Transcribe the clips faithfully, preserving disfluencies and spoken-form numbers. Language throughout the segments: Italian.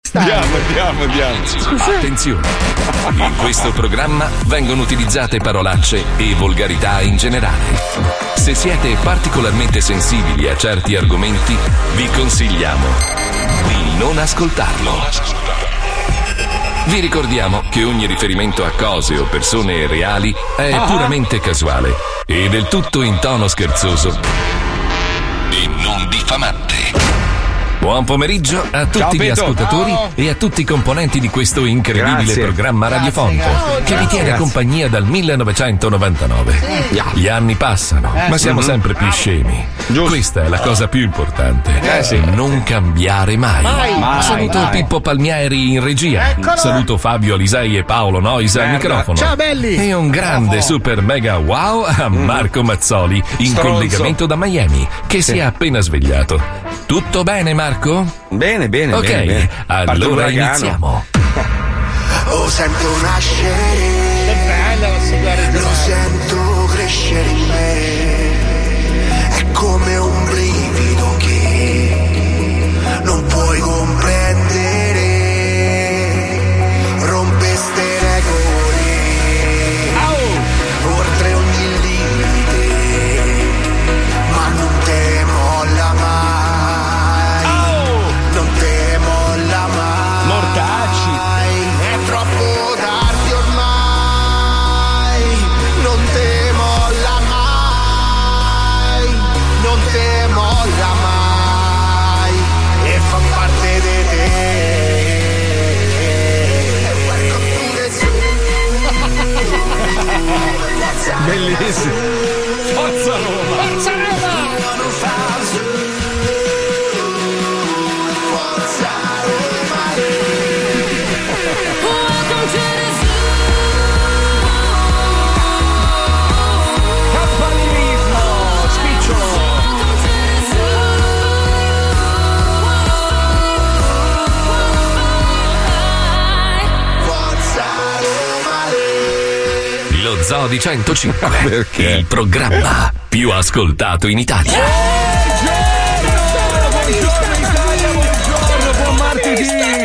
Andiamo, andiamo, andiamo. Attenzione! In questo programma vengono utilizzate parolacce e volgarità in generale. Se siete particolarmente sensibili a certi argomenti, vi consigliamo di non ascoltarlo. Vi ricordiamo che ogni riferimento a cose o persone reali è puramente casuale e del tutto in tono scherzoso e non diffamante. Buon pomeriggio a tutti Ciao, gli Peto. ascoltatori Ciao. e a tutti i componenti di questo incredibile Grazie. programma radiofonico Grazie, che vi tiene Grazie. compagnia dal millenovecentonovantanove. Gli anni passano, ma siamo Mhm. sempre più scemi. Questa è la cosa più importante. Eh, sì. Non cambiare mai. Mai, mai, Saluto mai. Pippo Palmieri in regia. Eccolo. Saluto Fabio Alisei e Paolo Noisa al Merda. microfono. Ciao, belli. E un grande super mega wow a Marco Mazzoli in Stronzo. collegamento da Miami, che si è appena svegliato. Tutto bene, Marco? Bene, bene, Ok, bene, bene. Parte allora l'uragano. iniziamo. Lo sento nascere, lo sento crescere in me, è come un brivido che non puoi comprendere, rompe ste regole, oltre ogni limite, ma non te molla mai, non te molla mai. Mortacci. È troppo tardi ormai, non te molla mai, non te molla mai, e fa parte di te. Bellissimo. Forza Roma. Forza Roma. Campanilismo. Spicciolo. Lo Zoo di centocinque, Perché? il programma più ascoltato in Italia. Buongiorno Italia, buongiorno, buon martedì.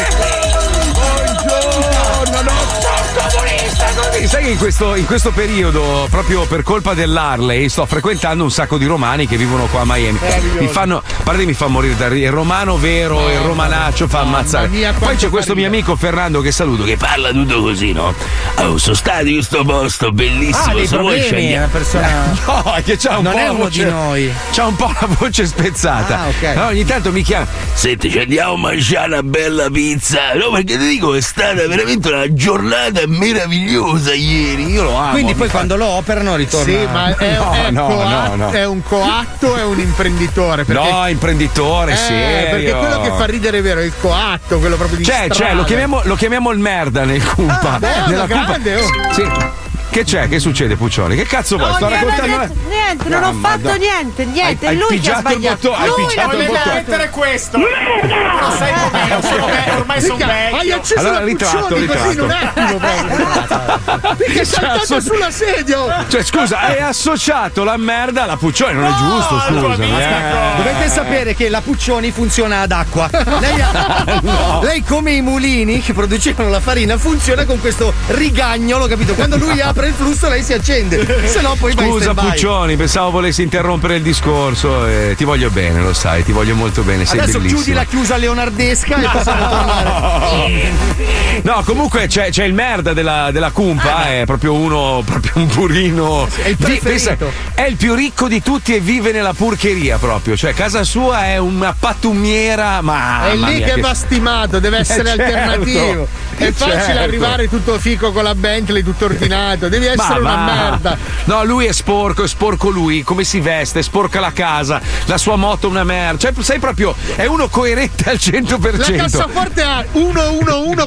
Buongiorno, non sono comunista così. Sai che in questo, in questo periodo, proprio per colpa dell'Harley, sto frequentando un sacco di romani che vivono qua a Miami. Mi fanno, a parte mi fa morire da ridere. Il romano vero, il romanaccio fa ammazzare. mia, Poi quanto c'è questo fa mio ridere. amico Fernando che saluto, che parla tutto così, no? Oh, sono stato in questo posto bellissimo. Ah, dei se vuoi problemi, scegli- è una persona. No, è che c'ha un Non po' è la uno voce- di noi. C'ha un po' la voce spezzata. Ah, ok. No, ogni tanto mi chiama. Senti, ci andiamo a mangiare una bella pizza. No, perché ti dico, è stata veramente una giornata meravigliosa ieri. Io lo amo. Quindi mi poi fa- quando lo operano ritorna. Sì, ma è, No, è, no, coat- no, no. è un coatto, è un imprenditore. Perché, No, imprenditore, eh, serio. perché quello che fa ridere è vero, è il coatto, quello proprio di C'è, strada. c'è, lo chiamiamo, lo chiamiamo il merda nel Cumpa. Ah, beh, Nella una grande, oh. Sì. Che c'è? Che succede, Puccioni? Che cazzo vuoi? No, Sto niente, raccontando. niente, non No, ho ma fatto no. niente, niente, Hai- è hai lui che ha pigiato il sbagliato. bottone, hai Lui pigiato l'ha il sbagliato. bottone. mettere questo. Non sai com'è, sono ve- ormai sono Mica, hai vecchio. acceso Allora, la ritratto, Puccioni così in un ritratto. attimo proprio. Mica è saltato associ- sulla sedia. Cioè, scusa, hai associato la merda alla Puccioni, non è giusto, al tuo scusa. amico. Dovete sapere che la Puccioni funziona ad acqua. Lei, ha- lei come i mulini che producevano la farina funziona con questo rigagnolo, capito? Quando lui apre il flusso lei si accende, se no poi vai in Scusa stand-by. Puccioni, pensavo volessi interrompere il discorso. eh, ti voglio bene, lo sai, ti voglio molto bene. Sei Adesso bellissimo. chiudi la chiusa leonardesca e possiamo tornare. No, comunque c'è, c'è il merda della, della Cumpa, è proprio uno, proprio un burino. È il Vi- preferito. è il più ricco di tutti e vive nella porcheria proprio. Cioè, casa sua è una pattumiera, ma. È lì che va stimato, deve essere Eh, certo. alternativo. È facile Certo. arrivare tutto fico con la Bentley, tutto ordinato. Devi Ma essere una va. merda. No, lui è sporco, è sporco lui, come si veste, è sporca la casa, la sua moto è una merda. Cioè, sei proprio, è uno coerente al cento per La cento. cassaforte ha uno uno uno come codice.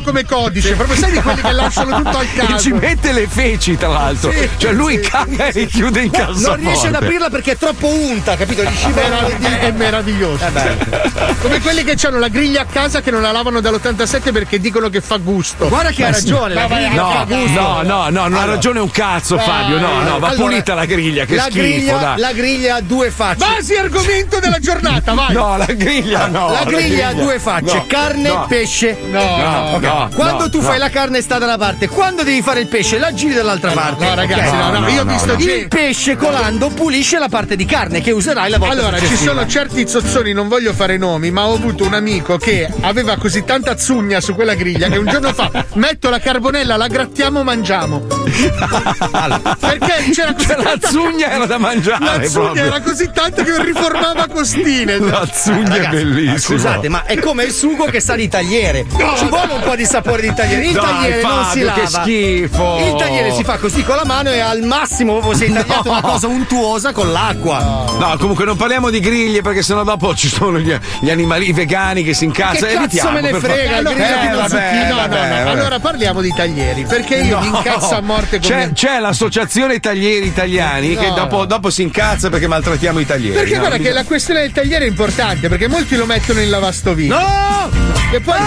codice, proprio sai di quelli che lasciano tutto al caso. E ci mette le feci, tra l'altro. Sì, cioè lui sì. caga e richiude in cassaforte. Non riesce ad aprirla perché è troppo unta, capito? Gli scivola le dita. È meraviglioso. Come quelli che hanno la griglia a casa che non la lavano dall'ottantasette perché dicono che fa gusto. Guarda che ha ragione, la griglia No, fa gusto. no, no, no, non ha ragione un cazzo, Fabio. No, no, va Allora, pulita la griglia, che la schifo, griglia, dai. la griglia ha due facce. Basi argomento della giornata, vai. No, la griglia no. la griglia ha due facce, No, carne, no. pesce. No, No, no. no. Quando no, tu no. fai la carne sta da una parte, quando devi fare il pesce la giri dall'altra parte. No, ragazzi, Ok? no, no, No, io ho no, visto no. Il gente. pesce colando pulisce la parte di carne che userai la volta Allora, ci successiva. sono certi zozzoni, non voglio fare nomi, ma ho avuto un amico che aveva così tanta zugna su quella griglia che un giorno fa metto la carbonella, la grattiamo, mangiamo. Perché c'era così Cioè, la tanta zugna era da mangiare. La zugna proprio. era così tanta che riformava costine. La zugna è bellissima. Scusate, ma è come il sugo che sa di tagliere. Ci vuole un po' di sapore di tagliere. Il Dai, tagliere non si Fabio, lava. che schifo. Il tagliere si fa così con la mano e al massimo proprio sei tagliato una cosa untuosa con l'acqua. No, comunque non parliamo di griglie perché sennò dopo ci sono gli, gli animali vegani che si incazzano. Che cazzo Evitiamo, me ne per frega, favore. il griglia Eh, di vabbè, zucchine. No, no, vabbè, no. vabbè. Allora parliamo di taglieri. Perché io mi incazzo a morte con c'è, me. c'è l'associazione taglieri italiani che No. dopo, dopo si incazza perché maltrattiamo i taglieri. Perché no? guarda che la questione del tagliere è importante, perché molti lo mettono in lavastoviglie. No! E poi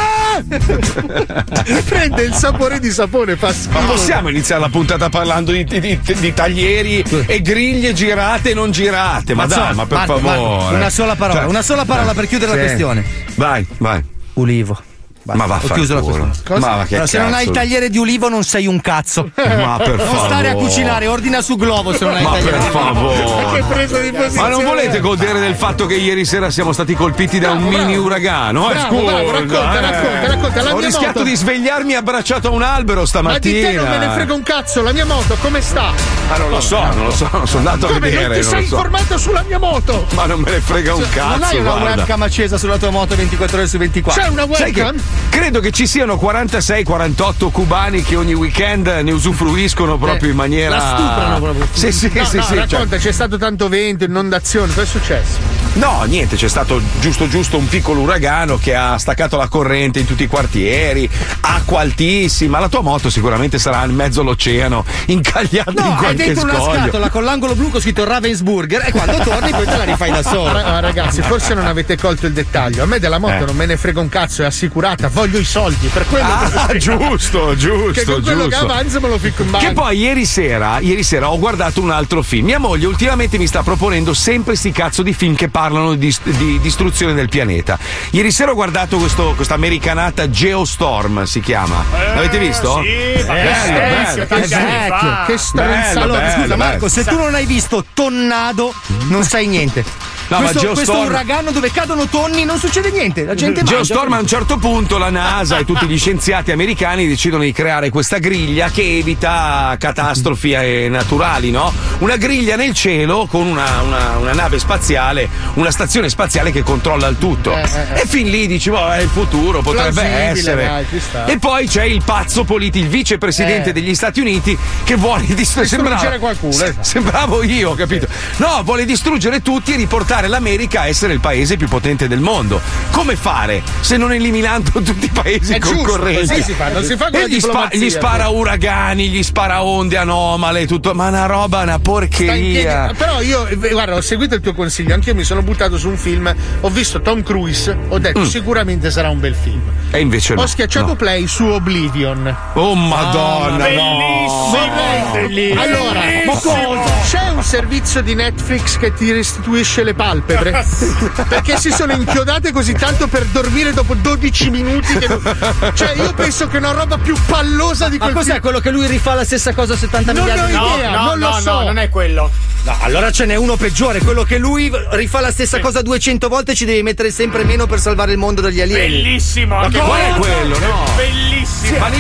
prende il sapore di sapone, fa Ma schifo. possiamo iniziare la puntata parlando di, di- di- di taglieri e griglie girate e non girate? Ma dai, ma per Marco, favore. Marco, una sola parola, Cioè, una sola parola eh, per chiudere la sì. questione. Vai, vai. Ulivo. Ma va a Ho chiuso la culo. questione. Ma va che Allora, se non hai il cazzo. tagliere di ulivo non sei un cazzo. Ma per Non favore. stare a cucinare, ordina su Glovo se non hai il Ma tagliere per di ulivo. favore. Che presa di posizione. Ma non volete godere del fatto che ieri sera siamo stati colpiti da un Bravo, mini bravo. uragano? Eh, Bravo, scusa, bravo, racconta, eh. racconta, racconta. La Ho mia rischiato moto. di svegliarmi abbracciato a un albero Ma stamattina. di te non me ne frega un cazzo, la mia moto come sta? Ma non lo so, non lo so, non sono andato a Come vedere. non ti non sei lo so. informato sulla mia moto? Ma non me ne frega un cazzo. Non hai una guarda. webcam accesa sulla tua moto ventiquattro ore su ventiquattro. C'è una Sai che webcam? credo che ci siano quarantasei quarantotto cubani che ogni weekend ne usufruiscono proprio in maniera. la stuprano proprio. Sì, sì, No, sì, no, sì. cioè- racconta, c'è stato tanto vento, inondazione, cosa è successo? No, niente, c'è stato giusto giusto un piccolo uragano che ha staccato la corrente in tutti i quartieri, acqua altissima. La tua moto sicuramente sarà in mezzo all'oceano, incagliata in No, hai qualche dentro una scoglio. scatola con l'angolo blu con scritto Ravensburger e quando torni poi te la rifai da solo. Ra- ragazzi, forse non avete colto il dettaglio. A me della moto Eh. non me ne frega un cazzo, è assicurata, voglio i soldi, per quello Ah, che giusto, giusto, che con quello che giusto. avanza me lo ficco in banca. Che poi ieri sera, ieri sera ho guardato un altro film. Mia moglie ultimamente mi sta proponendo sempre sti cazzo di film che parlano di, di distruzione del pianeta. Ieri sera ho guardato questo, questa americanata Geostorm, si chiama. L'avete visto? Sì, ma Bello, che bello. stronzo, tanti anni Vecchio, fa. che stronza. Bello, Allora, bello, scusa Marco, bello. se tu non hai visto Tonnado, non sai niente. No, ma questo, questo Geostorm- uragano dove cadono tonni non succede niente. La gente mangia. Geostorm a un certo punto la NASA e tutti gli scienziati americani decidono di creare questa griglia che evita catastrofi eh, naturali, no? Una griglia nel cielo con una, una- una nave spaziale, una stazione spaziale che controlla il tutto. Eh, eh, eh. E fin lì dici, boh, è il futuro, potrebbe Plausibile, essere. dai, ci sta. E poi c'è il pazzo politico, il vicepresidente Eh. degli Stati Uniti che vuole distruggere. Distruggere qualcuno, se- esatto. sembravo io, capito? No, vuole distruggere tutti e riportare l'America a essere il paese più potente del mondo. Come fare se non eliminando tutti i paesi È giusto, concorrenti? così si fa, non si fa con e la gli, diplomazia. gli spara uragani, gli spara onde anomale, tutto. Ma una roba, una Sta in porcheria. piedi. Però io, eh, guarda, ho seguito il tuo consiglio, anche io mi sono buttato su un film, ho visto Tom Cruise, ho detto sicuramente sarà un bel film. E invece no. Ho schiacciato no. play su Oblivion. Oh madonna, Bellissimo, no. bellissimo. Allora, ma cosa? C'è un servizio di Netflix che ti restituisce le palpebre? Perché si sono inchiodate così tanto per dormire dopo dodici minuti che non- Cioè io penso che una roba più pallosa di Ma quel cos'è film. quello che lui rifà la stessa cosa settanta Non miliardi di ho volte? idea, No, non lo no, so. no, non è quello. No, allora ce n'è uno peggiore, quello che lui rifà la stessa cosa duecento volte e ci devi mettere sempre meno per salvare il mondo dagli alieni. Bellissimo. Ma anche qual è quello. quello, no? Bellissimo. Vanilla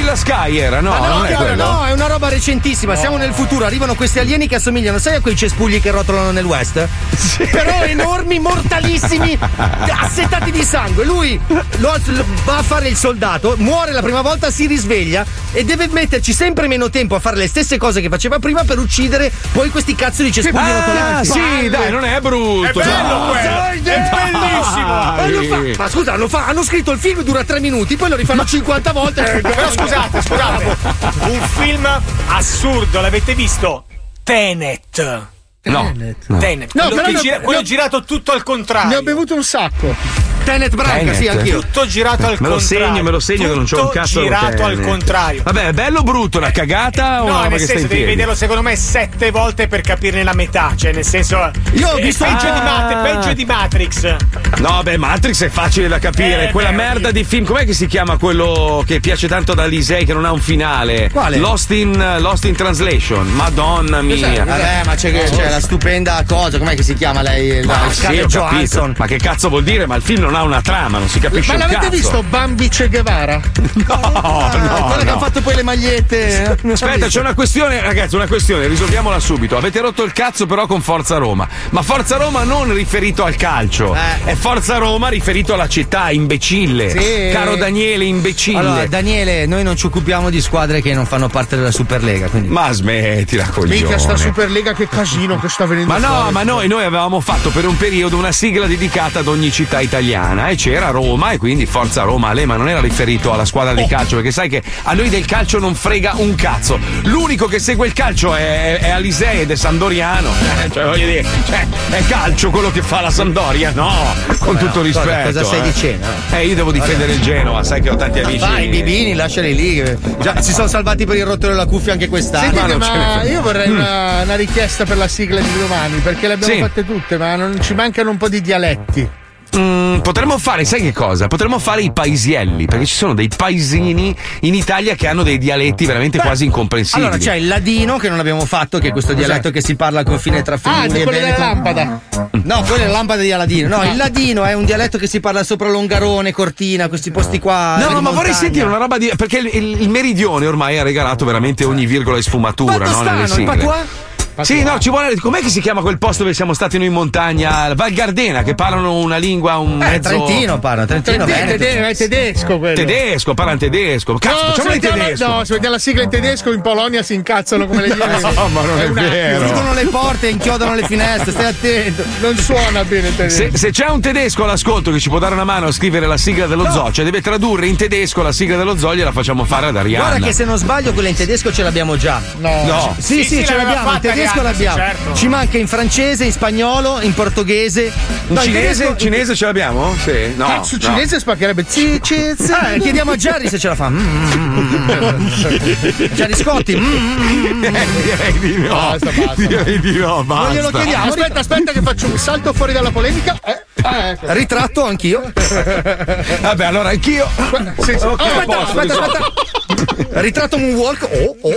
Vanilla Sky era, no? Ma no, non è no, quello. no, è una roba recentissima. Siamo nel futuro, arrivano questi alieni che assomigliano, sai, a quei cespugli che rotolano nel West? Sì. Però enormi, mortalissimi, assetati di sangue. Lui lo, lo, va a fare il soldato, muore la prima volta, si risveglia e deve metterci sempre meno tempo a fare le stesse cose che faceva prima per uccidere poi questi cazzo di cespugli ah, rotolanti. Sì, dai, non è brutto. È bello no. quello. È bellissimo. Ma, lo fa, ma scusa, lo fa, hanno scritto il film dura tre minuti, poi lo rifanno cinquanta volte. Eh, però scusate, scusate. Un film assurdo, l'avete visto? Tenet. No, no. Tenet. No, quello, però che ne- gira- quello ne- girato tutto al contrario. Ne ho bevuto un sacco. Tenet Branca, Tenet. sì, anch'io. Tutto girato al Me lo contrario. segno, me lo segno che non c'ho un Tutto cazzo girato al Tenet. contrario. Vabbè, è bello o brutto? Una cagata o una No, roba nel che sta senso in devi piedi? vederlo secondo me sette volte per capirne la metà. Cioè, nel senso. Io ho è visto- peggio, Ah. di Mat- peggio di Matrix. No, beh, Matrix è facile da capire. Eh, Quella beh, merda sì. di film, com'è che si chiama quello che piace tanto da Lisei che non ha un finale? Quale? Lost in, Lost in Translation. Madonna mia. Vabbè, ma c'è, c'è la stupenda cosa, com'è che si chiama lei? La Ma sì, Scarlett ho capito. Johansson. Ma che cazzo vuol dire? Ma il film non ha una trama, non si capisce Ma un l'avete cazzo. visto Bambi Che Guevara? No, Ah, no, quella che no. ha fatto poi le magliette. Aspetta, c'è una questione, ragazzi, una questione, risolviamola subito. Avete rotto il cazzo però con Forza Roma. Ma Forza Roma non riferito al calcio, Eh. è Forza Roma riferito alla città, imbecille. Sì. Caro Daniele, imbecille. Allora, Daniele, noi non ci occupiamo di squadre che non fanno parte della Superlega. Quindi... Ma smettila, coglione. Minchia, sta Superlega, che casino che sta venendo Ma no, fuori. ma noi, noi avevamo fatto per un periodo una sigla dedicata ad ogni città italiana e c'era Roma e quindi Forza Roma Ale, ma non era riferito alla squadra di calcio, perché sai che a noi del calcio non frega un cazzo. L'unico che segue il calcio è, è Alisei ed è Sandoriano. Eh, cioè, voglio dire, cioè, è calcio quello che fa la Sampdoria? No, con tutto rispetto. Cosa, cosa stai eh. dicendo? Eh, io devo difendere il Genova, sai che ho tanti amici. Vai, i bibini, lasciali lì. Già, si sono salvati per il rotto della cuffia anche quest'anno. Sentite, non ce ne ma frega. io vorrei una, una richiesta per la sigla di domani, perché le abbiamo Sì. fatte tutte, ma non ci mancano un po' di dialetti. Mm, potremmo fare, sai che cosa? Potremmo fare i paesielli, perché ci sono dei paesini in Italia che hanno dei dialetti veramente quasi incomprensibili. Allora c'è il ladino che non abbiamo fatto, che è questo dialetto che si parla al confine tra Ah, Friuli di e quello della Veneto. lampada. No, quella è la lampada di Aladino. No, il ladino è un dialetto che si parla sopra Longarone, Cortina, questi posti qua. No, di ma vorrei montagna. sentire una roba di. Perché il, il- il meridione ormai ha regalato veramente ogni virgola e sfumatura, no? Valdostano, Nelle il sigle. Patuà? Sì, no, ci vuole. Com'è che si chiama quel posto dove siamo stati noi in montagna? Val Gardena, che parlano una lingua, un Eh, mezzo. Trentino parla, Trentino, Tede- Veneto. tede- è tedesco quello. Tedesco, parlano tedesco. Cazzo, No, se facciamolo in vediamo, tedesco. no, se vediamo la sigla in tedesco in Polonia si incazzano come le iene. No, ma non è un attimo. vero. Chiudono le porte e inchiodano le finestre, stai attento. Non suona bene il tedesco. Se, se c'è un tedesco all'ascolto che ci può dare una mano a scrivere la sigla dello zoo, cioè deve tradurre in tedesco la sigla dello zoo, gliela facciamo fare ad Arianna. Guarda che se non sbaglio quella in tedesco ce l'abbiamo già. No. No. Sì, sì, Sì, sì, ce l'aveva l'abbiamo, in fatta tedesco Arianna, l'abbiamo. sì, certo. Ci manca in francese, in spagnolo, in portoghese. In No, in cinese, tedesco- cinese ce l'abbiamo? Sì, no. Cazzo, no. cinese spaccherebbe. Zi, zi, zi. Eh, chiediamo a Jerry se ce la fa. Mm, mm, mm, mm. Jerry Scotti. mm, mm, mm. Eh, direi di no. Basta, basta. Direi di no, basta. Non glielo chiediamo. Aspetta, aspetta, che faccio un salto fuori dalla polemica. Eh, ah, ecco. Ritratto anch'io. Vabbè, allora anch'io. Sì, sì. Ok, Oh, a Aspetta, posto, aspetta, risolto. aspetta. Ritratto moonwalk. Oh, oh,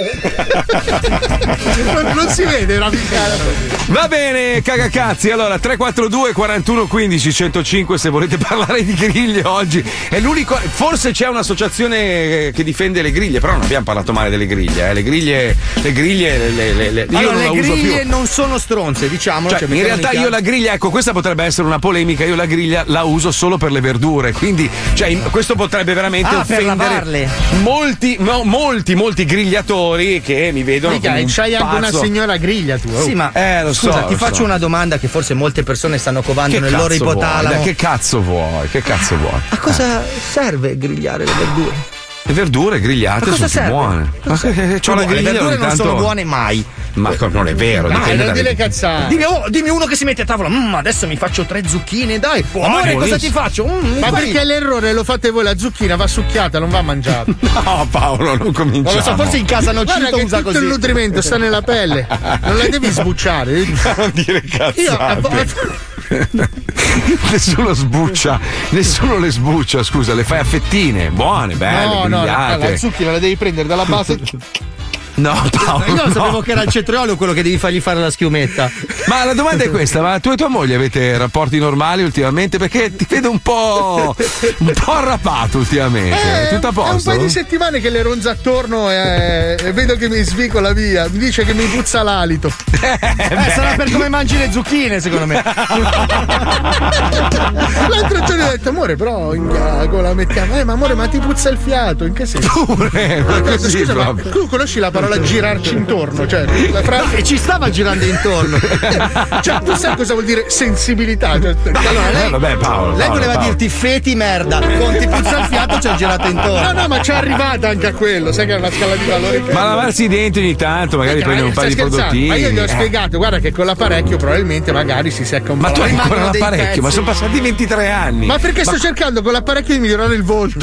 oh, non, non si vede una piccara. Va bene, cagacazzi. Allora, tre quattro due quarantuno quindici centocinque se volete parlare di griglie oggi. È l'unico. Forse c'è un'associazione che difende le griglie, però non abbiamo parlato male delle griglie. Eh. Le griglie, le griglie, le, le, le, io Allora, non le la uso griglie più. non sono stronze, diciamolo. Cioè, in realtà io la griglia, ecco, questa potrebbe essere una polemica. Io la griglia la uso solo per le verdure. Quindi, cioè, in- questo potrebbe veramente Ah, per offendere lavarle. molti, mo- molti, molti grigliatori che mi vedono Mica, come un c'hai anche una pazzo. signora griglia tu. oh. Sì, ma Eh, lo so, scusa, ti lo faccio so. una domanda che forse molte persone stanno covando Che nel loro cazzo vuoi? ipotalamo. Dai, Che cazzo vuoi? Che cazzo vuoi? A cosa serve grigliare le verdure? Le verdure grigliate Ma cosa sono più serve? buone. Ma che, che, c'ho la Le griglia verdure ogni non tanto- sono buone mai. Ma co- non è vero, Dai, dipende non dalle- dire cazzate. Dimmi, oh, dimmi uno che si mette a tavola. Mm, adesso mi faccio tre zucchine, dai. Amore, cosa buonissimo. ti faccio? Mm, Ma fai- perché l'errore lo fate voi, la zucchina va succhiata, non va mangiata. No, Paolo, non cominciamo. Non lo so, forse in casa Guarda Nocito che usa tutto così. il nutrimento sta nella pelle. Non la devi sbucciare. non dire Io a- cazzate. Nessuno sbuccia, nessuno le sbuccia, scusa, le fai a fettine, buone, belle, No, no, no, grigliate. la zucchina la devi prendere dalla base. No, Paolo, io no. sapevo che era il cetriolo quello che devi fargli fare la schiumetta. Ma la domanda è questa: ma tu e tua moglie avete rapporti normali ultimamente? Perché ti vedo un po' un po' arrapato ultimamente. Eh, Tutto a è un posto? paio di settimane che le ronza attorno e, e vedo che mi svicola via. Mi dice che mi puzza l'alito. Eh, sarà per come mangi le zucchine, secondo me. L'altro giorno ho detto, amore, però in gago la mettiamo. Eh, ma amore, ma ti puzza il fiato? In che senso? Pure, ma Detto, così scusa, ma proprio. tu conosci la parola girarci intorno? Cioè, la fra... E ci stava girando intorno. cioè, tu sai cosa vuol dire sensibilità? Cioè, Allora, lei, Eh, vabbè, Paolo, lei Paolo, voleva Paolo. dirti feti merda. Con ti puzza il fiato ci ha girato intorno. no, no, ma c'è arrivata anche a quello. Sai che è una scala di valori. Che... Ma lavarsi i denti ogni tanto, magari prendere un Stai paio di scherzando? prodottini. Ma io gli ho Eh. spiegato, guarda che con l'apparecchio probabilmente magari si secca un Ma po'. tu hai la- ancora rimangono dei l'apparecchio, ma pezzi. sono passati ventitré anni. Ma perché sto cercando con l'apparecchio di migliorare il volto?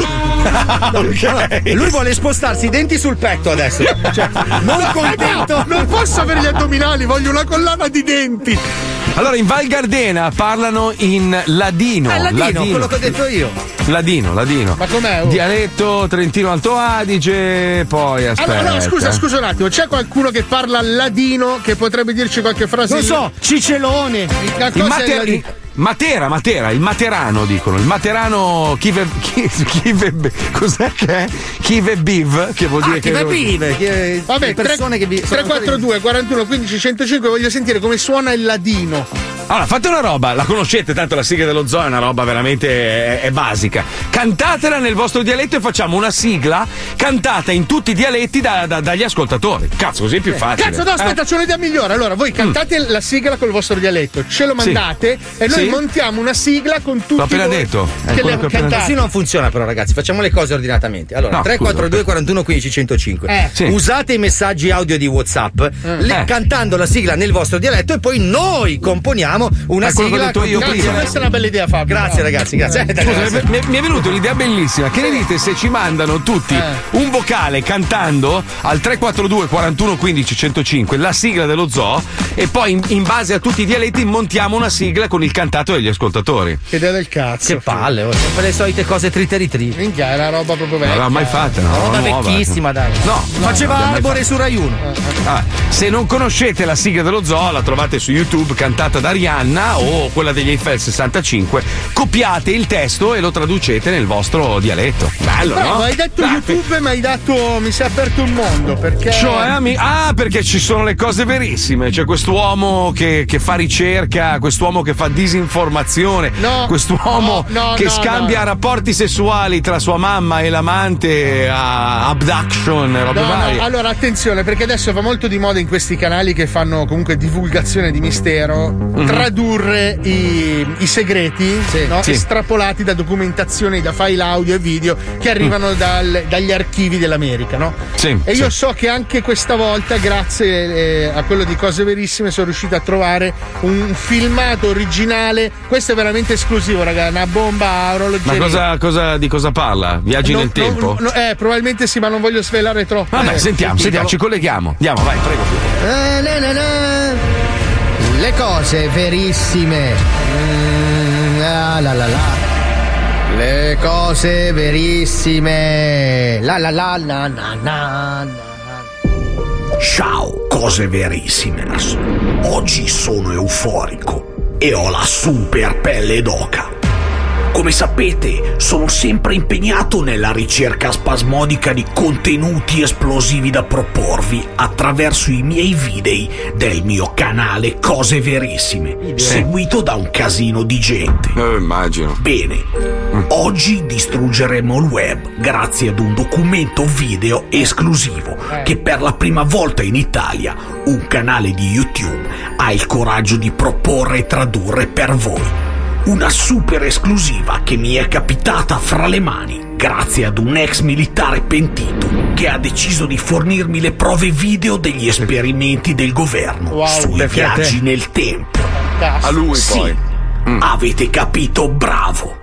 Ok. Lui vuole spostarsi i denti sul petto adesso. Cioè, non contento. Non posso avere gli addominali, voglio una collana di denti. Allora, in Val Gardena parlano in ladino. È ladino, quello che ho detto io. Ladino, ladino. Ma com'è? Oh? Dialetto Trentino Alto Adige, poi aspetta. Allora, no, scusa, scusa un attimo, c'è qualcuno che parla ladino che potrebbe dirci qualche frase? Non so, cicelone. La In cosa è Mater- ladino. in- Matera, Matera, il Materano dicono, il Materano chi ve, chi, chi ve- cos'è che è? Chi ve biv, che vuol dire Ah, chi che ve vive? Che- Vabbè, le persone che vi tre quattro due quarantuno quindici centocinque, voglio sentire come suona il ladino. Allora, fate una roba, la conoscete, tanto la sigla dello zoo è una roba veramente è, è basica. Cantatela nel vostro dialetto e facciamo una sigla cantata in tutti i dialetti da- da- dagli ascoltatori. Cazzo, così è più facile. Cazzo, no, aspetta, Eh? c'è un'idea migliore. Allora, voi cantate la sigla col vostro dialetto, ce lo Sì. mandate e noi Sì. montiamo una sigla con tutti L'ho appena voi detto. È che quello le che ho appena cantate. Così non funziona però ragazzi, facciamo le cose ordinatamente. Allora, No, tre quattro due scusa, quarantuno quindici centocinque. Eh. Sì. Usate i messaggi audio di WhatsApp le- Eh. cantando la sigla nel vostro dialetto e poi noi componiamo una È quello che ho sigla detto con io tutti i Cazzo, prima. dialetti. questa è una bella idea, Fabio. Grazie No. ragazzi, grazie. Eh, Scusa, grazie. mi, mi è venuta un'idea bellissima. Che ne dite se ci mandano tutti Eh. un vocale cantando al tre quattro due quarantuno quindici centocinque la sigla dello zoo e poi in, in base a tutti i dialetti montiamo una sigla con il cantato degli ascoltatori. Che idea del cazzo. Che palle, oh, sempre le solite cose triteri. Minchia, è una roba proprio Non vecchia. l'aveva mai fatta, no? Roba nuova. vecchissima, dai. No, Faceva non l'abbiamo mai Arbore su Rai uno. Ah, se non conoscete la sigla dello zoo, la trovate su YouTube cantata da Rihanna o quella degli Eiffel sessantacinque. Copiate il testo e lo traducete nel vostro dialetto. Bello, Bravo, no? hai detto Dai. YouTube, ma hai dato. Mi si è aperto un mondo perché. Cioè, ami- ah, perché ci sono le cose verissime. C'è quest'uomo che, che fa ricerca, quest'uomo che fa disinformazione, No, quest'uomo no, no, che no, scambia no. rapporti sessuali tra sua mamma e l'amante a abduction, robe No, varie. no, allora attenzione, perché adesso va molto di moda in questi canali che fanno comunque divulgazione di mistero, tradurre i, i segreti Sì, no? sì. estrapolati da documentazioni, da file audio e video che arrivano dal- dagli archivi dell'America, no? Sì, E io sì. so che anche questa volta, grazie eh, a quello di Cose Verissime, sono riuscito a trovare un filmato originale. Questo è veramente esclusivo, raga, una bomba a Ma orologeria. cosa, cosa- di cosa parla? Viaggi Non- nel tempo? non- no, eh, probabilmente sì, ma non voglio svelare troppo. Vabbè, Eh, sentiamo, sentiamo, ci colleghiamo. Andiamo, vai, prego. Eh, na, na, na. Le cose verissime. Mm, la, la, la, la. Le cose verissime. La la la la na na na. Ciao, cose verissimes. Oggi sono euforico e ho la super pelle d'oca. Come sapete, sono sempre impegnato nella ricerca spasmodica di contenuti esplosivi da proporvi attraverso i miei video del mio canale Cose Verissime, seguito da un casino di gente. Eh, immagino. Bene, oggi distruggeremo il web grazie ad un documento video esclusivo che per la prima volta in Italia un canale di YouTube ha il coraggio di proporre e tradurre per voi. Una super esclusiva che mi è capitata fra le mani grazie ad un ex militare pentito che ha deciso di fornirmi le prove video degli esperimenti del governo Wow, sui perché a te? viaggi nel tempo. Cazzo. A lui Sì, poi. avete capito, bravo.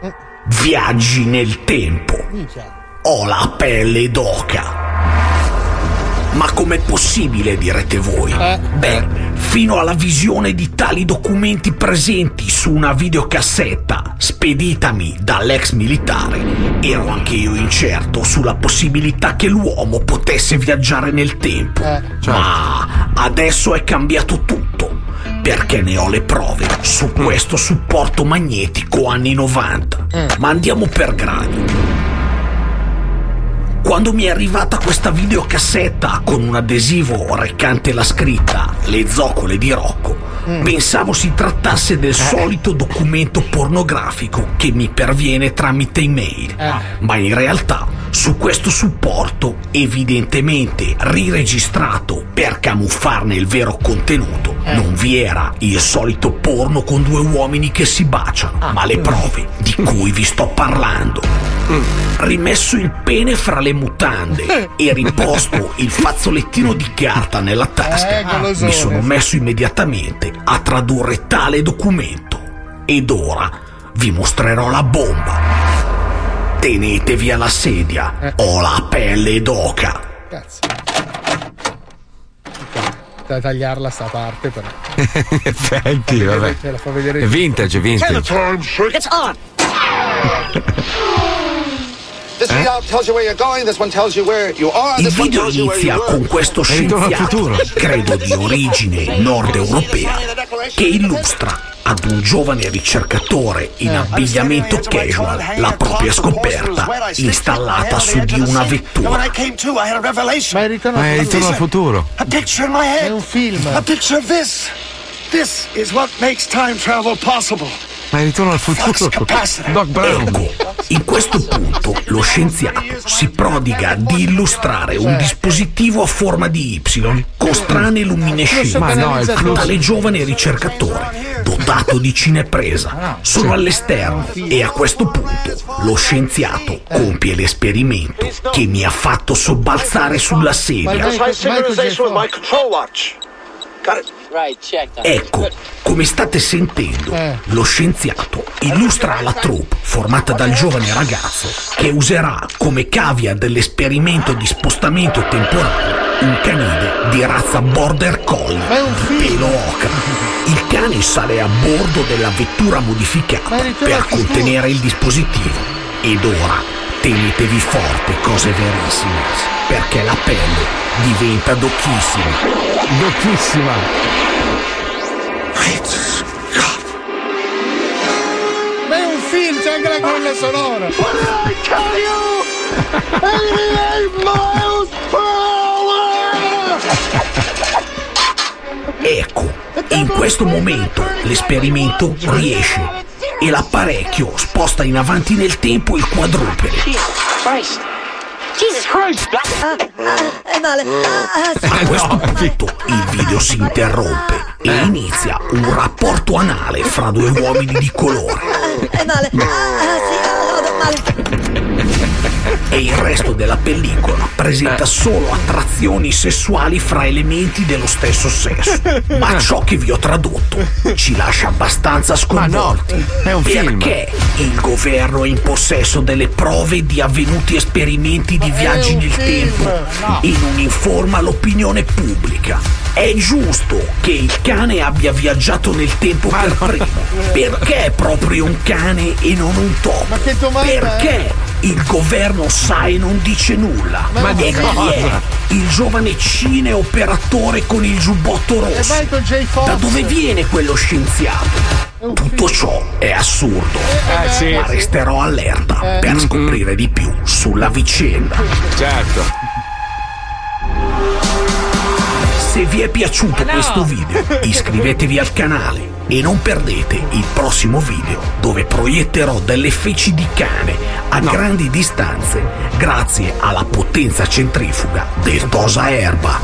Viaggi nel tempo. Ho la pelle d'oca. Ma com'è possibile, direte voi? Eh. Beh, fino alla visione di tali documenti presenti su una videocassetta speditami dall'ex militare, ero anche io incerto sulla possibilità che l'uomo potesse viaggiare nel tempo. Eh. Ma adesso è cambiato tutto, perché ne ho le prove su questo supporto magnetico anni novanta. Ma andiamo per gradi. Quando mi è arrivata questa videocassetta con un adesivo recante la scritta Le zoccole di Rocco, mm. pensavo si trattasse del solito documento pornografico che mi perviene tramite email, eh. ma in realtà su questo supporto, evidentemente riregistrato per camuffarne il vero contenuto, eh. non vi era il solito porno con due uomini che si baciano, ah. ma le prove di cui vi sto parlando. Mm. Rimesso il pene fra le mutande e riposto il fazzolettino di carta nella tasca, eh, so, mi sono messo immediatamente a tradurre tale documento. Ed ora vi mostrerò la bomba. Tenetevi alla sedia, eh. ho la pelle d'oca. Cazzo. Da tagliarla sta parte, però. In effetti, vabbè. La fa vedere è vintage, vintage. It's on. This video tells you where you're going, this one tells you where you are, Il this one video tells you where you inizia were. con questo scienziato, credo di origine nord europea, che illustra ad un giovane ricercatore in abbigliamento casual la propria scoperta installata su di una vettura. Ma è Ritorno Ma è Ritorno al futuro. A picture in my head. È un film. A picture of this. This is what makes time travel possible. Ma è Ritorno al futuro. Doc Brown. Ecco, in questo punto lo scienziato si prodiga di illustrare un dispositivo a forma di Y con strane luminescenze Ma no, è il a flusso. tale giovane ricercatore dotato di cinepresa solo all'esterno, e a questo punto lo scienziato compie l'esperimento che mi ha fatto sobbalzare sulla sedia. Ecco, come state sentendo, lo scienziato illustra alla troupe formata dal giovane ragazzo che userà come cavia dell'esperimento di spostamento temporale un canile di razza border collie, pelo ocra. Il cane sale a bordo della vettura modificata per contenere il dispositivo. Ed ora tenetevi forte, cose verissime, perché la pelle diventa docchissima. Docchissima. Ma è un film, c'è anche la colonna sonora. Ecco, in questo momento l'esperimento riesce e l'apparecchio sposta in avanti nel tempo il quadrupede. Jesus Christ! È male. A questo punto il video si interrompe e inizia un rapporto anale fra due uomini di colore. È male. Ah, sì, ho male. E il resto della pellicola presenta solo attrazioni sessuali fra elementi dello stesso sesso. Ma ciò che vi ho tradotto ci lascia abbastanza sconvolti. Ma no, è un film. Perché il governo è in possesso delle prove di avvenuti esperimenti di viaggi nel tempo e non informa l'opinione pubblica. È giusto che il cane abbia viaggiato nel tempo Ma per no. primo. Perché proprio un cane e non un topo? Ma che domanda Perché è? il governo sa e non dice nulla? Ma e di chi cosa? è il giovane cineoperatore con il giubbotto È rosso? Michael J. Fox. Da dove viene quello scienziato? Tutto ciò è assurdo, Eh sì, ma resterò allerta per scoprire di più sulla vicenda. certo. Se vi è piaciuto questo video, iscrivetevi al canale e non perdete il prossimo video dove proietterò delle feci di cane a grandi distanze grazie alla potenza centrifuga del Tosa Erba.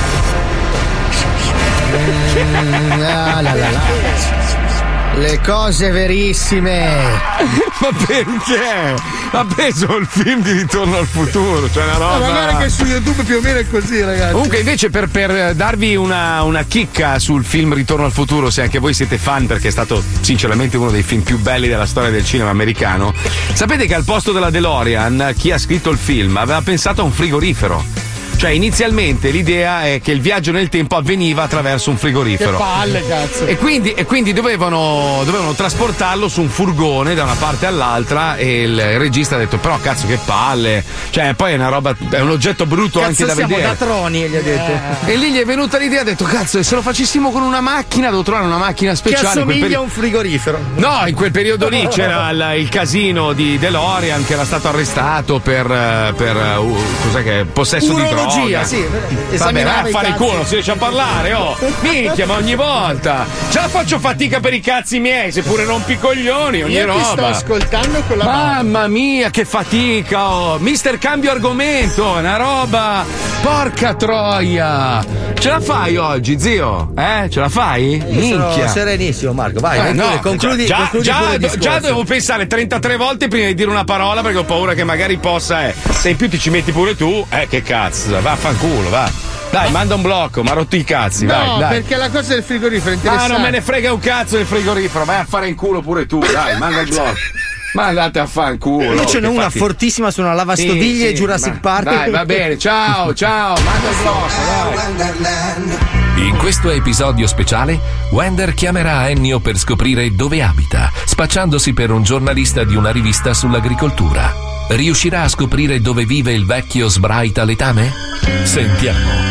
Mm, la, la, la, la. Le cose verissime. Ma perché? Ha preso il film di Ritorno al futuro, cioè una roba. Ma guarda che su YouTube più o meno è così, ragazzi. Comunque invece per, per darvi una, una chicca sul film Ritorno al futuro, se anche voi siete fan, perché è stato sinceramente uno dei film più belli della storia del cinema americano, sapete che al posto della DeLorean chi ha scritto il film aveva pensato a un frigorifero. Cioè, inizialmente l'idea è che il viaggio nel tempo avveniva attraverso un frigorifero. Che palle, cazzo. E quindi, e quindi dovevano, dovevano trasportarlo su un furgone da una parte all'altra e il, il regista ha detto però cazzo che palle, cioè poi è una roba, è un oggetto brutto cazzo anche da siamo vedere. da troni, gli ha detto. Eh. E lì gli è venuta l'idea, ha detto cazzo, e se lo facessimo con una macchina, devo trovare una macchina speciale. Che assomiglia peri- a un frigorifero. No, in quel periodo lì c'era il, il casino di DeLorean che era stato arrestato per, per uh, cos'è che possesso di droga. Sì, vabbè, vai a fare il cazzi. culo, non si riesce a parlare, oh. Minchia, ma ogni volta. Ce la faccio fatica per i cazzi miei, seppure rompi coglioni, ogni Io roba. ti sto ascoltando con la Mamma mano. mia, che fatica, oh. Mister cambio argomento, una roba. Porca troia. Ce la fai oggi, zio? Eh? Ce la fai? Minchia. Sono serenissimo, Marco. Vai, Eh, concludi, no, concludi, già, concludi già, pure il già, discorso. già devo pensare trentatré volte prima di dire una parola perché ho paura che magari possa, eh. Se in più ti ci metti pure tu, eh, che cazzo, vaffanculo, va. Dai, manda un blocco, ma rotti i cazzi, no, vai, dai. perché la cosa del frigorifero è interessante. Ah, non me ne frega un cazzo del frigorifero, vai a fare in culo pure tu, dai, manda il blocco. Ma andate a fanculo. Io ce n'ho una fatti... fortissima su una lavastoviglie sì, sì, Jurassic ma... Park. Dai, va bene, ciao, ciao, manda il blocco, dai. In questo episodio speciale, Wender chiamerà Ennio per scoprire dove abita, spacciandosi per un giornalista di una rivista sull'agricoltura. Riuscirà a scoprire dove vive il vecchio sbraita letame? Sentiamo.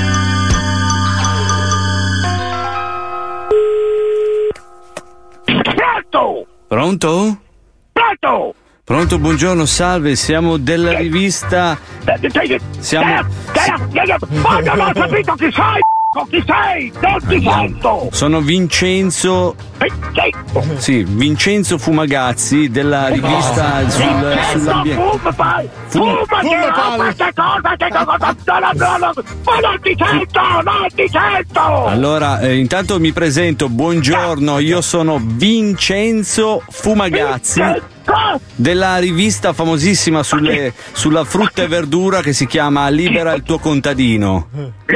Pronto? Pronto? Pronto? Pronto, buongiorno, salve, siamo della rivista. Siamo. Ma non ho capito chi sei! Chi sei? Non ti sento! Sono Vincenzo. Sì, Vincenzo Fumagazzi della rivista sul, sull'ambiente. Fuma, fuma, fuma, queste cose che ma non ti sento, non ti sento! Allora, eh, intanto mi presento, buongiorno, io sono Vincenzo Fumagazzi della rivista famosissima sulle, sulla frutta e verdura che si chiama Libera il tuo contadino.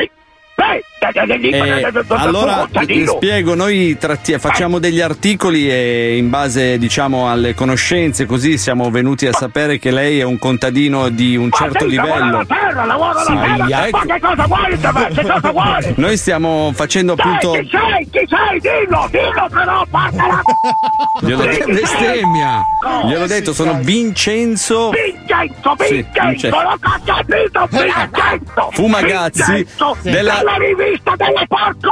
Eh, allora ti spiego, noi tratti- facciamo degli articoli e in base diciamo alle conoscenze così siamo venuti a sapere che lei è un contadino di un certo livello. Ma che cosa vuoi da me? Che cosa vuoi? Noi stiamo facendo appunto. Chi sei? Chi sei? Dillo, dillo però, porca Gliel'ho detto, bestemmia. Gliel'ho detto, sono Vincenzo. Vincenzo, Sì, Vincenzo, l'ho capito, Vincenzo. Fumagazzi Vincenzo, della della rivista delle porco.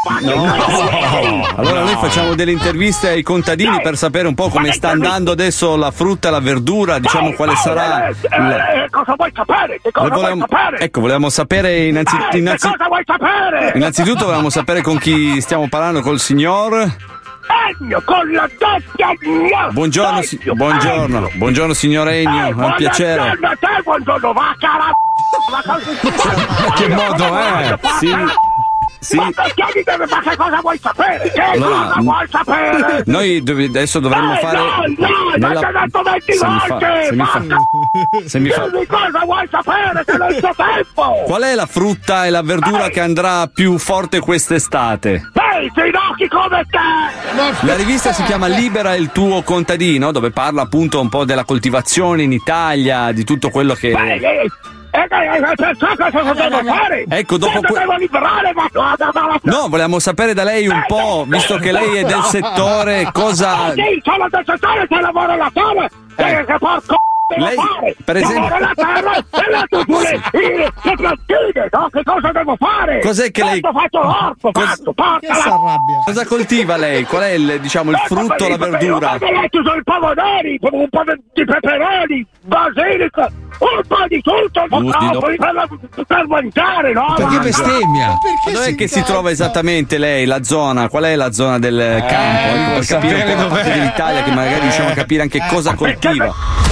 No. Allora noi facciamo delle interviste ai contadini per sapere un po' come sta andando adesso la frutta e la verdura, diciamo quale sarà. Eh, eh, cosa vuoi sapere? Che cosa volevamo, vuoi sapere? ecco, volevamo sapere innanzi, Eh, innanzi, che cosa vuoi sapere? innanzitutto volevamo sapere con chi stiamo parlando, col signor Ennio, con la doppia Ennio. Buongiorno, si- buongiorno, buongiorno signor Ennio, è un piacere. Buongiorno a te, buongiorno, va cara. Ma che modo è? Sì. Sì. Ma perché mi deve, ma che cosa vuoi sapere? Che Allora, cosa vuoi sapere? Noi dov- adesso dovremmo Eh, fare. No, no, nella- ma ti ho detto venti se mi fa- volte! se mi fa- basta. se mi fa- Dimmi cosa vuoi sapere, che non c'è tempo! Qual è la frutta e la verdura che andrà più forte quest'estate? Ehi, finocchi come te! La rivista si chiama Libera il tuo contadino, dove parla appunto un po' della coltivazione in Italia, di tutto quello che. Beh, eh, eh, eh, so cosa devo fare? Ecco, dopo Cosa que- devo liberare, ma guarda, guarda, No, volevamo sapere da lei un po', visto che lei è del settore, cosa. Eh, sì, sono del settore che lavoro alla terra, che, che porco devo Lei, fare? per esempio- Lavoro alla terra e la cultura, le plantine, no? Che cosa devo fare? Cos'è che lei- Ho fatto l'orto, fatto, porca la... Cosa coltiva lei? Qual è il, diciamo, il frutto, la verdura? Ho letto sui pomodori, un po' di peperoni, basilico, un po' di tutto, Tutti, no? per, la- per mangiare, no? Perché bestemmia? Ma dov'è che si trova esattamente lei? La zona? Qual è la zona del campo? Ecco, per capire un po' la parte dell'Italia, che magari riusciamo a capire anche cosa coltiva.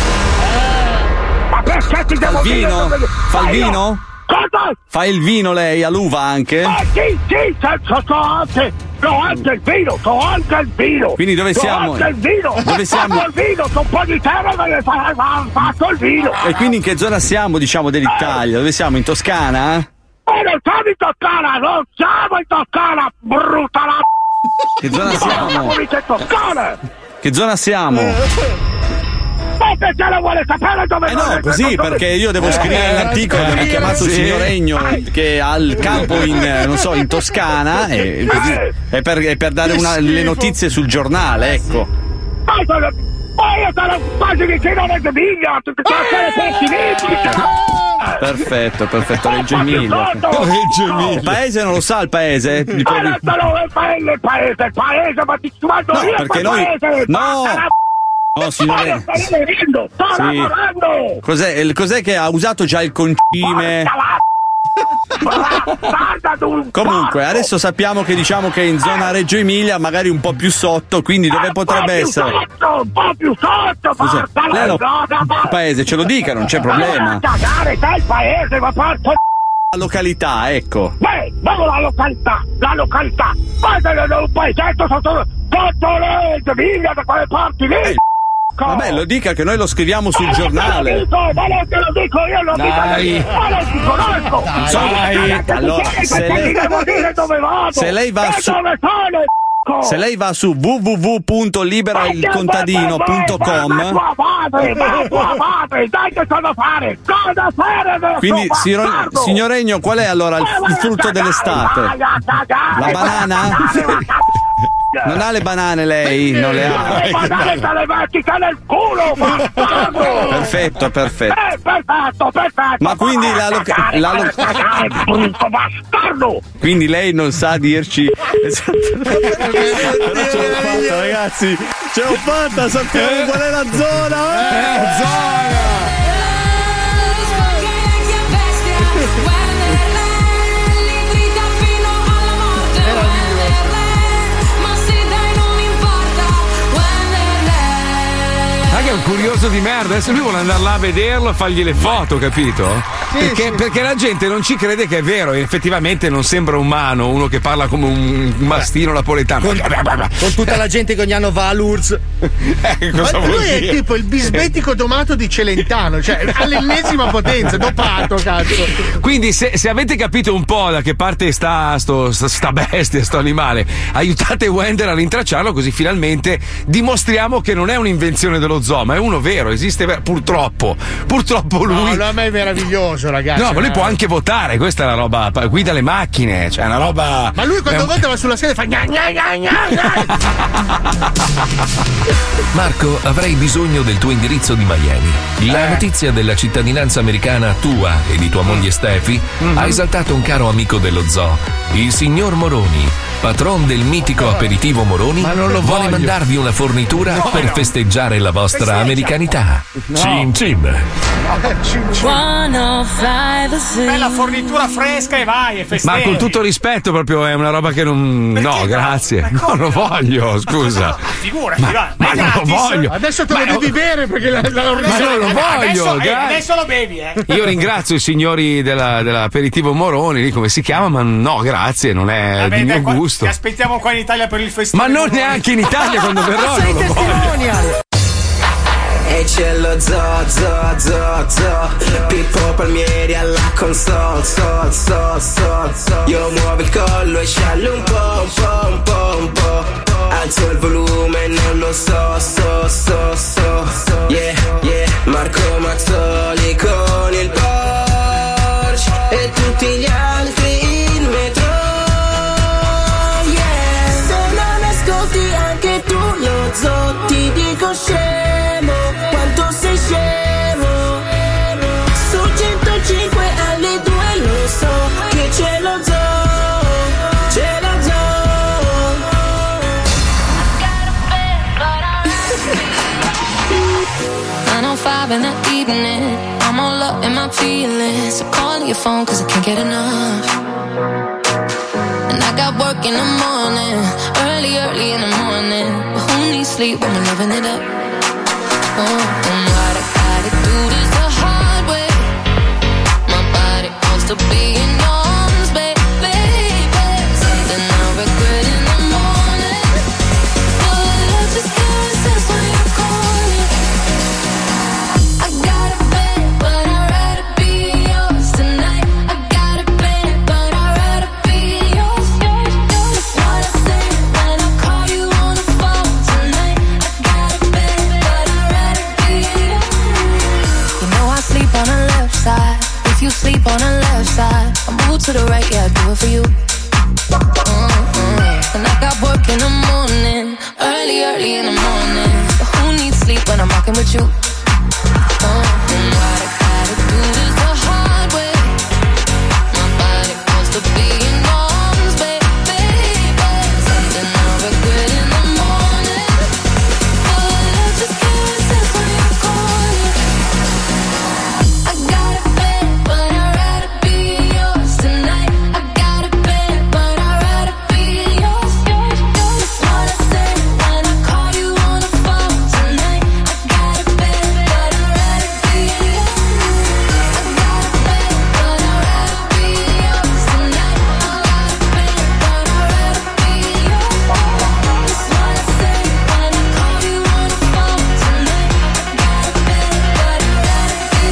Ma perché ti Fa devo il dire vino? dove- Fa il Ma io- vino? Cosa? Fa il vino lei, all'uva anche? Ah, sì, sì, senza so anche, so anche il vino, so anche il vino. Quindi dove so siamo? anche il vino. Dove siamo? Fatto il vino, so un po' di terra dove fa- fa- fatto il vino. E quindi in che zona siamo, diciamo, dell'Italia? Dove siamo? In Toscana? Ma non siamo in Toscana, non siamo in Toscana, brutta la... Che zona siamo? Siamo in Toscana. Che zona siamo? Ma perché lo vuole sapere dove Eh no, così, perché io devo scrivere eh, l'articolo che mi ha chiamato il sì. signor Regno, che ha il campo in, eh, non so, in Toscana, e così, è per, è per dare una, le notizie sul giornale, ecco. Ma sono- ma io sono quasi vicino a Reggio Emilia, tutte le Perfetto, perfetto, Reggio Emilia. Reggio Emilia. Il paese non lo sa il paese? Gli Ma provi- lascialo, il paese, il paese, il paese, ma ti mando No, io perché quel noi- paese, no. basta la No, signore. sto lavorando, sto Sì. lavorando! Cos'è, il- cos'è che ha usato già il concime? Guarda tu! Comunque, adesso sappiamo che diciamo che in zona Reggio Emilia, magari un po' più sotto, quindi dove potrebbe essere? Sotto, un po' più sotto, Scusa, porca lei lo- la il paese, ce lo dica, non c'è problema. cagare, sai il paese, ma porco La località, ecco. Beh, non la località, la località! Guarda, un paesetto sotto, sotto Reggio Emilia, da quelle parti lì! Vabbè, lo dica che noi lo scriviamo sul Ma giornale. non te lo dico, ma non te lo dico, io lo Dai. dico, ma non ti conosco! Dai. Allora, se lei- devo dire dove vado! se lei va e su- dove sono, Se lei va su w w w punto liberailcontadino punto com, Ma tua madre, ma tua madre, dai che cosa fare? Cosa fare adesso? quindi signor, bastardo? signor Regno, qual è allora il, il frutto dell'estate? Vai a cagare, La banana? vai a cagare, va a Non ha le banane lei? Non le ha. Le banane te le metti che nel culo, bastardo! Perfetto, perfetto. Eh, perfetto, perfetto! Ma quindi la loca- Cagare, la lo- vai a cagare, brutto bastardo! Quindi lei non sa dirci esatto. Però ce l'ho fatta, ragazzi. Ce l'ho fatta, sappiamo qual è la zona. Eh, zona! Anche è un curioso di merda, adesso lui vuole andare là a vederlo e fargli le foto, capito? Sì, perché, sì. perché la gente non ci crede che è vero, e effettivamente non sembra umano, uno che parla come un mastino napoletano. Con, con tutta la gente che ogni anno va all'Urz. Eh, Ma cosa vuol lui è dire? tipo il bisbetico domato di Celentano, cioè all'ennesima potenza, dopato, cazzo. Quindi se, se avete capito un po' da che parte sta sto, sta, sta bestia, sto animale, aiutate Wender a rintracciarlo, così finalmente dimostriamo che non è un'invenzione dello zoo, ma è uno vero, esiste ver- purtroppo. Purtroppo lui. No, no, ma è meraviglioso, ragazzi. No, ma lui no. può anche votare, questa è la roba, guida le macchine, cioè è una roba. Ma lui quando è un- vota va sulla sedia e fa gna gna gna gna gna. Marco, avrei bisogno del tuo indirizzo di Miami. La notizia della cittadinanza americana tua e di tua moglie Steffi ha esaltato un caro amico dello zoo, il signor Moroni, patron del mitico aperitivo Moroni. Ma non lo vuole voglio. mandarvi una fornitura No, per no. festeggiare la vostra Festeggia. americanità. No. Cin cin. Bella fornitura fresca e vai e festeggi. Ma con tutto rispetto, proprio è una roba che non. No, grazie. Non lo voglio, scusa. Figurati, Ma- va. ma è non lo gratis. voglio. Adesso te lo Ma- devi bere perché la, la, Ma non lo Eh, voglio, Adesso, eh, dai. adesso lo bevi, eh. Io ringrazio i signori della, dell'aperitivo Moroni, lì come si chiama, ma no, grazie, non è Vabbè, di dai, mio qua- gusto. Ti aspettiamo qua in Italia per il Ma festival. non neanche in Italia quando verrò, Sei non lo voglio. testimonial. E c'è lo zoo, zoo, zoo, zoo Pippo Palmieri alla console, so, so, so, so. Io muovo il collo e sciallo un po', un po', un po', un po'. Alzo il volume, non lo so, so, so, so. Yeah, yeah Marco Mazzoli con il Porsche e tutti gli altri in metro. Yeah, se non ascolti anche tu lo zoo, ti dico scemo, quanto sei scemo. Su centocinque alle due lo so che c'è lo zoo, c'è lo zoo. nine oh five in the evening, I'm all up in my feelings. So calling your phone cause I can't get enough. And I got work in the morning, early, early in the morning. But who needs sleep when we're living it up? Oh, and what I gotta do this the hard way. My body wants to be in arms, baby, baby. Something I'll regret in the morning. But I just can't sense when you're calling. I got a bed, but I'd rather be yours tonight. I got a bed, but I'd rather be yours. That's what I say when I call you on the phone tonight. I got a bed, but I'd rather be yours. sleep on the left side, I move to the right, yeah, I do it for you. Mm-hmm. And I got work in the morning, early, early in the morning. But who needs sleep when I'm rocking with you? Mm-hmm. Why I gotta do this the hard way? My body goes to being arms, baby, baby. Something I'll regret in the morning. But I just can't resist when you're calling. I got a bed, but I'd rather be yours tonight. I got a bed, but I'd rather be yours. That's what I said when I called you on the phone tonight. I got a bed, but I'd rather be yours. I got a bed, but I'd rather be yours tonight. I got a bed, but I'd rather be yours. That's what I said when I called you on the phone tonight. I got a bed, but I'd rather be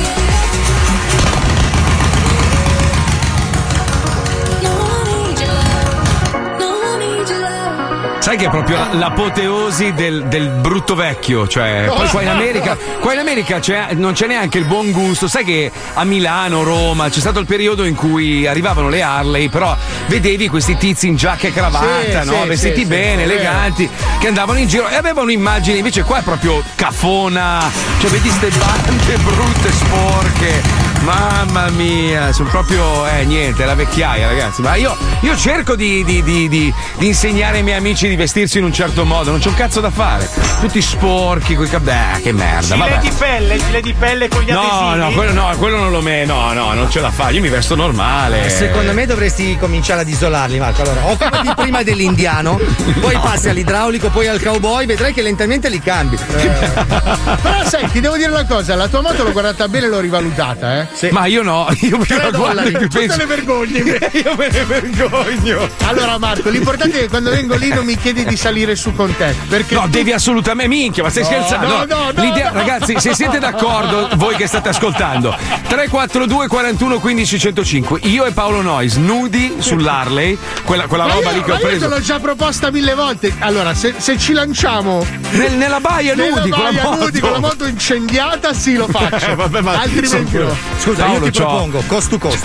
yours. No, I need your love. No, I need your love. Sai che è proprio l'apoteosi del, del brutto vecchio, cioè poi qua in America, qua in America c'è, non c'è neanche il buon gusto. Sai che a Milano, Roma c'è stato il periodo in cui arrivavano le Harley, però vedevi questi tizi in giacca e cravatta, Sì, no? sì, Vestiti sì, bene, sì, è eleganti, che andavano in giro e avevano un'immagine, invece qua è proprio cafona, cioè vedi ste bande brutte, sporche. Mamma mia, sono proprio eh niente, la vecchiaia, ragazzi. Ma io, io cerco di, di, di, di, di insegnare ai miei amici di vestirsi in un certo modo, non c'è un cazzo da fare. Tutti sporchi, coi cap- Beh, che merda. Gilet Vabbè. di pelle, gilet di pelle con gli No, adesivi. no, quello no, quello non lo me. No, no, non ce la fa. Io mi vesto normale. Secondo me dovresti cominciare ad isolarli, Marco. Allora, occupati prima dell'indiano, poi passi all'idraulico, poi al cowboy, vedrai che lentamente li cambi. Però sai, ti devo dire una cosa, la tua moto l'ho guardata bene e l'ho rivalutata, eh? Ma io no, io me la guardo e più Tu te penso. ne vergogni. Io me ne vergogno. Allora Marco, l'importante è che quando vengo lì non mi chiedi di salire su con te. Perché No, tu- devi assolutamente. Minchia, ma stai No, scherzando? no, no, no, L'idea- no. Ragazzi, se siete d'accordo, voi che state ascoltando, tre quattro due quarantuno quindici centocinque, io e Paolo Nois, nudi sull'Harley, quella, quella Ma roba io, lì che ho ma io preso. te l'ho già proposta mille volte. Allora, se, se ci lanciamo Nel- nella baia nella nudi con la baia moto. nudi con la moto incendiata, sì, lo faccio. Vabbè, ma altrimenti sono- no. Scusa, Paolo, io ti c'ho- propongo cost to cost.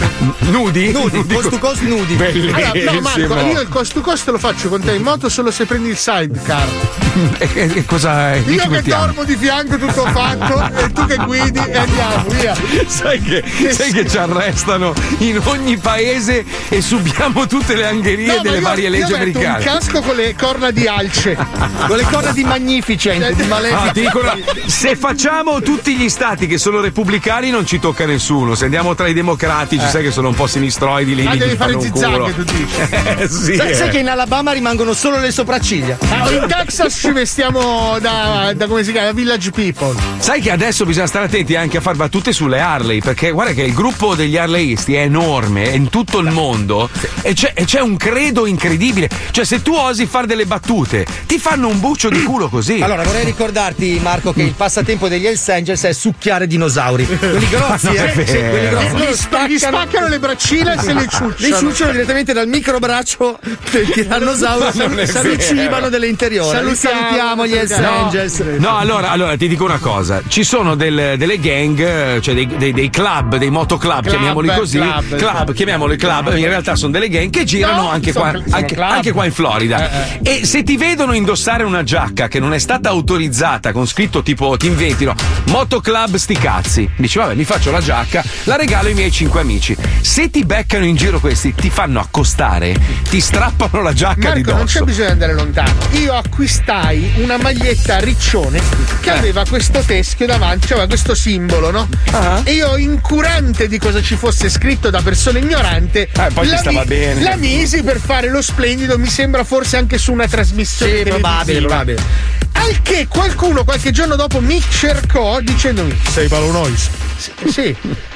Nudi? Nudi, cost to cost nudi. Allora, no, Marco, Bellissimo. io il cost to cost lo faccio con te in moto solo se prendi il sidecar. E, e- e cosa è? Che Io ci che mettiamo? dormo di fianco tutto fatto e tu che guidi e andiamo, via. Sai che, sai che ci arrestano in ogni paese e subiamo tutte le angherie No, ma delle io- varie io leggi metto americane. un casco con le corna di alce. Con le corna di Magnificent, di Maleficent. Ah, ti dico una- se facciamo tutti gli stati che sono repubblicani non ci tocca nessuno. Se andiamo tra i democratici, sai che sono un po' sinistroidi lì. Ah, lì devi ti fare fanno un zigzag, culo. tu dici. Eh, sì, sai, eh. sai che in Alabama rimangono solo le sopracciglia. Ah, in Texas ci vestiamo da, da come si chiama? Village People. Sai che adesso bisogna stare attenti anche a far battute sulle Harley, perché guarda che il gruppo degli Harleyisti è enorme, è in tutto il mondo e c'è, e c'è un credo incredibile. Cioè, se tu osi fare delle battute, ti fanno un buccio di culo così. Allora, vorrei ricordarti, Marco, che il passatempo degli Hells Angels è succhiare dinosauri. Quelli grossi, Non è eh? Sì, vero. quelli grossi. Loro spa- gli spaccano le braccine e se le ciucciano. Li ciucciano direttamente dal microbraccio del tirannosauro. Non è Sal- vero. Salutano delle interiori. Li salutiamo gli Hells No, Angels. no, allora, allora ti dico una cosa: ci sono del- delle gang, eh, cioè dei, dei- dei club, dei motoclub, Club, chiamiamoli così. club, Club, chiamiamoli club, in realtà sono delle gang che girano No, anche, sono- qua, sono anche, club. anche qua in Florida. E se ti vedono indossare una giacca che non è stata autorizzata, con scritto tipo ti inventino motoclub sti cazzi, dici vabbè, mi faccio la giacca, la regalo ai miei cinque amici. Se ti beccano in giro questi, ti fanno accostare, ti strappano la giacca di Marco, non c'è dosso. bisogno di andare lontano. Io acquistai una maglietta riccione che Eh. aveva questo teschio davanti, cioè aveva questo simbolo, no? Ah. E io, incurante di cosa ci fosse scritto da persona ignorante, Eh, poi ti la, stava bene. la misi per fare lo splendido, mi sembra forse anche su una trasmissione Sì, probabile, televisiva. probabile. Al che qualcuno qualche giorno dopo mi cercò dicendomi: sei Paolo Nois? Sì. sì.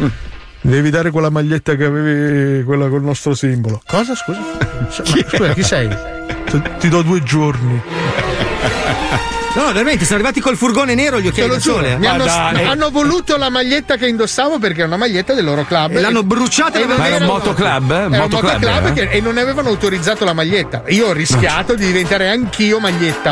Devi dare quella maglietta che avevi, quella col nostro simbolo. Cosa, scusa? Chi, Ma, scusa, chi sei? Ti do due giorni. No, veramente, sono arrivati col furgone nero gli Te occhiali lo da giuro, sole. mi eh. hanno, dai. hanno voluto la maglietta che indossavo perché è una maglietta del loro club. E l'hanno bruciata e e non Ma era un erano- motoclub? eh? Era un Motoclub, motoclub eh? che- e non avevano autorizzato la maglietta. Io ho rischiato di diventare anch'io maglietta.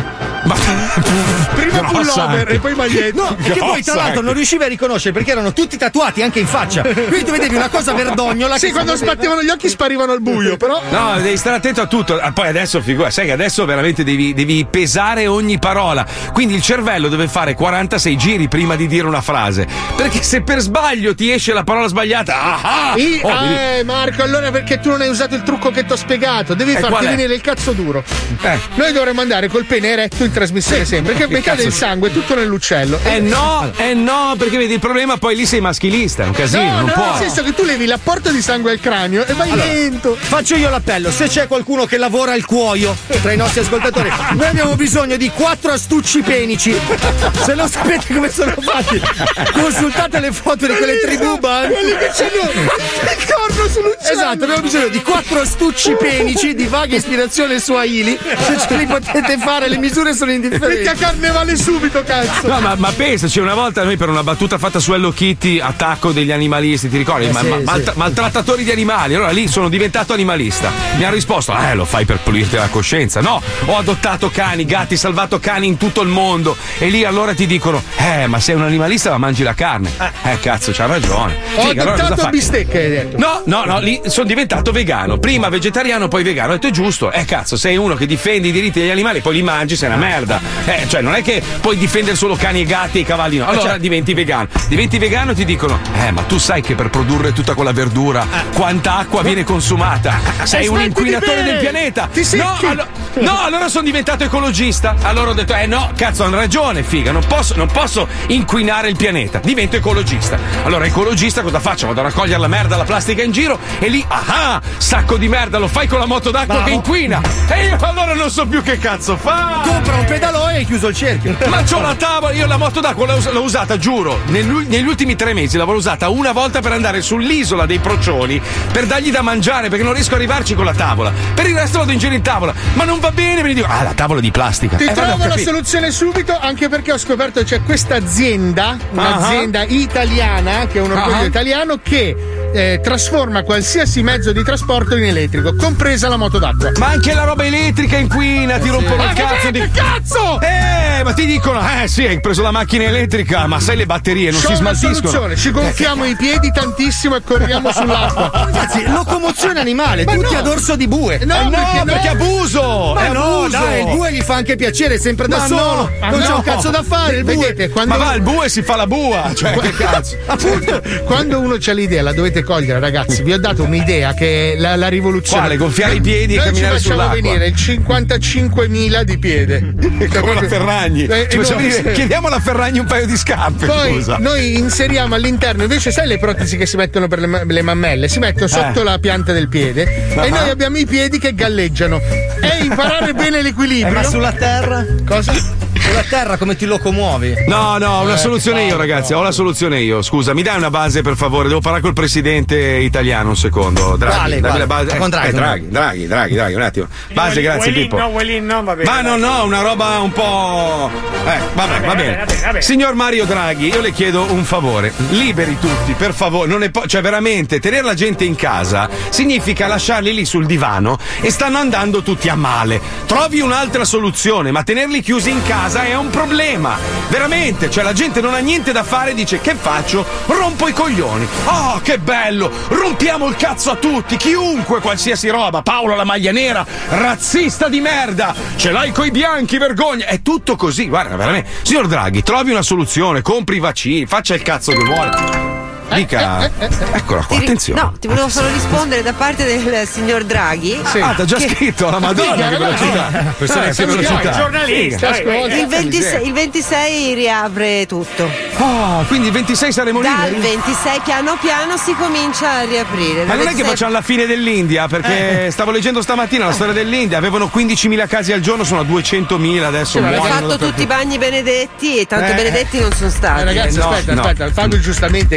Ma prima pullover e poi maglietta. No, e che poi tra l'altro non riuscivi a riconoscere perché erano tutti tatuati anche in faccia. Quindi tu vedevi una cosa verdognola. Sì, che quando sapeva... sbattevano gli occhi sparivano al buio, però. No, devi stare attento a tutto. Poi adesso, figura, sai che adesso veramente devi, devi pesare ogni parola. Quindi il cervello deve fare quarantasei giri prima di dire una frase. Perché se per sbaglio ti esce la parola sbagliata. Ah, I, oh, ah, devi... eh, Marco, allora perché tu non hai usato il trucco che ti ho spiegato? Devi Eh, farti qual è? venire il cazzo duro. Eh. Noi dovremmo andare col pene eretto in trasmissione sempre, perché Che mi cade cazzo il di- sangue tutto nell'uccello. Eh no, eh no, perché vedi il problema poi lì sei maschilista, è un casino, No, non no, può. nel senso che tu levi l'apporto di sangue al cranio e vai Allora, lento. Faccio io l'appello, se c'è qualcuno che lavora al cuoio tra i nostri ascoltatori, noi abbiamo bisogno di quattro astucci penici. Se non sapete come sono fatti, consultate le foto di quelle tribù band. Quelli che c'hanno il corno sull'uccello. Esatto, abbiamo bisogno di quattro astucci penici di vaga ispirazione swahili. Se ce li potete fare, le misure sono indifferenti. Perché a carne vale subito, cazzo. No, ma, ma pensaci, una volta noi per una battuta fatta su Hello Kitty, attacco degli animalisti, ti ricordi? Eh, Ma- sì, ma- sì. maltra- maltrattatori di animali. Allora lì sono diventato animalista. Mi hanno risposto: eh, lo fai per pulirti la coscienza. No, ho adottato cani, gatti, salvato cani in tutto il mondo. E lì allora ti dicono: eh, ma sei un animalista, ma mangi la carne. Eh, cazzo, c'ha ragione. Ho Figa, allora cosa adottato fai? bistecche, hai detto. No, no, no, lì sono diventato vegano. Prima vegetariano, poi vegano. Ho detto è giusto. Eh, cazzo, sei uno che difende i diritti degli animali, poi li mangi, sei una merda. Eh, cioè, non è che puoi difendere solo cani e gatti e cavalli, no. Allora diventi vegano. Diventi vegano e ti dicono: eh, ma tu sai che per produrre tutta quella verdura, quanta acqua viene consumata? Sei un Smetti di inquinatore bere! del pianeta. Ti No, secchi! allo- no, allora sono diventato ecologista. Allora ho detto: eh no, cazzo, hanno ragione, figa, non posso, non posso inquinare il pianeta. Divento ecologista. Allora, ecologista cosa faccio? Vado a raccogliere la merda, la plastica in giro e lì, ah, sacco di merda, lo fai con la moto d'acqua Bravo. che inquina. E io allora non so più che cazzo fa. Compra un pedalò e hai chiuso il cerchio. Ma c'ho la tavola, io la moto d'acqua l'ho, us- l'ho usata, giuro, negli, negli ultimi tre mesi l'avevo usata una volta per andare sull'isola dei Procioni per dargli da mangiare perché non riesco a arrivarci con la tavola. Per il resto vado in giro in tavola, ma non va bene, me ne dico, ah, la tavola di plastica. Ti Eh, vabbè, ho trovo la capito. soluzione subito, anche perché ho scoperto che c'è questa azienda, un'azienda italiana, che è un orgoglio Ah. italiano, che eh, trasforma qualsiasi mezzo di trasporto in elettrico, compresa la moto d'acqua. Ma anche la roba elettrica inquina, ti rompono Ma il cazzo vabbè, di. che cazzo! Eh, ma ti dicono, eh sì, hai preso la macchina elettrica, ma sai le batterie non C'ho si una smaltiscono. soluzione, ci gonfiamo i piedi tantissimo e corriamo sull'acqua. Ragazzi, locomozione animale, Ma tutti no. a dorso di bue. No, Eh no, perché, perché no. abuso! Ma è no, abuso! dai, il bue gli fa anche piacere, sempre da Ma solo. no, ma non c'è no. un cazzo da fare. Il bue. Vedete, quando, Ma va, il bue si fa la bua, cioè che cazzo. Appunto. quando uno c'ha l'idea, la dovete cogliere, ragazzi. Vi ho dato un'idea che è la, la rivoluzione. Quale? Gonfiare i piedi e Noi camminare ci facciamo sull'acqua. venire il cinquantacinquemila di piede. Come la Ferragni. Eh, Ci facciamo enorme. dire, chiediamo alla Ferragni un paio di scarpe. Poi Scusa. noi inseriamo all'interno, invece, sai le protesi che si mettono per le, ma- le mammelle? Si mettono sotto Eh. la pianta del piede e Ah. noi abbiamo i piedi che galleggiano. E imparare bene Eh, l'equilibrio. ma sulla terra? Cosa? Sulla terra come ti locomuovi? No, no, ho una Eh, soluzione io, no, ragazzi. no. Ho la soluzione io. Scusa, mi dai una base per favore? Devo parlare col presidente italiano un secondo. Draghi, Quale, dammi quale? la base. Con Draghi, Eh, con Draghi, Draghi, Draghi, Draghi, un attimo. Base, Welin- grazie, Welin, Pippo. No, Welin, no, va bene. Ma no, no, una roba un po'. Eh, vabbè, va bene. va bene, va bene. Signor Mario Draghi, io le chiedo un favore. Liberi tutti, per favore. Non è po- cioè, veramente, tenere la gente in casa significa lasciarli lì sul divano e stanno andando tutti a male. Trovi un'altra soluzione, ma tenerli chiusi in casa è un problema. Veramente, cioè la gente non ha niente da fare e dice che faccio? Rompo i coglioni. Oh, che bello! Rompiamo il cazzo a tutti, chiunque, qualsiasi roba. Paolo la maglia nera, razzista di merda. Ce l'hai coi bianchi, vergogna. È tutto così, guarda, veramente. Signor Draghi, trovi una soluzione, compri i vaccini, faccia il cazzo che vuole. Dica. Eccola qua, Ti ri- attenzione. No, ti volevo solo rispondere da parte del signor Draghi. Ah, t'ha già che- scritto, la Madonna, che velocità. Persone Eh, che che velocità. Giornalista, Figa. eh, Il ventisei, il ventisei riapre tutto. Oh, quindi il ventisei saremo Dal liberi? ventisei piano piano si comincia a riaprire. Ma Dal non è che ventisei facciamo la fine dell'India, perché stavo leggendo stamattina la storia dell'India, avevano quindicimila casi al giorno, sono a duecentomila adesso. Hanno muoiono fatto dappertutto. tutti i bagni benedetti e tanto Eh. benedetti non sono stati. Eh, ragazzi, no, aspetta, no. aspetta, Fabio giustamente, che è una persona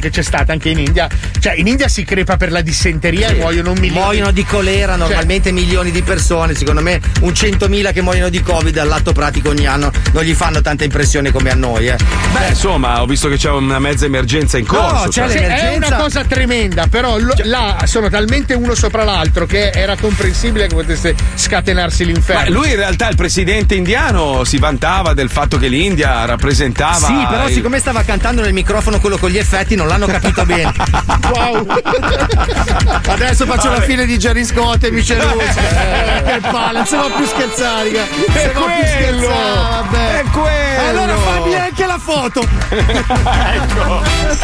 che c'è stata anche in India. Cioè, in India si crepa per la dissenteria e muoiono un milione. Muoiono di colera normalmente cioè, milioni di persone. Secondo me un centomila che muoiono di Covid all'atto pratico ogni anno non gli fanno tanta impressione come a noi. Eh. Beh, insomma, ho visto che c'è una mezza emergenza in corso. No, cioè. Sì, è una cosa tremenda, però lo, là sono talmente uno sopra l'altro che era comprensibile che potesse scatenarsi l'inferno. Ma lui in realtà, il presidente indiano, si vantava del fatto che l'India rappresentava. Sì, però il... siccome stava cantando nel microfono quello con gli effetti non l'hanno capito bene. Wow. Adesso faccio Vabbè. la fine di Gerry Scott e Michel Luce. Eh, che palle, non si va più scherzare, raga. È Se va più scherzare, quello! vabbè. È quello! Allora fammi anche la foto. Ecco.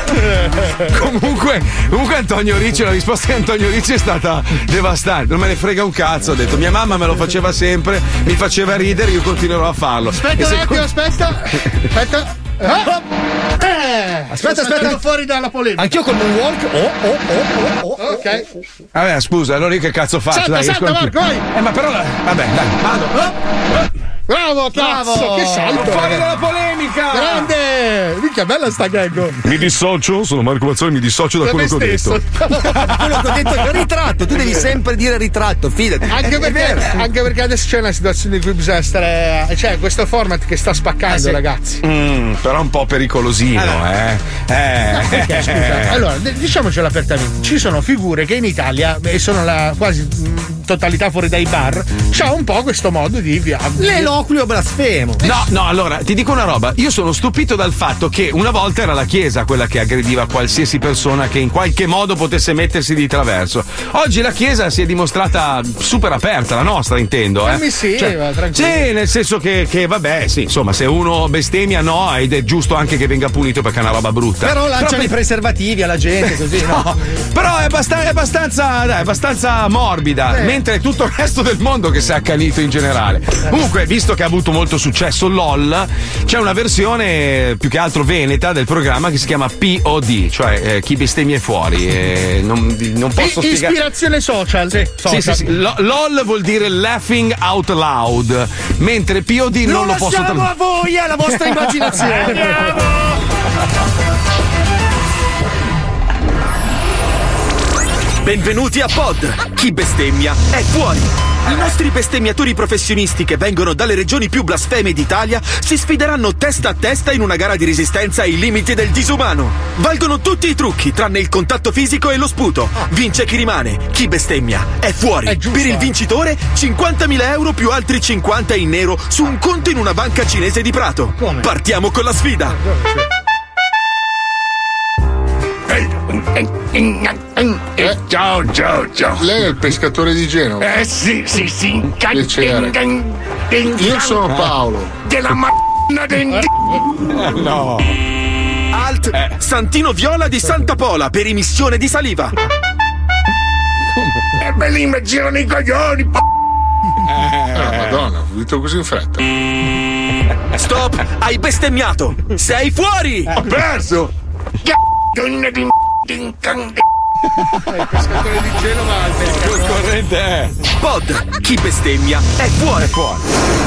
comunque, comunque Antonio Ricci, la risposta di Antonio Ricci è stata devastante. Non me ne frega un cazzo, ha detto. Mia mamma me lo faceva sempre, mi faceva ridere, io continuerò a farlo. Aspetta un attimo, aspetta. Aspetta. Ah. Eh, aspetta, aspetta, fuori dalla polemica. Anch'io col moonwalk. Oh, oh, oh, oh, oh. Ok. Vabbè, scusa, allora io che cazzo faccio? Salta, dai, salta, Marco, vai. Eh, ma però. Vabbè, dai, vado. Oh. Bravo, cazzo, Bravo. che salto. Fuori dalla polemica. Grande. Minchia, bella sta gag. Mi dissocio, sono Marco Mazzoli, mi dissocio da, Da quello me che ho stesso. detto. Quello che ho detto è ritratto, tu devi sempre dire ritratto, fidati. Anche è, perché, è vero. anche perché adesso c'è una situazione in cui bisogna stare. Cioè, questo format che sta spaccando, Eh sì. ragazzi. Mm, però un po' pericolosino, eh. Eh. Perché, scusa? Allora, d- diciamocelo apertamente: ci sono figure che in Italia, e sono la quasi mh, totalità fuori dai bar, c'ha un po' questo modo di via. L'eloquio blasfemo. No, no, allora ti dico una roba. Io sono stupito dal fatto che una volta era la Chiesa quella che aggrediva qualsiasi persona che in qualche modo potesse mettersi di traverso. Oggi la Chiesa si è dimostrata super aperta, la nostra intendo. Eh. Permissiva, tranquillo. Sì, nel senso che, che vabbè, sì, insomma, se uno bestemmia no, ed è giusto anche che venga punito perché è una roba brutta. Però lanciano Però- i preservativi alla gente così, no? No, però è abbastanza, è abbastanza, dai, è abbastanza morbida, Eh. mentre è tutto il resto del mondo che si è accanito in generale. Comunque, visto che ha avuto molto successo LOL, c'è una versione più che altro veneta del programma che si chiama P O D, cioè eh, chi bestemmia è fuori. Eh, non, non posso I- spiegare. Ispirazione social. Sì, social. sì, sì. Lo- LOL vuol dire laughing out loud, mentre P O D non, Non lo posso lasciamo tra- a voi, alla vostra immaginazione. Benvenuti a Pod. Chi bestemmia è fuori. I nostri bestemmiatori professionisti che vengono dalle regioni più blasfeme d'Italia si sfideranno testa a testa in una gara di resistenza ai limiti del disumano. Valgono tutti i trucchi tranne il contatto fisico e lo sputo. Vince chi rimane. Chi bestemmia è fuori. È giusto. Per il vincitore cinquantamila euro più altri cinquanta in nero su un conto in una banca cinese di Prato. Come? Partiamo con la sfida. Eh, ciao, ciao, ciao. Lei è il pescatore di Genova? Eh sì, sì, sì. Piacere. Io sono Paolo. Della m***a del No. Alt Santino Viola di Santa Pola per emissione di saliva. E belli mi girano i coglioni. p***. Ah, madonna, ho detto così in fretta. Stop, hai bestemmiato. Sei fuori. Ho perso. C***o di m***a. Il pescatore di Genova al pescatore. Corrente è. Pod, chi bestemmia è fuori. Fuori.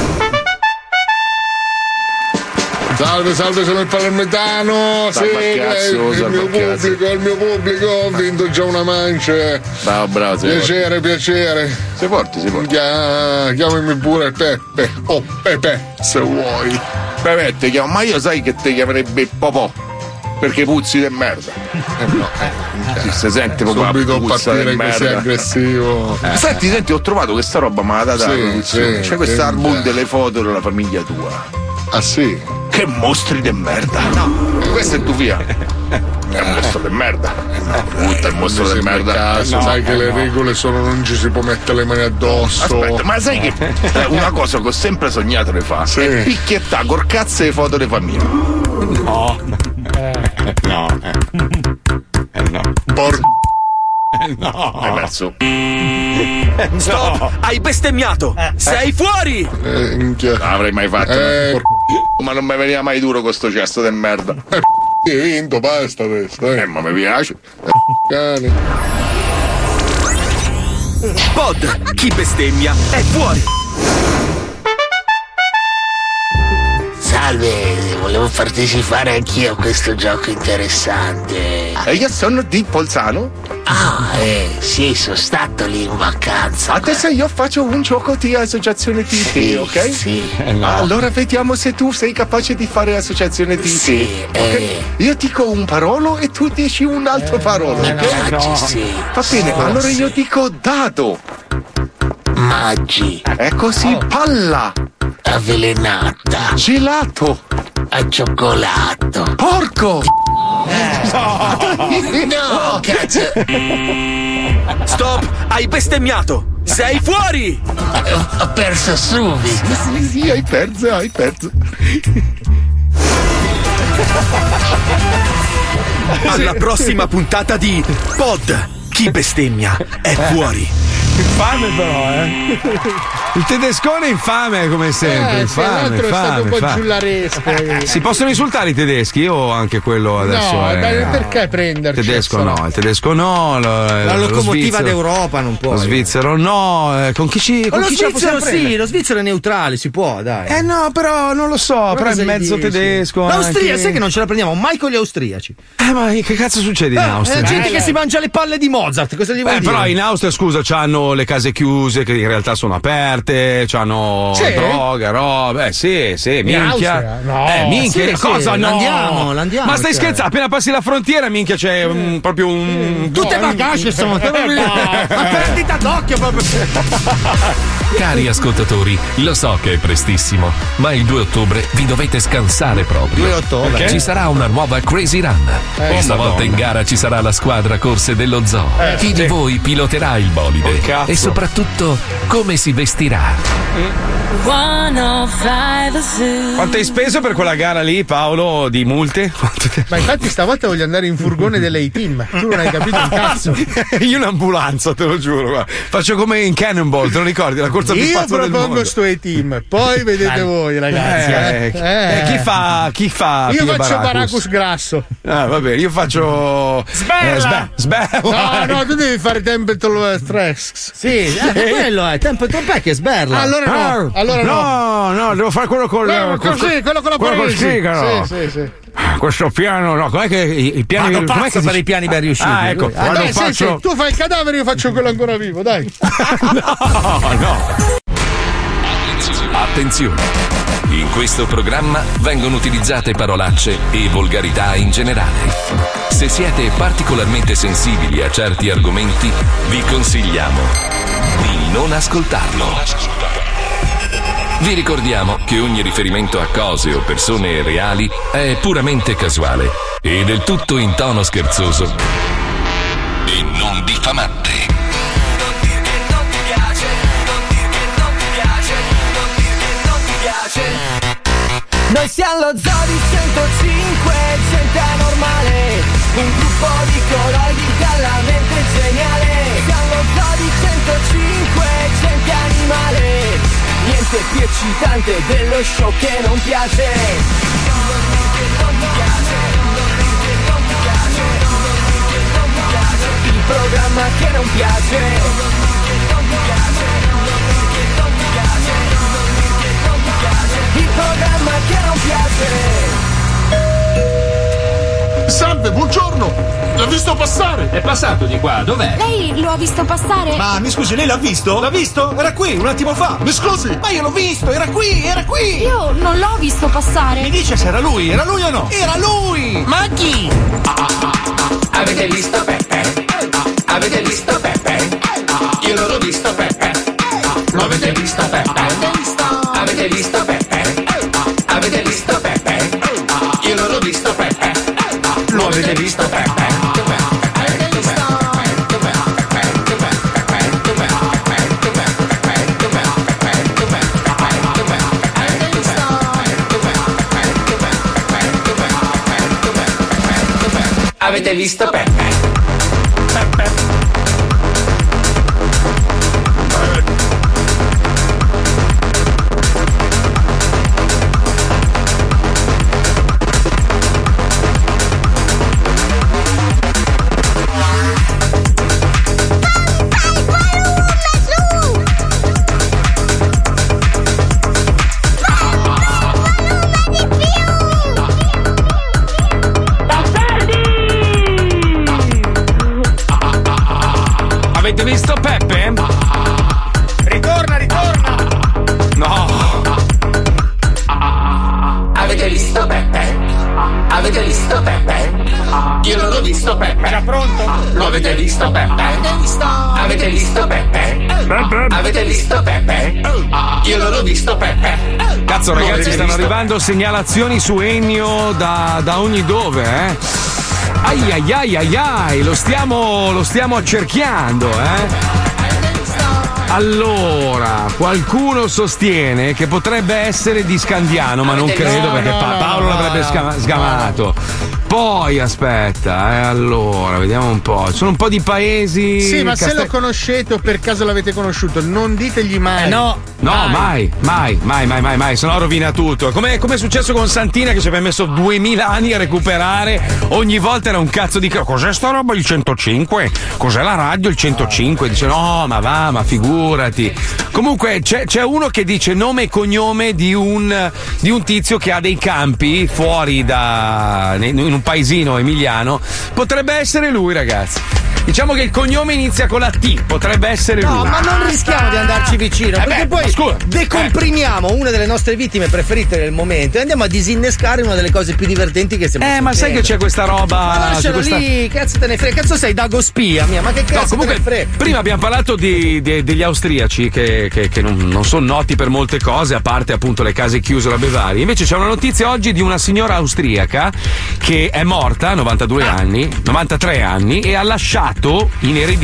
Salve, salve, sono il palermitano. Sì, Salve al cazzo, il salve mio al cazzo. pubblico, il mio pubblico. Ho vinto già una mancia. Bravo, bravo, sei Piacere, piacere. Sei forte, sei forte. Chia- Chiamami pure Peppe. Oh, Pepe, se vuoi. Vabbè, ti chiamo, ma io sai che ti chiamerebbe Popò. Perché puzzi di merda. Eh no, eh. Si si sente proprio Subito la puzza partire di così merda. aggressivo. Eh. Senti, senti, ho trovato questa roba, ma la data Sì, la produzione. sì, C'è questa sì, album eh. delle foto della famiglia tua. Ah sì? Che mostri di merda. No. Questo è tuo via. È un mostro di merda. Butta il mostro di merda. Caso, No, sai che le no. regole sono non ci si può mettere le mani addosso. Aspetta, ma sai che eh, una cosa che ho sempre sognato di fare Sì. è picchiettare col cazzo le foto delle famiglie. No. No. Eh no. Por... No. Hai perso. Stop, hai bestemmiato. Sei fuori. Eh, minchia. Non l'avrei mai fatto. Eh, Por... Ma non mi veniva mai duro questo cesto del merda. hai vinto, basta adesso. Eh, Eh. ma mi piace. Cane. Pod, chi bestemmia è fuori. salve, volevo partecipare anch'io a questo gioco interessante. E io sono di Bolzano. Ah, eh, sì, sono stato lì in vacanza. Adesso io faccio un gioco di associazione di Sì, te, ok? sì. Eh, no. Allora vediamo se tu sei capace di fare associazione di Sì, te. Ok? eh. Io dico un parolo e tu dici un'altra parola, Mi ok? piace, sì. Va bene, Sì, allora sì. io dico dado. Maggi. È così, palla. Avvelenata. Gelato. A cioccolato. Porco. No, cazzo. Stop! Hai bestemmiato! Sei fuori! Ho, ho perso subito. Sì, sì, hai perso, hai perso. Alla prossima puntata di Pod, chi bestemmia è fuori. Infame però, eh. Il tedescone è infame come sempre. Eh, sì, infame, l'altro è stato infame, un po' infame. giullaresco. eh. Si possono insultare i tedeschi o anche quello adesso? No, è... beh, perché prenderci? Il tedesco adesso? no, il tedesco no. Lo, La lo locomotiva svizzero- d'Europa non può. Lo svizzero no. eh, Con chi ci. Ma Con lo chi ce la svizzero possiamo sì, prendere? lo svizzero è neutrale, si può, dai. Eh no, però non lo so, però, è cosa mezzo dici? tedesco. L'Austria, anche- sai che non ce la prendiamo mai con gli austriaci. Eh, ma che cazzo succede in Eh, Austria? è gente che si mangia le palle di Mozart, cosa gli vuoi Eh, dire? però in Austria, scusa, c'hanno le case chiuse che in realtà sono aperte, c'hanno Sì? droga, roba. Eh sì, sì, In minchia. Austria? No. Eh, minchia, Sì, cosa sì, no? l'andiamo, l'andiamo, Ma stai cioè. scherzando? Appena passi la frontiera, minchia, c'è un- proprio un. Tutte vacanze sono. Ma perdita d'occhio proprio. Cari ascoltatori, lo so che è prestissimo, ma il due ottobre vi dovete scansare proprio. due ottobre? Perché ci sarà una nuova Crazy Run. Eh, Questa Madonna. volta in gara ci sarà la squadra corse dello zoo. Eh, Chi sì. di voi piloterà il bolide? Oh, cazzo. E soprattutto come si vestirà? Quanto hai speso per quella gara lì, Paolo, di multe? Quanto te- Ma infatti stavolta voglio andare in furgone delle A-Team. Tu non hai capito un cazzo. Io un'ambulanza, te lo giuro. Guarda. Faccio come in Cannonball, te lo ricordi? La corsa più Io pazza del propongo mondo. sto A-Team, poi vedete voi, ragazzi. Eh, eh. eh, chi fa? Chi fa? Io Pio faccio Baracus? Baracus grasso. Ah, va bene, io faccio. Sbella! Eh, sbe- sbella! No, no, tu devi fare Templeton Threats. Sì, eh, quello è tempo troppo che sberla. Allora no, allora no. No, no, devo fare quello con Quello col- così, quello con la quello col paresi. sigaro. Sì, sì, sì. Questo piano, no, com'è che i, i piani Vado com'è pazzo che per si- i piani ben riusciti. Ah, ecco, Ah, quando dai, sì, faccio. sì, tu fai il cadavere, io faccio quello ancora vivo, dai. No, no. Attenzione! In questo programma vengono utilizzate parolacce e volgarità in generale. Se siete particolarmente sensibili a certi argomenti, vi consigliamo di non ascoltarlo. Vi ricordiamo che ogni riferimento a cose o persone reali è puramente casuale e del tutto in tono scherzoso e non diffamante. Noi siamo lo zoo di centocinque, gente anormale, un gruppo di coloidi dalla mente geniale. Siamo lo zoo di centocinque, gente animale, niente più eccitante dello show che non piace. Il programma che non piace. Il programma che non piace. Salve, buongiorno! L'ho visto passare! È passato di qua, dov'è? Lei lo ha visto passare? Ma mi scusi, lei l'ha visto? L'ha visto? Era qui, un attimo fa. Mi scusi? Ma io l'ho visto, era qui, era qui! Io non l'ho visto passare. Mi dice se era lui, era lui o no? Era lui! Ma chi? Avete visto Peppe? Avete visto Peppe? Io non l'ho visto Peppe. Lo avete visto Peppe? Avete visto Peppe? Avete visto Peppe? Io non l'ho visto Peppe. Lo avete visto Peppe? Avete visto Peppe? Peppe. Di più! Avete visto Peppe? Ritorna, ritorna! No! Avete visto Peppe? Avete visto Peppe? Io non ho visto Peppe. Già pronto? Lo avete visto Peppe? Avete visto? Avete visto Peppe? Avete visto Peppe? Io non ho visto Peppe. Cazzo ragazzi, stanno arrivando segnalazioni su Ennio da, da ogni dove, eh? Ai ai ai ai ai, lo stiamo, lo stiamo accerchiando, eh? Allora, qualcuno sostiene che potrebbe essere di Scandiano, ma non credo perché no, Pa- no, Paolo no, l'avrebbe no, scama- no. sgamato. Poi aspetta, eh, allora, vediamo un po'. Ci sono un po' di paesi. Sì, ma se Castel- lo conoscete o per caso l'avete conosciuto, non ditegli mai. Eh, no. No, mai, mai, mai, mai, mai, mai, sennò rovina tutto. Come è successo con Santina che ci aveva messo duemila anni a recuperare, ogni volta era un cazzo di cos'è sta roba il centocinque? Cos'è la radio il centocinque? Dice no, ma va, ma figurati. Comunque c'è, c'è uno che dice nome e cognome di un, di un tizio che ha dei campi fuori da in un paesino emiliano. Potrebbe essere lui, ragazzi. Diciamo che il cognome inizia con la T, potrebbe essere No, lui. ma non rischiamo di andarci vicino, Eh perché beh, poi scusa. decomprimiamo una delle nostre vittime preferite del momento e andiamo a disinnescare una delle cose più divertenti che stiamo Eh, ma sai che c'è questa roba. Ma c'è lascialo questa... lì, cazzo te ne frega, cazzo sei Dago Spia, mia, ma che cazzo No, comunque, te ne frega? prima abbiamo parlato di, di- degli austriaci che, che- che non, non sono noti per molte cose, a parte appunto le case chiuse, robe varie. Invece c'è una notizia oggi di una signora austriaca che è morta a novantadue anni, novantatré anni, e ha lasciato in eredità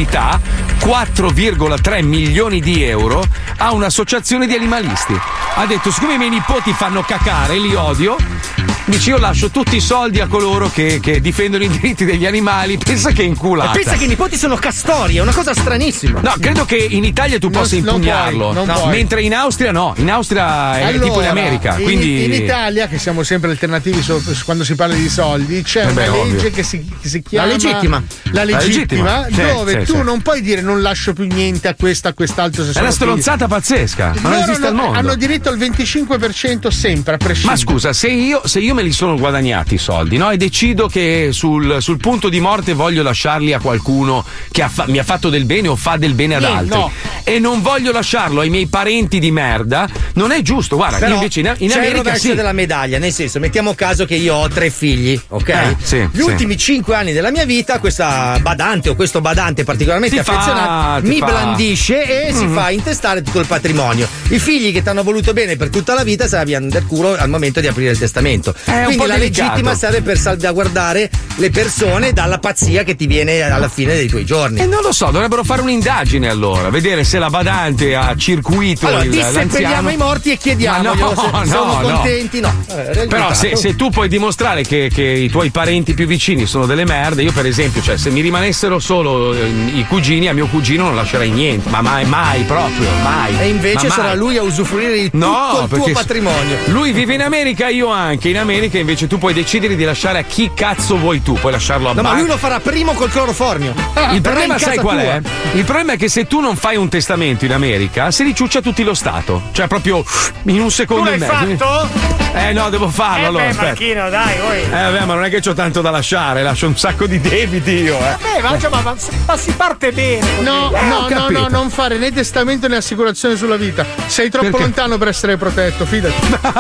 quattro virgola tre milioni di euro a un'associazione di animalisti. Ha detto: siccome i miei nipoti fanno cacare, li odio, dice io lascio tutti i soldi a coloro che, che difendono i diritti degli animali. Pensa che inculata. E pensa che i nipoti sono castori, è una cosa stranissima. No, credo che in Italia tu Non- possa non impugnarlo, puoi, non No, puoi. mentre in Austria no. In Austria è Allora, tipo in America. in- Quindi in, Italia, che siamo sempre alternativi so- quando si parla di soldi, c'è Eh beh, una legge ovvio. che si, che si chiama La legittima. La La legittima, legittima. Sì, dove sì, tu sì. non puoi dire non lascio più niente a questo, a quest'altro. Se è sono una figli. stronzata pazzesca. Ma non Loro esiste al hanno, mondo. hanno diritto al venticinque per cento sempre, a prescindere. Ma scusa, se io, se io me li sono guadagnati i soldi, no? E decido che sul, sul punto di morte voglio lasciarli a qualcuno che ha fa- mi ha fatto del bene o fa del bene ad Sì, altri, no. e non voglio lasciarlo ai miei parenti di merda, non è giusto. Guarda, Però io invece in, in c'è il America rovescio sì. della medaglia, nel senso, mettiamo caso che io ho tre figli, ok? Eh, sì, Gli sì. ultimi cinque anni della mia vita, questa badante o questo badante particolarmente Ti fa- affezionato ti mi fa- blandisce e si Mhm. fa intestare tutto il patrimonio. I figli che ti hanno voluto bene per tutta la vita se la viano del culo al momento di aprire il testamento. È un Quindi po' la delicato. legittima serve per salvaguardare le persone dalla pazzia che ti viene alla fine dei tuoi giorni. E non lo so, dovrebbero fare un'indagine allora, vedere se la badante ha circuito Allora, il, disseppelliamo l'anziano. i morti e Ma chiediamoglielo no, se no, sono no. contenti. No. Eh, Però se, se tu puoi dimostrare che, che i tuoi parenti più vicini sono delle merde, io per esempio, cioè se mi rimanessero solo eh, i cugini, a mio cugino non lascerei niente, ma mai, mai proprio, mai. E invece Ma mai. sarà lui a usufruire di No, tutto il tuo perché patrimonio. Lui vive in America, io anche. In America invece tu puoi decidere di lasciare a chi cazzo vuoi tu, puoi lasciarlo a No, ma Biden. lui lo farà primo col cloroformio. Il Verrà problema in sai casa qual tua. è? Il problema è che se tu non fai un testamento in America, se li ciuccia tutti lo Stato. Cioè proprio in un secondo Tu e l'hai mezzo. fatto? Eh no, devo farlo Eh allora. beh, aspetta. Marchino, dai, voi. Eh vabbè, ma non è che c'ho tanto da lasciare, lascio un sacco di debiti io, eh. Vabbè, ma, cioè, ma, ma, ma si parte bene. così. No, Eh, ho no, no, capito. no, non fare né testamento né assicurazione sulla vita. Sei troppo Perché? lontano per essere protetto, fidati.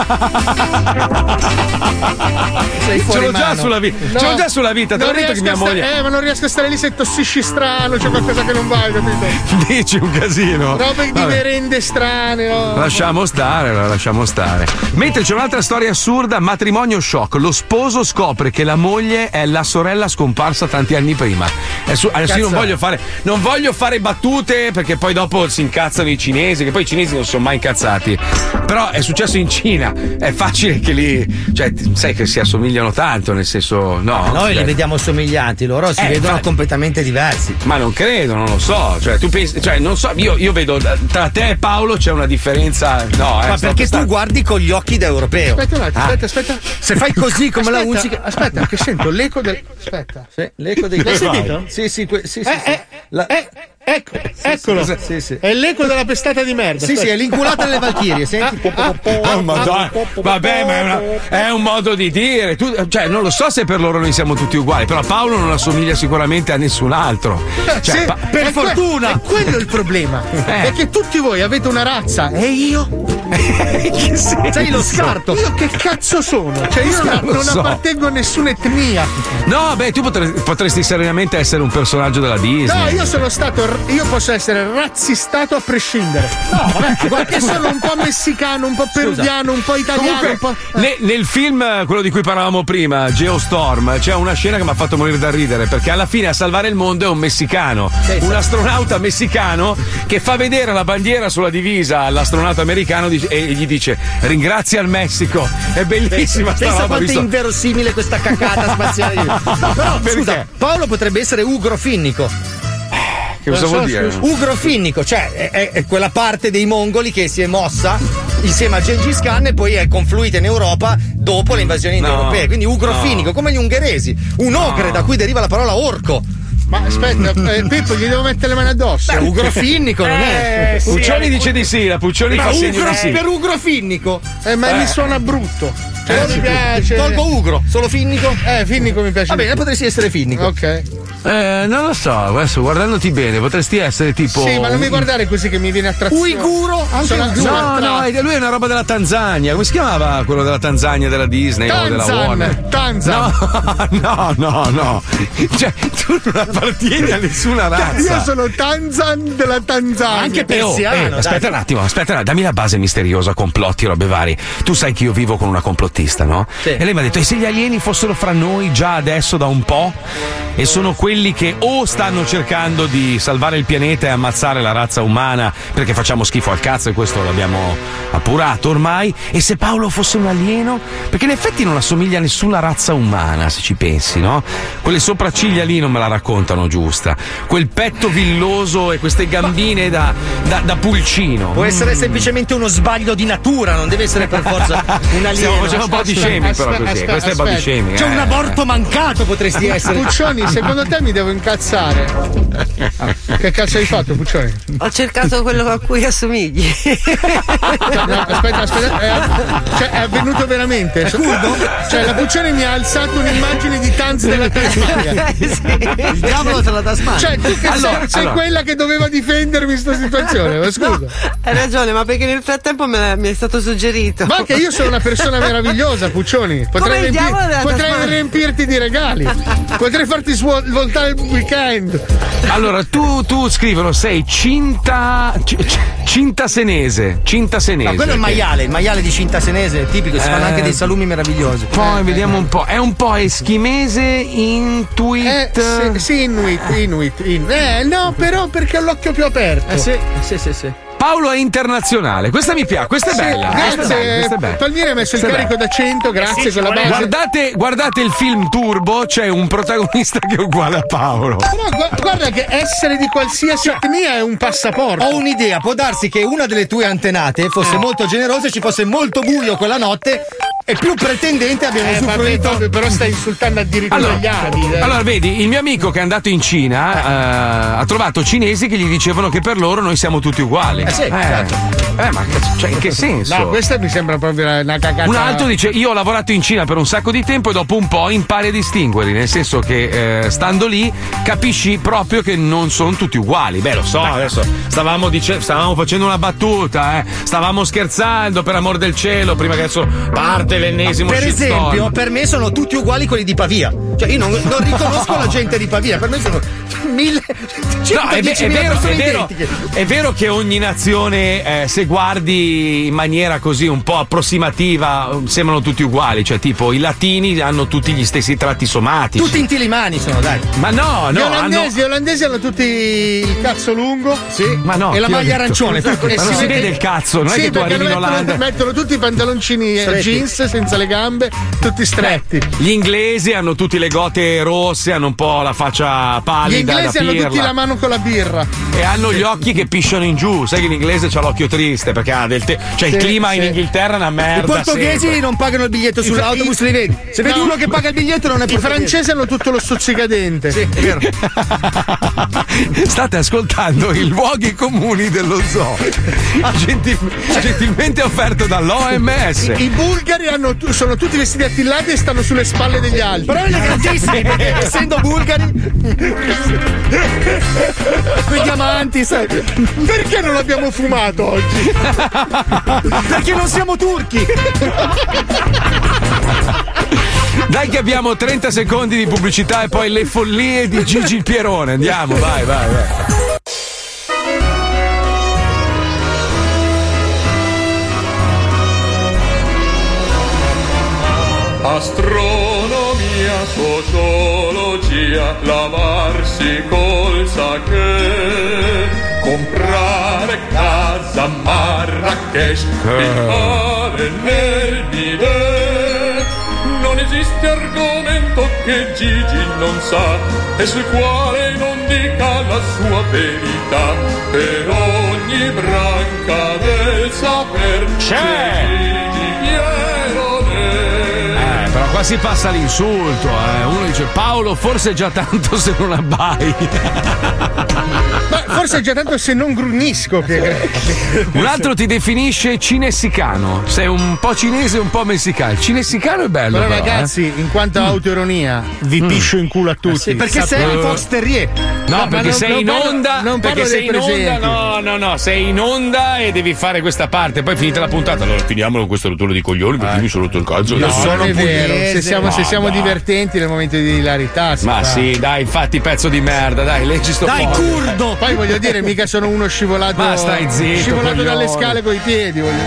Sei Ce fuori l'ho già mano. sulla vita. Ce l'ho già sulla vita, te l'ho Non detto che riesco mia a sta- moglie. Eh, ma non riesco a stare lì se tossisci strano, c'è qualcosa che non va, capito? Dici un casino. Robe di Vabbè. merende strane. Oh. Lasciamo stare, la lasciamo stare. Mentre c'è un'altra storia assurda, matrimonio shock. Lo sposo scopre che la moglie è la sorella scomparsa tanti anni prima. È su- adesso io non Cazzo. voglio fare, non voglio fare battute perché poi dopo si incazzano i cinesi, che poi i cinesi non sono mai incazzati. Però è successo in Cina. È facile che lì, cioè, sai che si assomigliano tanto, nel senso, no. Noi Cioè, li vediamo somiglianti, loro si Eh, vedono infatti. completamente diversi. Ma non credo, non lo so. Cioè, tu pensi, cioè, non so, io, io vedo tra te e Paolo c'è una differenza. No, eh, Ma sto- perché sta- tu guardi con gli occhi da europeo. Aspetta un attimo, Ah. aspetta, aspetta. Se fai così come la Aspetta, aspetta, che sento l'eco del. Aspetta. Sì, l'eco dei L'hai Vai. sentito? Sì, sì, que- sì, sì, Eh, sì. eh, La- eh, Ecco, eccolo. Sì, sì. È l'eco della pestata di merda. Sì, sì, è l'inculata delle Valchirie. Senti. Oh, Madonna. Vabbè, ma è, una, è un modo di dire. Tu, cioè, non lo so se per loro noi siamo tutti uguali, però Paolo non assomiglia sicuramente a nessun altro. Cioè, Sì, pa- per è fortuna. que- È quello il problema. Eh. È che tutti voi avete una razza e io. Che senso? Sei lo scarto. Io che cazzo sono? Cioè, io non, Lo non so. appartengo a nessuna etnia. No, beh, tu potre- potresti serenamente essere un personaggio della Disney. No, io sono stato. Io posso essere razzistato a prescindere. No, vabbè, perché sono un po' messicano, un po' peruviano, un po' italiano, Comunque, un po'. ne- nel film, quello di cui parlavamo prima, Geostorm, c'è una scena che mi ha fatto morire da ridere, perché alla fine a salvare il mondo è un messicano, un astronauta messicano che fa vedere la bandiera sulla divisa all'astronauta americano dice- e gli dice ringrazia il Messico. È bellissima sta Pensa roba. quanto è visto- inverosimile questa cacata spaziale. No, però Perché? scusa, Paolo potrebbe essere ugrofinnico. Che cosa vuol dire? Ugrofinnico, cioè è, è- è quella parte dei mongoli che si è mossa insieme a Gengis Khan e poi è confluita in Europa dopo le invasioni No. europee. Quindi ugrofinnico, No. come gli ungheresi. Un ogre No. da cui deriva la parola orco. Ma aspetta, eh, Pippo, gli devo mettere le mani addosso. Beh, ugrofinnico non è. Eh, sì, Puccioni eh, dice di sì, la Puccioni Ma fa segno ugro, di sì. per ugrofinnico. Eh, ma Eh. mi suona brutto. Cioè, non mi sì. piace. Tolgo ugro, solo finnico. Eh, finnico mi piace. Va di bene, più. potresti essere finnico. Ok. Eh, non lo so, adesso guardandoti bene, potresti essere tipo. Sì, ma non mi guardare così che mi viene attrazione. Uiguro? Anche Sono- uiguro. sono No, no, attratto. è- lui è una roba della Tanzania. Come si chiamava quello della Tanzania, della Disney o della Warner? Tanzan, Tanzan. No, no, no, no. Cioè, tu non appartieni a nessuna razza. Io sono Tanzan della Tanzania. Anche Eh, oh, persiano. eh, dai. aspetta un attimo, aspetta, un attimo, dammi la base misteriosa, complotti, robe varie. Tu sai che io vivo con una complottista, no? Sì. E lei mi ha detto: e se gli alieni fossero fra noi già adesso da un po'? E sono quelli che o stanno cercando di salvare il pianeta e ammazzare la razza umana perché facciamo schifo al cazzo, e questo l'abbiamo appurato ormai. E se Paolo fosse un alieno? Perché in effetti non assomiglia a nessuna razza umana, se ci pensi, no? Quelle sopracciglia lì non me la raccontano giusta. Quel petto villoso e queste gambine da, da, da pulcino. Può essere semplicemente uno sbaglio di natura, non deve essere per forza un alieno. Stiamo facendo un po' di shaming, però così. aspetta, Questo è body aspetta. shaming. C'è eh. un aborto mancato, potresti essere. Puccioni, secondo te mi devo incazzare? Che cazzo hai fatto, Puccioni? Ho cercato quello a cui assomigli. No, aspetta, aspetta. È, cioè, è avvenuto veramente. Cioè, la Puccioni mi ha alzato un'immagine di Tanz della Tasmania. Il diavolo della Tasmania. Cioè, tu che Allora, sei, sei allora. quella che doveva difendermi in questa situazione. Ma scusa. No, hai ragione, ma perché nel frattempo me- mi è stato suggerito. Ma anche io sono una persona meravigliosa, Puccioni. Come Potrei, il diavolo della potrei Tasmania. riempirti di regali. Potrei farti svoltare il weekend. Allora, tu, tu scrivono, sei cinta. c- c- cintasenese. Cintasenese. No, quello è il ok. maiale, il maiale di Cintasenese, tipico, si fanno Eh. anche dei salumi meravigliosi. Poi vediamo un po'. È un po' eschimese, intuit. Eh, sì, sì, Inuit, Inuit, Inuit. Eh, no, però perché ho l'occhio più aperto. Eh sì, sì, sì, sì. Paolo è internazionale. Questa mi piace, questa è Sì, bella. Questa è bella, grazie. questa è bella. Palmieri ha messo il Questa è carico bella. da cento, grazie, Sì, con la ci base. Guardate, guardate il film Turbo, c'è un protagonista che è uguale a Paolo. Però gu- guarda che essere di qualsiasi etnia è un passaporto. Ho un'idea, può darsi che una delle tue antenate fosse molto generosa e ci fosse molto buio quella notte e più pretendente abbiamo Eh, vabbè, usufruito. vabbè, però stai insultando addirittura Allora, gli avi. eh. allora, vedi, il mio amico che è andato in Cina eh, ha trovato cinesi che gli dicevano che per loro noi siamo tutti uguali. Eh sì, certo. Eh, ma cioè, in che senso? No, questa mi sembra proprio una cagata. Un altro dice: io ho lavorato in Cina per un sacco di tempo e dopo un po' impari a distinguerli, nel senso che eh, stando lì capisci proprio che non sono tutti uguali. Beh, lo so, adesso stavamo, dice- stavamo facendo una battuta, eh. stavamo scherzando, per amor del cielo, prima che adesso parte l'ennesimo Per shitstorm. esempio, per me sono tutti uguali quelli di Pavia. Cioè, io non, non riconosco la gente di Pavia, per me sono mille. No, è, ve- è centodiecimila vero, è, persone vero, identiche. è vero che ogni nazione, eh, se guardi in maniera così un po' approssimativa, eh, sembrano tutti uguali. Cioè, tipo, i latini hanno tutti gli stessi tratti somatici. Tutti intilimani sono, dai. Ma no, Gli no, olandesi, hanno... gli olandesi hanno tutti il cazzo lungo. Sì. Ma no, E la chi l'ha maglia detto? arancione. tu- E Ma non si vede il cazzo, non è sì, che tu perché arrivi in mettono, Olanda. mettono tutti i pantaloncini eh, Stretti. jeans senza le gambe, tutti stretti. Gli inglesi hanno tutte le gote rosse, hanno un po' la faccia Gli pallida. inglesi hanno tutti la mano con la birra. E hanno gli occhi che pisciano in giù. Sai che l'inglese c'ha l'occhio triste perché ha del te- cioè Sì, il clima sì. in Inghilterra è una merda. I portoghesi sempre. non pagano il biglietto I- sull'autobus, i- li vedi. Se vedi No. uno che paga il biglietto non è I portoghese. francesi hanno tutto lo stuzzicadente. Sì, è vero. State ascoltando i luoghi comuni dello zoo. Gentil- gentilmente offerto dall'O M S. I, i bulgari hanno tu- sono tutti vestiti attillati e stanno sulle spalle degli altri. Però elegantissimi, perché essendo bulgari. Quei diamanti, sai. Perché non l'abbiamo fumato oggi? Perché non siamo turchi. Dai che abbiamo trenta secondi di pubblicità e poi le follie di Gigi il Pierone. Andiamo, vai, vai, vai. Astronomia, sociologia, lavarsi col sake, comprare casa a Marrakesh, piccare nel bidet. Non esiste argomento che Gigi non sa e sul quale non dica la sua verità. Per ogni branca del saper c'è Gigi Pierone. Eh, però qua si passa l'insulto, eh. Uno dice Paolo forse è già tanto se non abbai. Ma forse è già tanto se non grugnisco che... Un altro ti definisce cinessicano. Sei un po' cinese e un po' messicano. Il cinessicano è bello. Però, però, ragazzi, eh. in quanto a autoironia, vi Mm. piscio in culo a tutti. Sì, perché sei Sapete- un Fox Terrier. No, No, ma perché non- sei non in parlo- onda. non perché parlo sei dei in onda. presenti. No, no, no. Sei in onda e devi fare questa parte. Poi finita la puntata. Allora finiamo con questo rotolo di coglioni perché mi sono rotto il cazzo. No, adesso. non è vero. Se siamo, se No, siamo dai. divertenti nel momento di ilarità. si Ma fa. sì, dai, infatti, pezzo di merda. Dai, leggi sto Dai, foglio. curdo! Poi voglio dire, mica sono uno scivolato. Ma stai zitto, Scivolato coglione. dalle scale coi piedi, voglio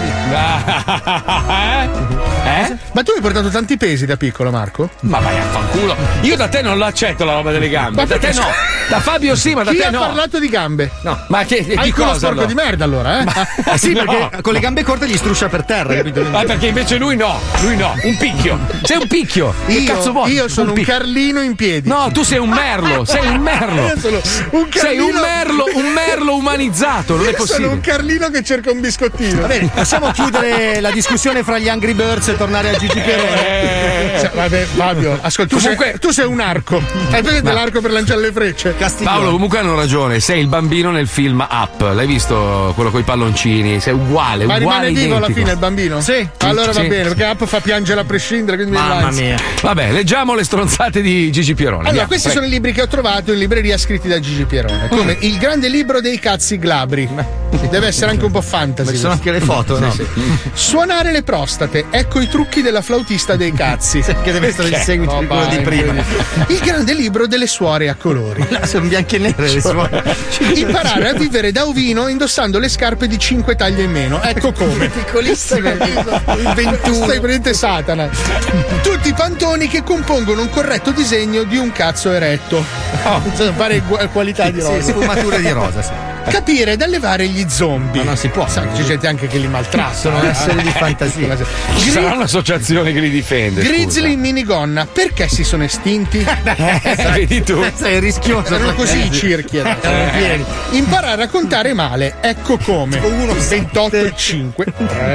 dire. Eh? Ma tu hai portato tanti pesi da piccolo, Marco? Ma vai a fanculo. Io da te non lo accetto la roba delle gambe. Ma da te perché- no. Da Fabio sì, ma da Chi te ha no. parlato di gambe? No. Ma che Hai di il culo cosa? sporco allora? di merda allora, eh? Ah, sì, No. perché con le gambe corte gli struscia per terra, capito? Ah, perché invece lui no, lui no, un picchio. Sei un picchio. Che Io, cazzo vuoi? io sono un, picchio. carlino in piedi. No, tu sei un merlo, sei un merlo. Io sono un Sei un carlino- merlo, un merlo umanizzato, non è Io sono possibile. un carlino che cerca un biscottino. Va bene, possiamo chiudere la discussione fra gli Angry Birds e tornare a Gigi Pierone? Cioè, vabbè, Fabio, ascolta, tu, Comunque- sei, tu sei un arco. Hai presente Ma- l'arco per lanciare le frecce? Paolo, comunque hanno ragione, sei il bambino nel film Up. L'hai visto quello con i palloncini? Sei uguale, Ma uguale. rimane vivo alla identico. fine il bambino? Sì. Allora va Sì. bene, perché App fa piangere a prescindere, quindi mi Mamma lanzi. mia. Vabbè, leggiamo le stronzate di Gigi Pierone. Allora, Andiamo, questi prego. sono i libri che ho trovato in libreria scritti da Gigi Pierone. Come Il grande libro dei cazzi glabri. Deve essere anche un po' fantasy. Ma ci sono questo. anche le foto, no? Sì, sì. Suonare le prostate. Ecco i trucchi della flautista dei cazzi. Che deve essere il Perché? seguito di No, quello di vai, prima. Il grande libro delle suore a colori. Sono bianche e nere le suore. Imparare a vivere da ovino indossando le scarpe di cinque taglie in meno. Ecco come. Piccolissime. ventuno. Stai prendendo Satana. Tutti i pantoni che compongono un corretto disegno di un cazzo eretto. Oh, fare gu- qualità di rosa. Sì, sfumature di rosa, sì. Capire da levare gli zombie. Ma non si può. Sai, c'è gente anche che li maltratta. Sono eh. esseri di fantasia. Ci sarà un'associazione che li difende. Grizzly in minigonna, perché si sono estinti? Eh, vedi tu. Sei rischioso. Erano così i circhi. eh. Erano pieni. Imparare a contare male, ecco come. uno, ventotto e cinque.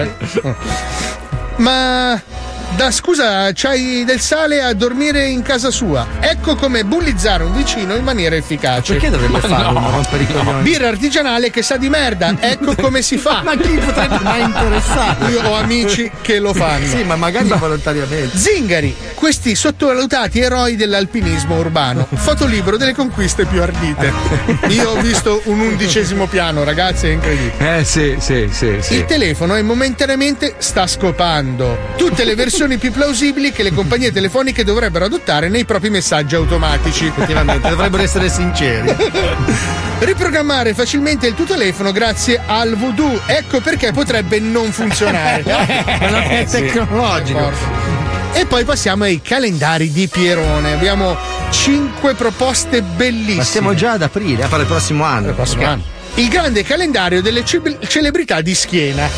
Ma da scusa, c'hai del sale a dormire in casa sua. Ecco come bullizzare un vicino in maniera efficace. Perché dovrebbe Ma farlo? no. Non rompere i coglioni. Birra artigianale che sa di merda, ecco come si fa. Ma chi potrebbe mai interessare? Io ho amici che lo fanno. Sì, ma magari volontariamente. Zingari, questi sottovalutati eroi dell'alpinismo urbano. Fotolibro delle conquiste più ardite. Io ho visto un undicesimo piano, ragazzi, è incredibile. Eh sì, sì, sì, sì. Il telefono è momentaneamente sta scopando tutte le versioni più plausibili che le compagnie telefoniche dovrebbero adottare nei propri messaggi automatici. Effettivamente, dovrebbero essere sinceri. Riprogrammare facilmente il tuo telefono grazie al voodoo. Ecco perché potrebbe non funzionare. Ma non è tecnologico. E poi passiamo ai calendari di Pierone. Abbiamo cinque proposte bellissime. Ma siamo già ad aprile, a per il prossimo anno. Il prossimo anno. Il grande calendario delle ce- celebrità di Schiena.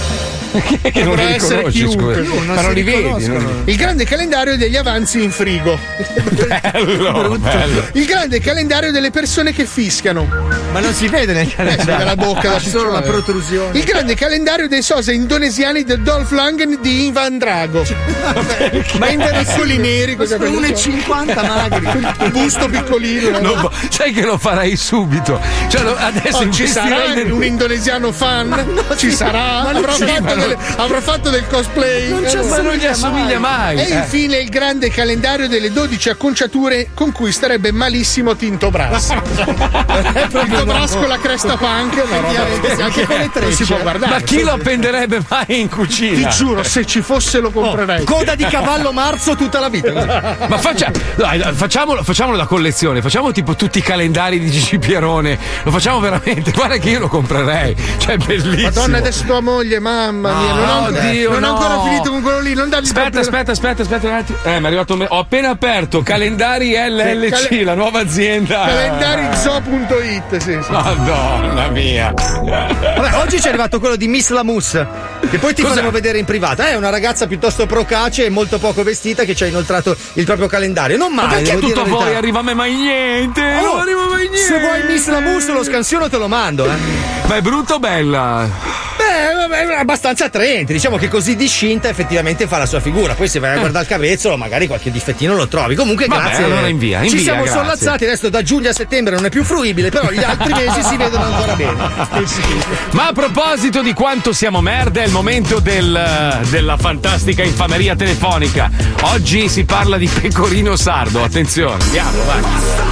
che non li essere riconosci, chiunque. scusa. Non Ma non si li vedi, riconoscono. non li- Il grande calendario degli avanzi in frigo. Bello, bello. Il grande calendario delle persone che fischiano. Ma non si vede nel Eh, si calendario. vede la bocca da solo la piccione. protrusione. Il grande calendario dei sosia indonesiani del Dolph Lundgren di Ivan Drago. Ma in piccoli neri, cosa Sono uno e cinquanta magri. Il busto piccolino. Non po- sai che lo farai subito. Cioè, lo- adesso Oh, ci investirei sarà nel- un indonesiano fan? Ci sarà? ma non Avrà ci- fatto, ma non- delle- avrà fatto del cosplay? Non ci Eh, assomiglia Ma non gli assomiglia mai. mai. E Eh. infine il grande calendario delle dodici acconciature con cui starebbe malissimo Tinto Brass. Tinto Brass con la cresta punk è una roba Effettivamente, anche con le non si può guardare. Ma chi lo appenderebbe mai in cucina? Ti giuro, se ci fosse lo comprerei. Coda di cavallo marzo tutta la vita. Ma faccia, dai, facciamolo, facciamolo la collezione, facciamo tipo tutti i calendari di Gigi Pierone, lo facciamo veramente, guarda che io lo comprerei, cioè è bellissimo. Madonna, adesso tua moglie, mamma mia, non, No, ho, ancora- oddio, non ho no. ancora finito con quello lì, non dargli Aspetta, proprio- aspetta, aspetta, aspetta un attimo. Eh, mi è arrivato un me- ho appena aperto calendari L L C, Cale- la nuova azienda. Calendarizoo punto it, sì, sì. Madonna mia. Vabbè, oggi ci è arrivato quello di Miss Lamus, che poi ti Cos'è? faremo vedere in privato. È una ragazza piuttosto procace e molto poco vestita che ci ha inoltrato il proprio calendario. Non Ma male. perché devo dire tutto a la verità. voi arriva a me mai niente? Oh, non arriva mai niente. se vuoi Miss Lamus lo scansiono te lo mando, eh. Ma è brutta o bella? Beh, vabbè, è abbastanza attraente. Diciamo che così discinta effettivamente fa la sua figura. Poi se vai a guardare il capezzolo, magari qualche difettino lo trovi. Comunque, Vabbè, grazie. allora invia, invia, Ci siamo grazie. sollazzati. Adesso da giugno a settembre non è più fruibile, però gli altri mesi si vedono ancora bene. Ma a proposito di quanto siamo merda, è il momento del, della fantastica infameria telefonica. Oggi si parla di pecorino sardo. Attenzione, andiamo, vai.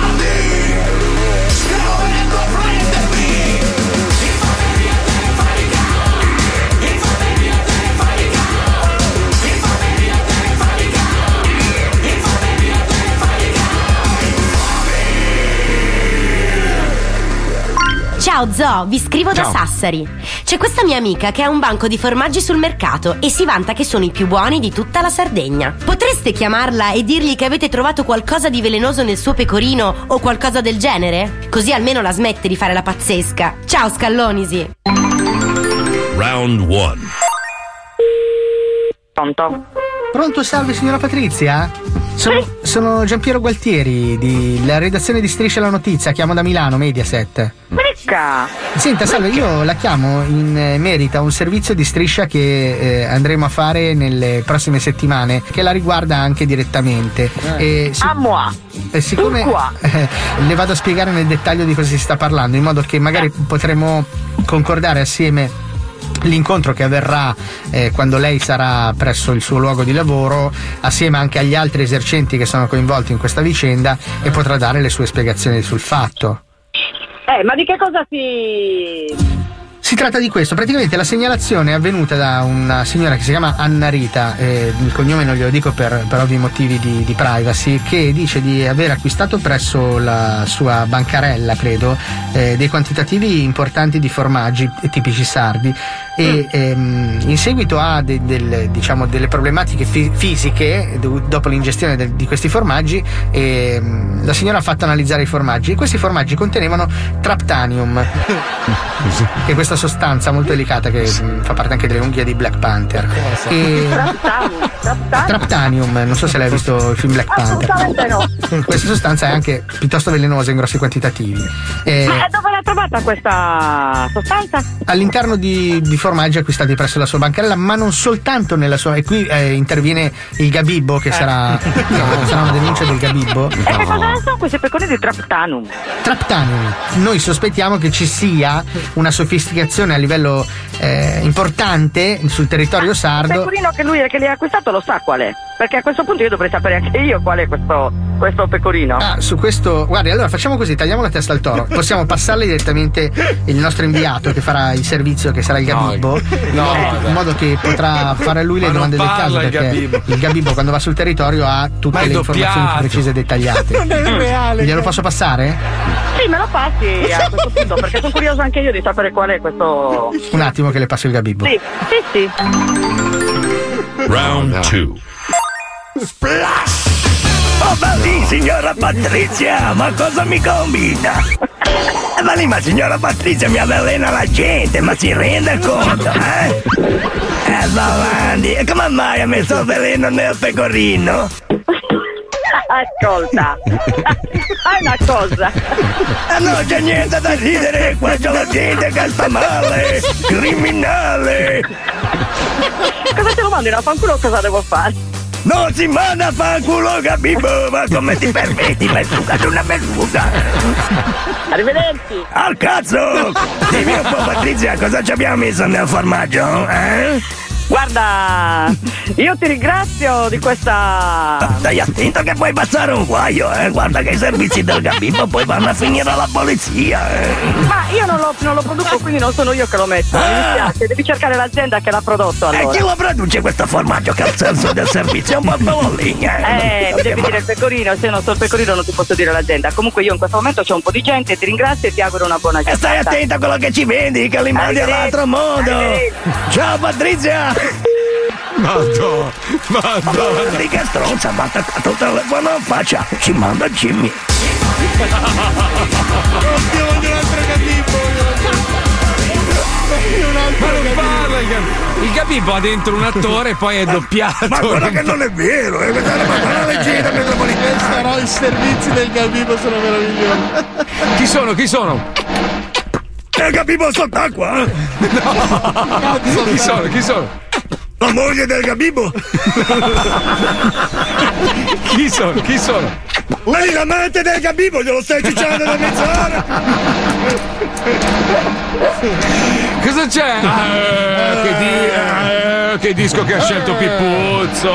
Ciao Zo, vi scrivo da Ciao. Sassari. C'è questa mia amica che ha un banco di formaggi sul mercato e si vanta che sono i più buoni di tutta la Sardegna. Potreste chiamarla e dirgli che avete trovato qualcosa di velenoso nel suo pecorino o qualcosa del genere? Così almeno la smette di fare la pazzesca. Ciao Scallonisi. Round one. Pronto? Pronto, salve signora Patrizia? Sono, sono Giampiero Gualtieri della redazione di Striscia la Notizia, chiamo da Milano, Mediaset. Mecca! Senta, salve, io la chiamo in eh, merito a un servizio di striscia che eh, andremo a fare nelle prossime settimane, che la riguarda anche direttamente. E si- A moi! e siccome eh, le vado a spiegare nel dettaglio di cosa si sta parlando, in modo che magari potremo concordare assieme l'incontro che avverrà eh, quando lei sarà presso il suo luogo di lavoro, assieme anche agli altri esercenti che sono coinvolti in questa vicenda, e potrà dare le sue spiegazioni sul fatto. Eh, ma di che cosa si... Si tratta di questo, praticamente la segnalazione è avvenuta da una signora che si chiama Anna Rita, eh, il cognome non glielo dico per, per ovvi motivi di, di privacy, che dice di aver acquistato presso la sua bancarella, credo, eh, dei quantitativi importanti di formaggi tipici sardi e ehm, in seguito a de, del, diciamo, delle problematiche fi- fisiche do- dopo l'ingestione del- di questi formaggi, ehm, la signora ha fatto analizzare i formaggi e questi formaggi contenevano traptanium, che è questa sostanza molto delicata che mh, fa parte anche delle unghie di Black Panther. E... Traptanium? Traptanium? Traptanium, non so se l'hai visto il film Black Panther. Assolutamente no. Questa sostanza è anche piuttosto velenosa in grossi quantitativi. E Ma dove l'ha trovata questa sostanza? all'interno di, di formaggi acquistati presso la sua bancarella, ma non soltanto nella sua. E qui eh, interviene il Gabibbo, che sarà, no, sarà una denuncia del Gabibbo. E che cosa ne sono questi pecorini di Traptanium? Traptanium. Noi sospettiamo che ci sia una sofisticazione a livello eh, importante sul territorio Il sardo. pecorino che lui che li ha acquistato lo sa qual è? Perché a questo punto io dovrei sapere anche io qual è questo, questo pecorino. Ah, su questo, guardi, allora facciamo così, tagliamo la testa al toro. Possiamo passarle direttamente il nostro inviato che farà il servizio, che sarà il Gabibbo, in, no, modo, in dai. modo che potrà fare a lui le Ma non domande del parla caso, il perché Gabibbo. il Gabibbo quando va sul territorio ha tutte Ma è le informazioni doppiato. precise e dettagliate. Non è reale. Glielo posso passare? Sì, me lo passi a questo punto, perché sono curioso anche io di sapere qual è questo. Un attimo che le passo il Gabibbo. Sì, sì, sì. Round two. Oh, ma sì, signora Patrizia, ma cosa mi combina? Eh, ma lì, ma signora Patrizia mi avvelena la gente, ma si rende conto, eh? Eh, va avanti. E come mai ha messo il veleno nel pecorino? Ascolta, fai una cosa. Eh no, c'è niente da ridere, qua c'è la gente che sta male, criminale. Cosa te lo mando in a fanculo o cosa devo fare? Non si manda a fanculo, Gabibbo, ma come ti permetti? Mi hai sfugato una beluga. Arrivederci. Al cazzo! Dimmi un po', Patrizia, cosa ci abbiamo messo nel formaggio, eh? Guarda, io ti ringrazio di questa... Stai attento che puoi passare un guaio, eh? Guarda che i servizi del Gabibbo poi vanno a finire alla polizia, eh? Ma io non lo, non lo produco, quindi non sono io che lo metto. Mi dispiace, devi cercare l'azienda che l'ha prodotto allora. E chi lo produce questo formaggio che ha il senso del servizio? È un po' bavoligna, eh? Eh, mi devi dire il pecorino, se non so il pecorino non ti posso dire l'azienda. Comunque io in questo momento c'ho un po' di gente, ti ringrazio e ti auguro una buona giornata. E stai attento a quello che ci vendi, che li mandi all'altro modo. Ciao Patrizia! Madonna, madonna. Di che stronza, ma attaccato il telefono in faccia, ci manda Jimmy. Oddio, voglio un altro Gabibbo. Un altro ma non parla il Gabibbo. Il Gabibbo ha dentro un attore e poi è doppiato. Ma guarda che non è vero, eh, questa è una leggenda metropolitana. Però i servizi del Gabibbo sono meravigliosi. Chi sono? Chi sono? È il Gabibbo sott'acqua? Eh? No. Chi sono? Chi sono? La moglie del Gabibbo? Chi sono? Chi sono? Lei l'amante del Gabibbo, glielo stai cicciando da mezz'ora? Cosa c'è? Ah, che, di- ah, che disco che ha scelto Pippuzzo!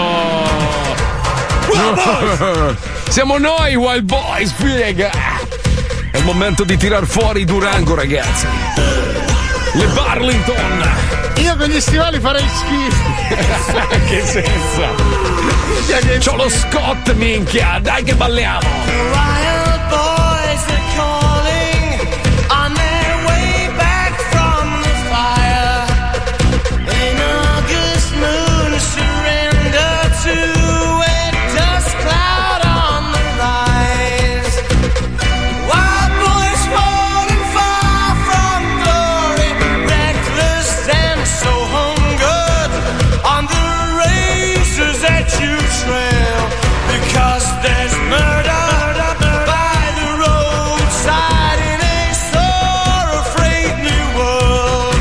Siamo noi, Wild Boys, figa! È il momento di tirar fuori Durango, ragazzi! Le Burlington! Io con gli stivali farei schifo. Che senso? C'ho lo Scott, minchia, dai che balliamo. Wild boys are calling on their way back from the fire. An August moon surrender to a dust cloud on the rise. Wild boys falling far from glory, reckless and so hungered on the razors that you trail, because there's murder by the roadside in a sorrow-frayed new world.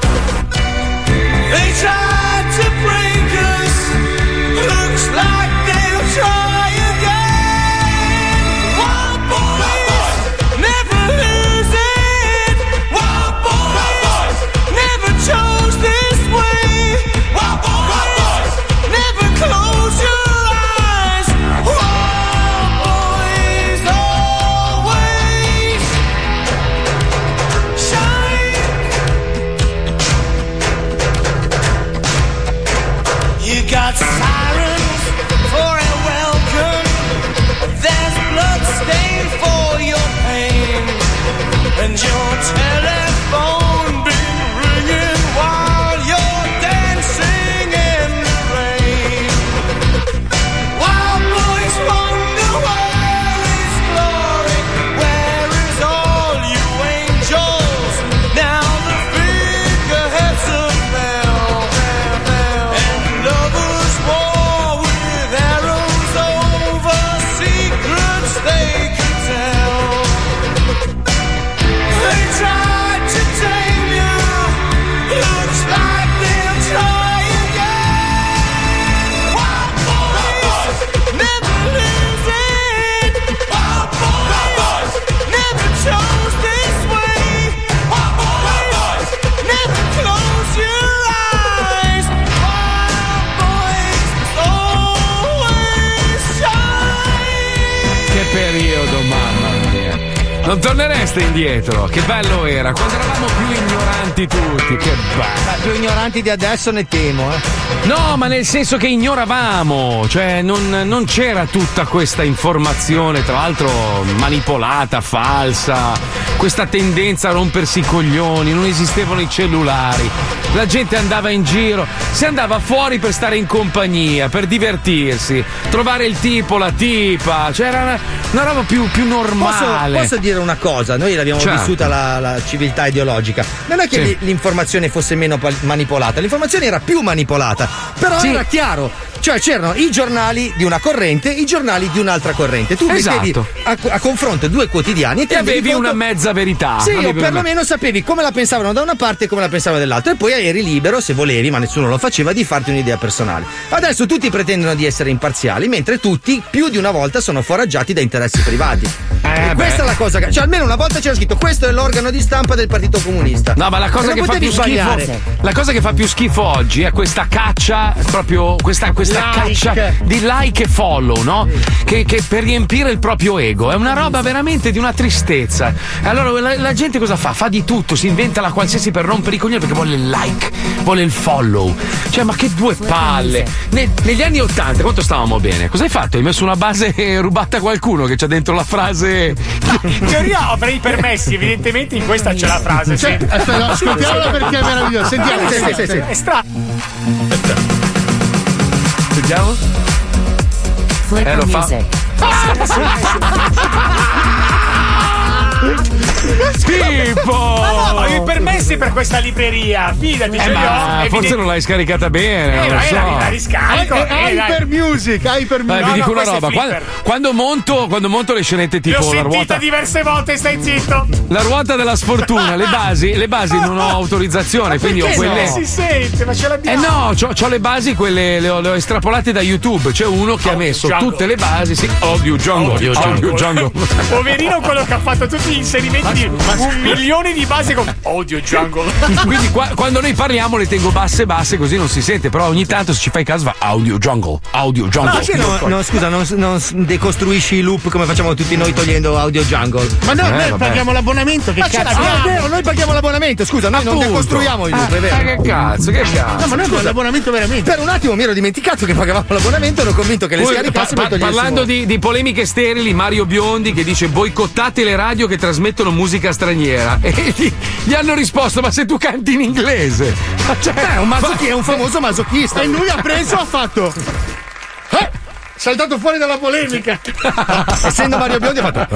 They tried to break us, looks like they'll try again. Wild boys never lose it. Wild boys never chose this way. Wild boys never close your eyes. Wild boys always shine. You got sirens for a welcome. There's blood stain for your pain, and your telephone been ringing while you're dancing in the rain. Wild boys wonder where is glory, where is all you angels? Now the figureheads have fell, and lovers war with arrows over secrets they could tell. They tried to tame you, looks like they'll try again. Wild boys never lose it. Wild boys never chose this way. Wild boys never close your eyes. Wild boys always shine. Che periodo, mamma mia! Non tornereste indietro, che bello era, quando eravamo più ignoranti tutti, che bello! Più ignoranti di adesso ne temo, eh. No, ma nel senso che ignoravamo, cioè non, non c'era tutta questa informazione, tra l'altro manipolata, falsa, questa tendenza a rompersi i coglioni, non esistevano i cellulari, la gente andava in giro, si andava fuori per stare in compagnia, per divertirsi, trovare il tipo, la tipa, cioè era una, una roba più, più normale. Posso, posso dire una cosa, noi l'abbiamo Certo. vissuta la, la civiltà ideologica. Non è che Sì. li- l'informazione fosse meno pa- manipolata, l'informazione era più manipolata, però Sì. era chiaro. Cioè c'erano i giornali di una corrente, i giornali di un'altra corrente. Tu mettevi Esatto. a, a confronto due quotidiani e ti E rendevi avevi conto- una mezza verità. Sì, Avevi o una perlomeno sapevi come la pensavano da una parte e come la pensavano dall'altra. E poi eri libero, se volevi, ma nessuno lo faceva, di farti un'idea personale. Adesso tutti pretendono di essere imparziali, mentre tutti più di una volta sono foraggiati da interessi privati. Eh, e questa beh. è la cosa che. Cioè, almeno una volta c'era scritto: questo è l'organo di stampa del Partito Comunista. No, ma la cosa E non che fa potevi più schifo. sbagliare. La cosa che fa più schifo oggi è questa caccia, proprio questa, questa Like. caccia di like e follow, no? Che, che per riempire il proprio ego. È una roba veramente di una tristezza. E allora la, la gente cosa fa? Fa di tutto, si inventa la qualsiasi per rompere i coglioni perché vuole il like, vuole il follow. Cioè, ma che due palle! Ne- negli anni ottanta, quanto stavamo bene? Cosa hai fatto? Hai messo una base rubata a qualcuno che c'ha dentro la frase. In teoria avrei i permessi, evidentemente in questa c'è la frase. Cioè, sì. aspetta, no, ascoltiamola perché è meraviglioso. Sentiamo, Sì, sentiamo, sì, sì, sentiamo. È strano. Sentiamo? Eh, lo fa. Schifo! Ma no, ma ho i permessi per questa libreria, fidati, Eh, ce li ho. ma forse evident- non l'hai scaricata bene, Eh, non lo dai, la- la so. riscarico. Eh, eh, eh, dai. Hyper Music, Hyper Dai, Music. vi no, dico una questo è roba, quando, Flipper. quando monto, quando monto le scenette L'ho tipo la sentita ruota, diverse volte, stai zitto. la ruota della sfortuna, le basi, le basi non ho autorizzazione, quindi ho Perché quelle. non si sente, ma ce Eh l'abbiamo. no, c'ho, c'ho le basi, quelle le ho, le ho estrapolate da YouTube. C'è uno che ha messo Jungle. tutte le basi. Sì, Audio Jungle. Audio Audio Jungle. Jungle. Poverino quello che ha fatto tutti gli inserimenti di un milione di basi con Audio Jungle. Quindi qua- quando noi parliamo le tengo basse basse così non si sente, però ogni tanto se ci fai caso va Audio Jungle. Audio Jungle. Perché no, no, scusa, non, non decostruisci i loop come facciamo tutti noi togliendo Audio Jungle? Ma no, Eh, noi vabbè. paghiamo l'abbonamento, che Ma ce cazzo? l'abbiamo, è vero, noi paghiamo l'abbonamento, scusa, noi non Appunto. decostruiamo i loop, è Ah, vero. che cazzo, che cazzo. No, ma noi abbiamo l'abbonamento veramente. Per un attimo mi ero dimenticato che pagavamo l'abbonamento, ero convinto che le Poi, scaricassimo pa- e pa- togliessimo. parlando di, di polemiche sterili, Mario Biondi che dice boicottate le radio che trasmettono musica straniera e gli, gli hanno risposto ma se tu canti in inglese. Ma cioè, Eh, è un masochi- è un famoso masochista. E lui ha preso, ha fatto. Eh, saltato fuori dalla polemica. Essendo Mario Biondi ha fatto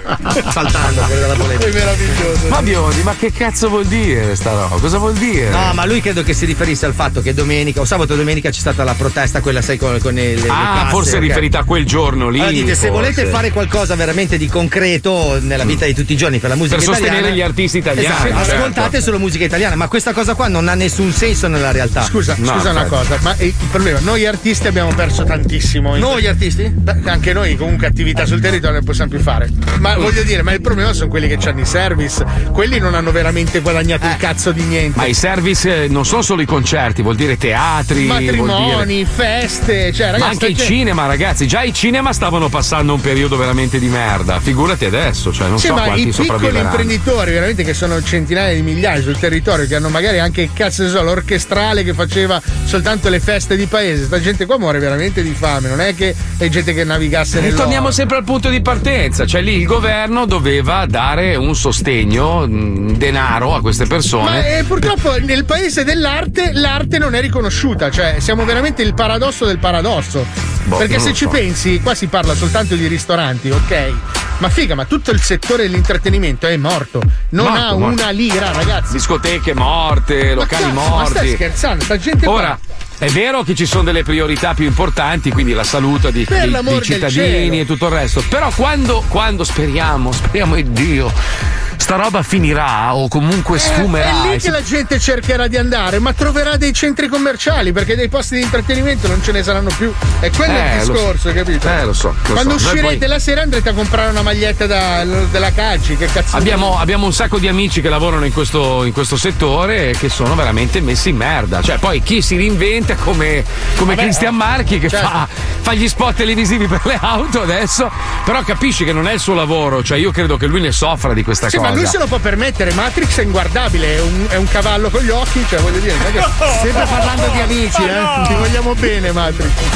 saltando fuori dalla polemica. È meraviglioso. Ma Biondi, ma che cazzo vuol dire sta roba? Cosa vuol dire? No, ma lui credo che si riferisse al fatto che domenica o sabato o domenica c'è stata la protesta, quella sai con, con le, le ah, casse, forse è ok? riferita a quel giorno lì. Allora dite, se forse. volete fare qualcosa veramente di concreto nella vita di tutti i giorni per la musica Per italiana, sostenere gli artisti italiani, esatto, certo. ascoltate solo musica italiana, ma questa cosa qua non ha nessun senso nella realtà. Scusa, No, scusa una infatti. cosa, ma il problema, noi artisti abbiamo perso tantissimo. in- Noi artisti? Beh, anche noi comunque attività sul territorio non possiamo più fare. Ma voglio dire, ma il problema sono quelli che hanno i service, quelli non hanno veramente guadagnato il cazzo di niente. Ma i service eh, non sono solo i concerti, vuol dire teatri, vuol dire... Matrimoni, feste, cioè ragazzi. Ma anche i cioè- cinema, ragazzi, già i cinema stavano passando un periodo veramente di merda. Figurati adesso, cioè non Sì, so ma quanti i piccoli sopravviveranno. imprenditori, veramente che sono centinaia di migliaia sul territorio, che hanno magari anche il cazzo ne so, l'orchestrale che faceva soltanto le feste di paese. Sta gente qua muore veramente di fame, non è che è gente che navigasse E nel torniamo sempre al punto di partenza, cioè lì il governo doveva dare un sostegno, mh, denaro a queste persone. Ma eh, purtroppo nel paese dell'arte l'arte non è riconosciuta, cioè siamo veramente il paradosso del paradosso. Boh, Perché non se lo ci so. pensi, qua si parla soltanto di ristoranti, ok? Ma figa, ma tutto il settore dell'intrattenimento è morto. Non Morto, ha morto. una lira, ragazzi. Discoteche morte, locali cazzo, ma morti. stai scherzando, sta gente qua. Ora, è vero che ci sono delle priorità più importanti, quindi la salute di, Per dei, l'amor dei del cittadini cielo. e tutto il resto. Però quando, quando speriamo, speriamo in Dio, sta roba finirà o comunque sfumerà. È lì e che si- la gente cercherà di andare, ma troverà dei centri commerciali perché dei posti di intrattenimento non ce ne saranno più. È quello Eh, il lo so. discorso, capito? Eh, lo so. lo Quando so. Noi uscirete poi la sera andrete a comprare una maglietta da- della Caggi, che cazzo abbiamo, abbiamo un sacco di amici che lavorano in questo, in questo settore e che sono veramente messi in merda. Cioè, poi chi si reinventa come, come Vabbè, Cristian Marchi che certo. fa, fa gli spot televisivi per le auto adesso, però capisci che non è il suo lavoro. Cioè, io credo che lui ne soffra di questa Sì, cosa. ma lui se lo può permettere. Matrix è inguardabile, è un, è un cavallo con gli occhi, cioè voglio dire, non è che- sempre parlando di amici, Ma eh? no! Ti vogliamo bene, Matrix.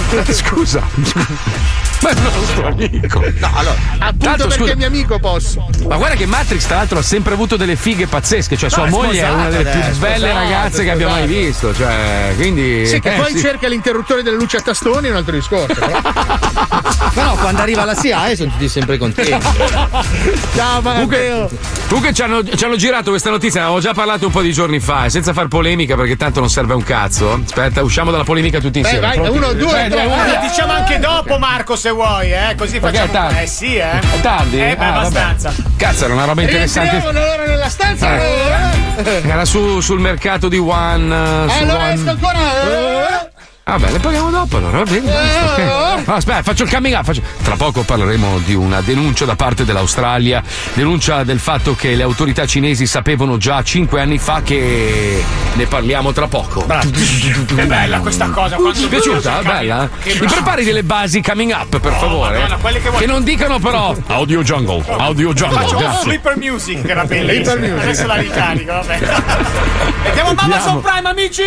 Scusa. Ma è il nostro amico. No, allora, appunto Tanto, perché scusa, è mio amico posso. Ma guarda che Matrix, tra l'altro, ha sempre avuto delle fighe pazzesche. Cioè, No, sua è moglie è una delle sposato più adesso, belle sposato, ragazze che abbia mai sposato. visto. Cioè, quindi. Sì, che eh, poi sì. cerca l'interruttore delle luci a tastoni è un altro discorso. Però. Ma no, quando arriva la S I A E sono tutti sempre contenti. Ciao, Comunque, comunque ci, hanno, ci hanno girato questa notizia, ne avevo già parlato un po' di giorni fa, e senza far polemica perché tanto non serve un cazzo. Aspetta, usciamo dalla polemica tutti insieme. vai, Pronti? uno, due, Eh, tre, uno, Eh, due. diciamo anche dopo, Marco, se vuoi, eh? Così Perché facciamo. è tardi? Eh sì, eh. È tardi? Eh, beh, Ah, abbastanza. vabbè. Cazzo, era una roba interessante. Rientriamo allora nella stanza. Eh. Era su, sul mercato di One. Eh, su allora One. esco ancora. Va bene, paghiamo dopo allora, va bene. basta, ok. No, aspetta, faccio il coming up. faccio- Tra poco parleremo di una denuncia da parte dell'Australia, denuncia del fatto che le autorità cinesi sapevano già cinque anni fa che ne parliamo tra poco. Che bella questa cosa. Ti è piaciuta? Bella? Che Mi bravo. prepari delle basi coming up, per favore? Madonna, quelle che vuoi. non dicano però Audio Jungle, Audio Jungle. Faccio grazie. Hyper Music, che era bellissima. Hyper Music. Adesso la ricarico, vabbè. Vediamo Amazon Andiamo. Prime, amici!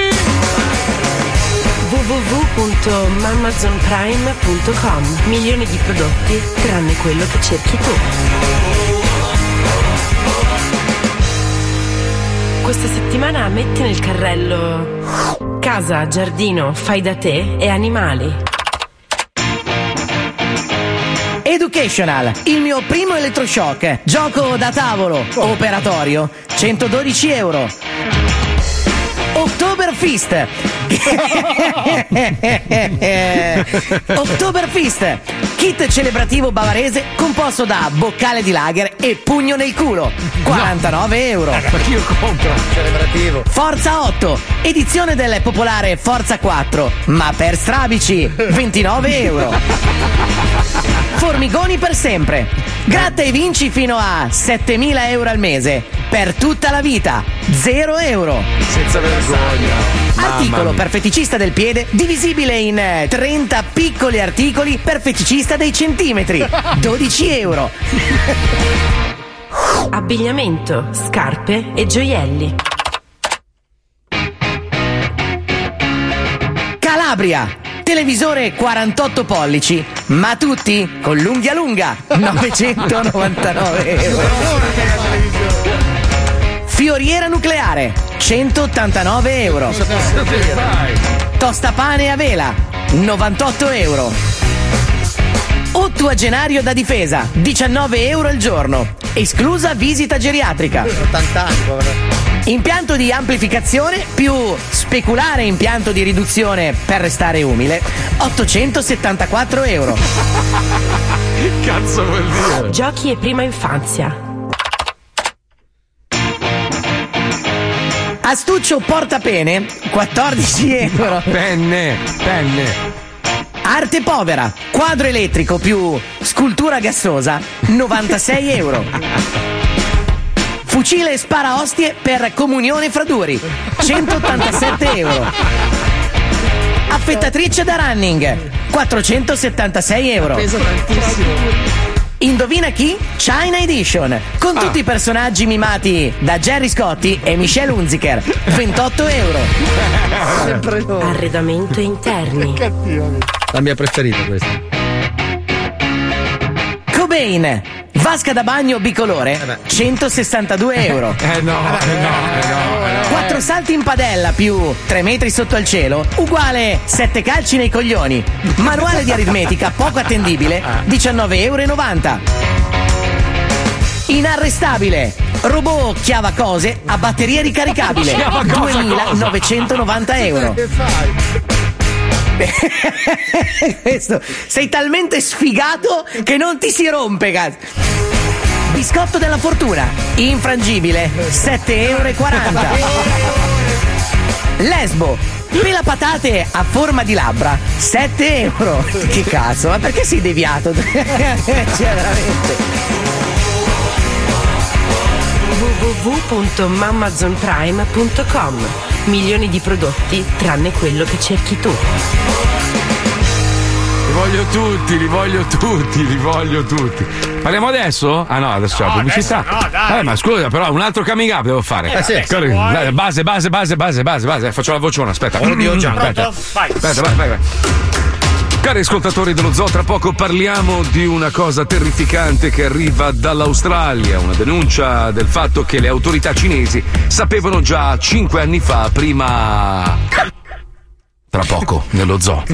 w w w punto amazon prime punto com. Milioni di prodotti tranne quello che cerchi tu. Questa settimana metti nel carrello casa, giardino, fai da te e animali. Educational, il mio primo elettroshock, gioco da tavolo, operatorio, centododici euro. Oktoberfest. Oktoberfest, kit celebrativo bavarese composto da boccale di lager e pugno nel culo, quarantanove euro. Ma chi lo compra? Celebrativo. Forza otto, edizione del popolare Forza quattro, ma per strabici, ventinove euro. Formigoni per sempre. Gratta e vinci fino a settemila euro al mese. Per tutta la vita. zero euro. Senza vergogna. Articolo mia. per feticista del piede, divisibile in eh, trenta piccoli articoli per feticista dei centimetri. dodici euro. Abbigliamento, scarpe e gioielli. Calabria. Televisore quarantotto pollici, ma tutti con l'unghia lunga, novecentonovantanove euro. Fioriera nucleare, centottantanove euro. Tostapane a vela, novantotto euro. Ottuagenario da difesa, diciannove euro al giorno, esclusa visita geriatrica. ottanta anni, povero. Impianto di amplificazione più speculare impianto di riduzione per restare umile, ottocentosettantaquattro euro. Cazzo vuol dire? Giochi e prima infanzia. Astuccio portapene, quattordici euro. Penne, penne. Arte povera, quadro elettrico più scultura gassosa, novantasei euro. Fucile sparaostie per comunione fra duri, centottantasette euro. Affettatrice da running, quattrocentosettantasei euro. Pesa tantissimo. Indovina chi? China Edition, con tutti i personaggi mimati da Gerry Scotti e Michelle Hunziker, ventotto euro. Sempre noi. Arredamento interni. La mia preferita questa. Cobain, vasca da bagno bicolore, centosessantadue euro. Eh no, eh no, eh no, eh no. Quattro salti in padella più tre metri sotto al cielo uguale sette calci nei coglioni. Manuale di aritmetica poco attendibile, diciannove e novanta euro. Inarrestabile, robot chiava cose a batteria ricaricabile, Chiava cosa, duemilanovecentonovanta euro. Che fai? Questo, sei talmente sfigato che non ti si rompe, cazzo. Biscotto della fortuna, infrangibile, sette e quaranta euro. Lesbo, pela patate a forma di labbra, sette euro. Che cazzo, ma perché sei deviato? Cioè, veramente. w w w punto amazon prime punto com. Milioni di prodotti tranne quello che cerchi tu. Li voglio tutti, li voglio tutti, li voglio tutti. Parliamo adesso? Ah no, adesso c'è la No, pubblicità. adesso no, dai. Eh, ma scusa, però un altro coming up devo fare. Eh, sì, Corri. se vuoi. Dai, base, base, base, base, base, base. Faccio la vociona, aspetta. Oddio, già. Aspetta. Pronto? Vai. Aspetta, vai, vai, vai. Cari ascoltatori dello Zoo, tra poco parliamo di una cosa terrificante che arriva dall'Australia, una denuncia del fatto che le autorità cinesi sapevano già cinque anni fa, prima... Tra poco, nello Zoo.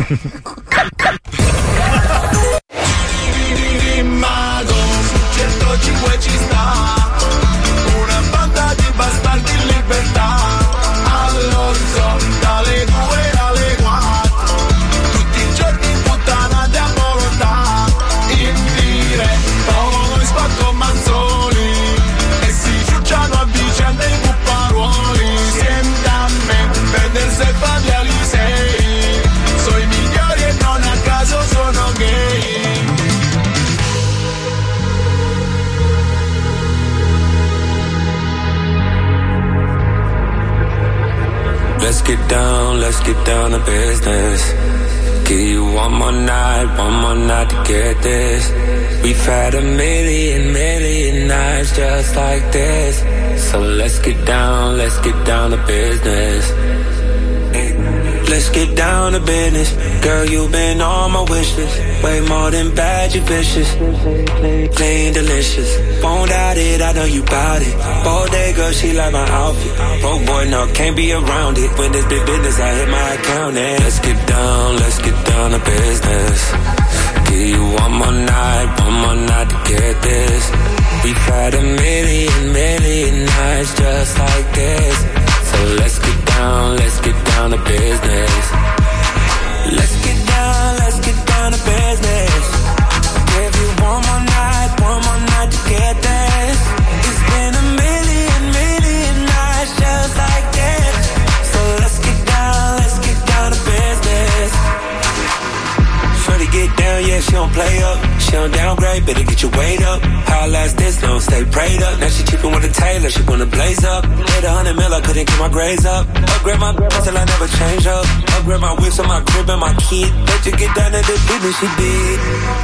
Mago, su centocinque ci sta una banda di bastardi in libertà. Allo Zoo, dalle due alle quattro, tutti i giorni puttanate a volontà. In diretta, noi spacco manzoni e si ciucciano a vicenda i pupparuoli. Senta a me, vedersi e farli alisei, sono i migliori e non a caso sono gay. Let's get down, let's get down to business. Give you one more night, one more night to get this. We've had a million, million nights just like this. So let's get down, let's get down to business. Let's get down to business. Girl, you've been on my wish list. Way more than bad, you vicious. Clean, delicious. Won't doubt it, I know you bout it. Bodega, she like my outfit. Broke boy, no, can't be around it. When it's big business, I hit my account and let's get down, let's get down to business. Give you one more night, one more night to get this. We've had a million, million nights just like this. So let's get down, let's get down to business. Let's get down, let's get down to business. Give you one more night, one more night to get this. It's been a million, million nights just like this. So let's get down, let's get down to business. Shorty get down, yeah, she don't play up. She don't downgrade, better get your weight up. How last this, don't stay prayed up. Now she cheapin' with a tailor, she wanna blaze up. Hit a hundred mil, I couldn't keep my grades up. Upgrade my grandma till I never change up. Upgrade my whips on my crib and my kid. Let you get down to the business she did.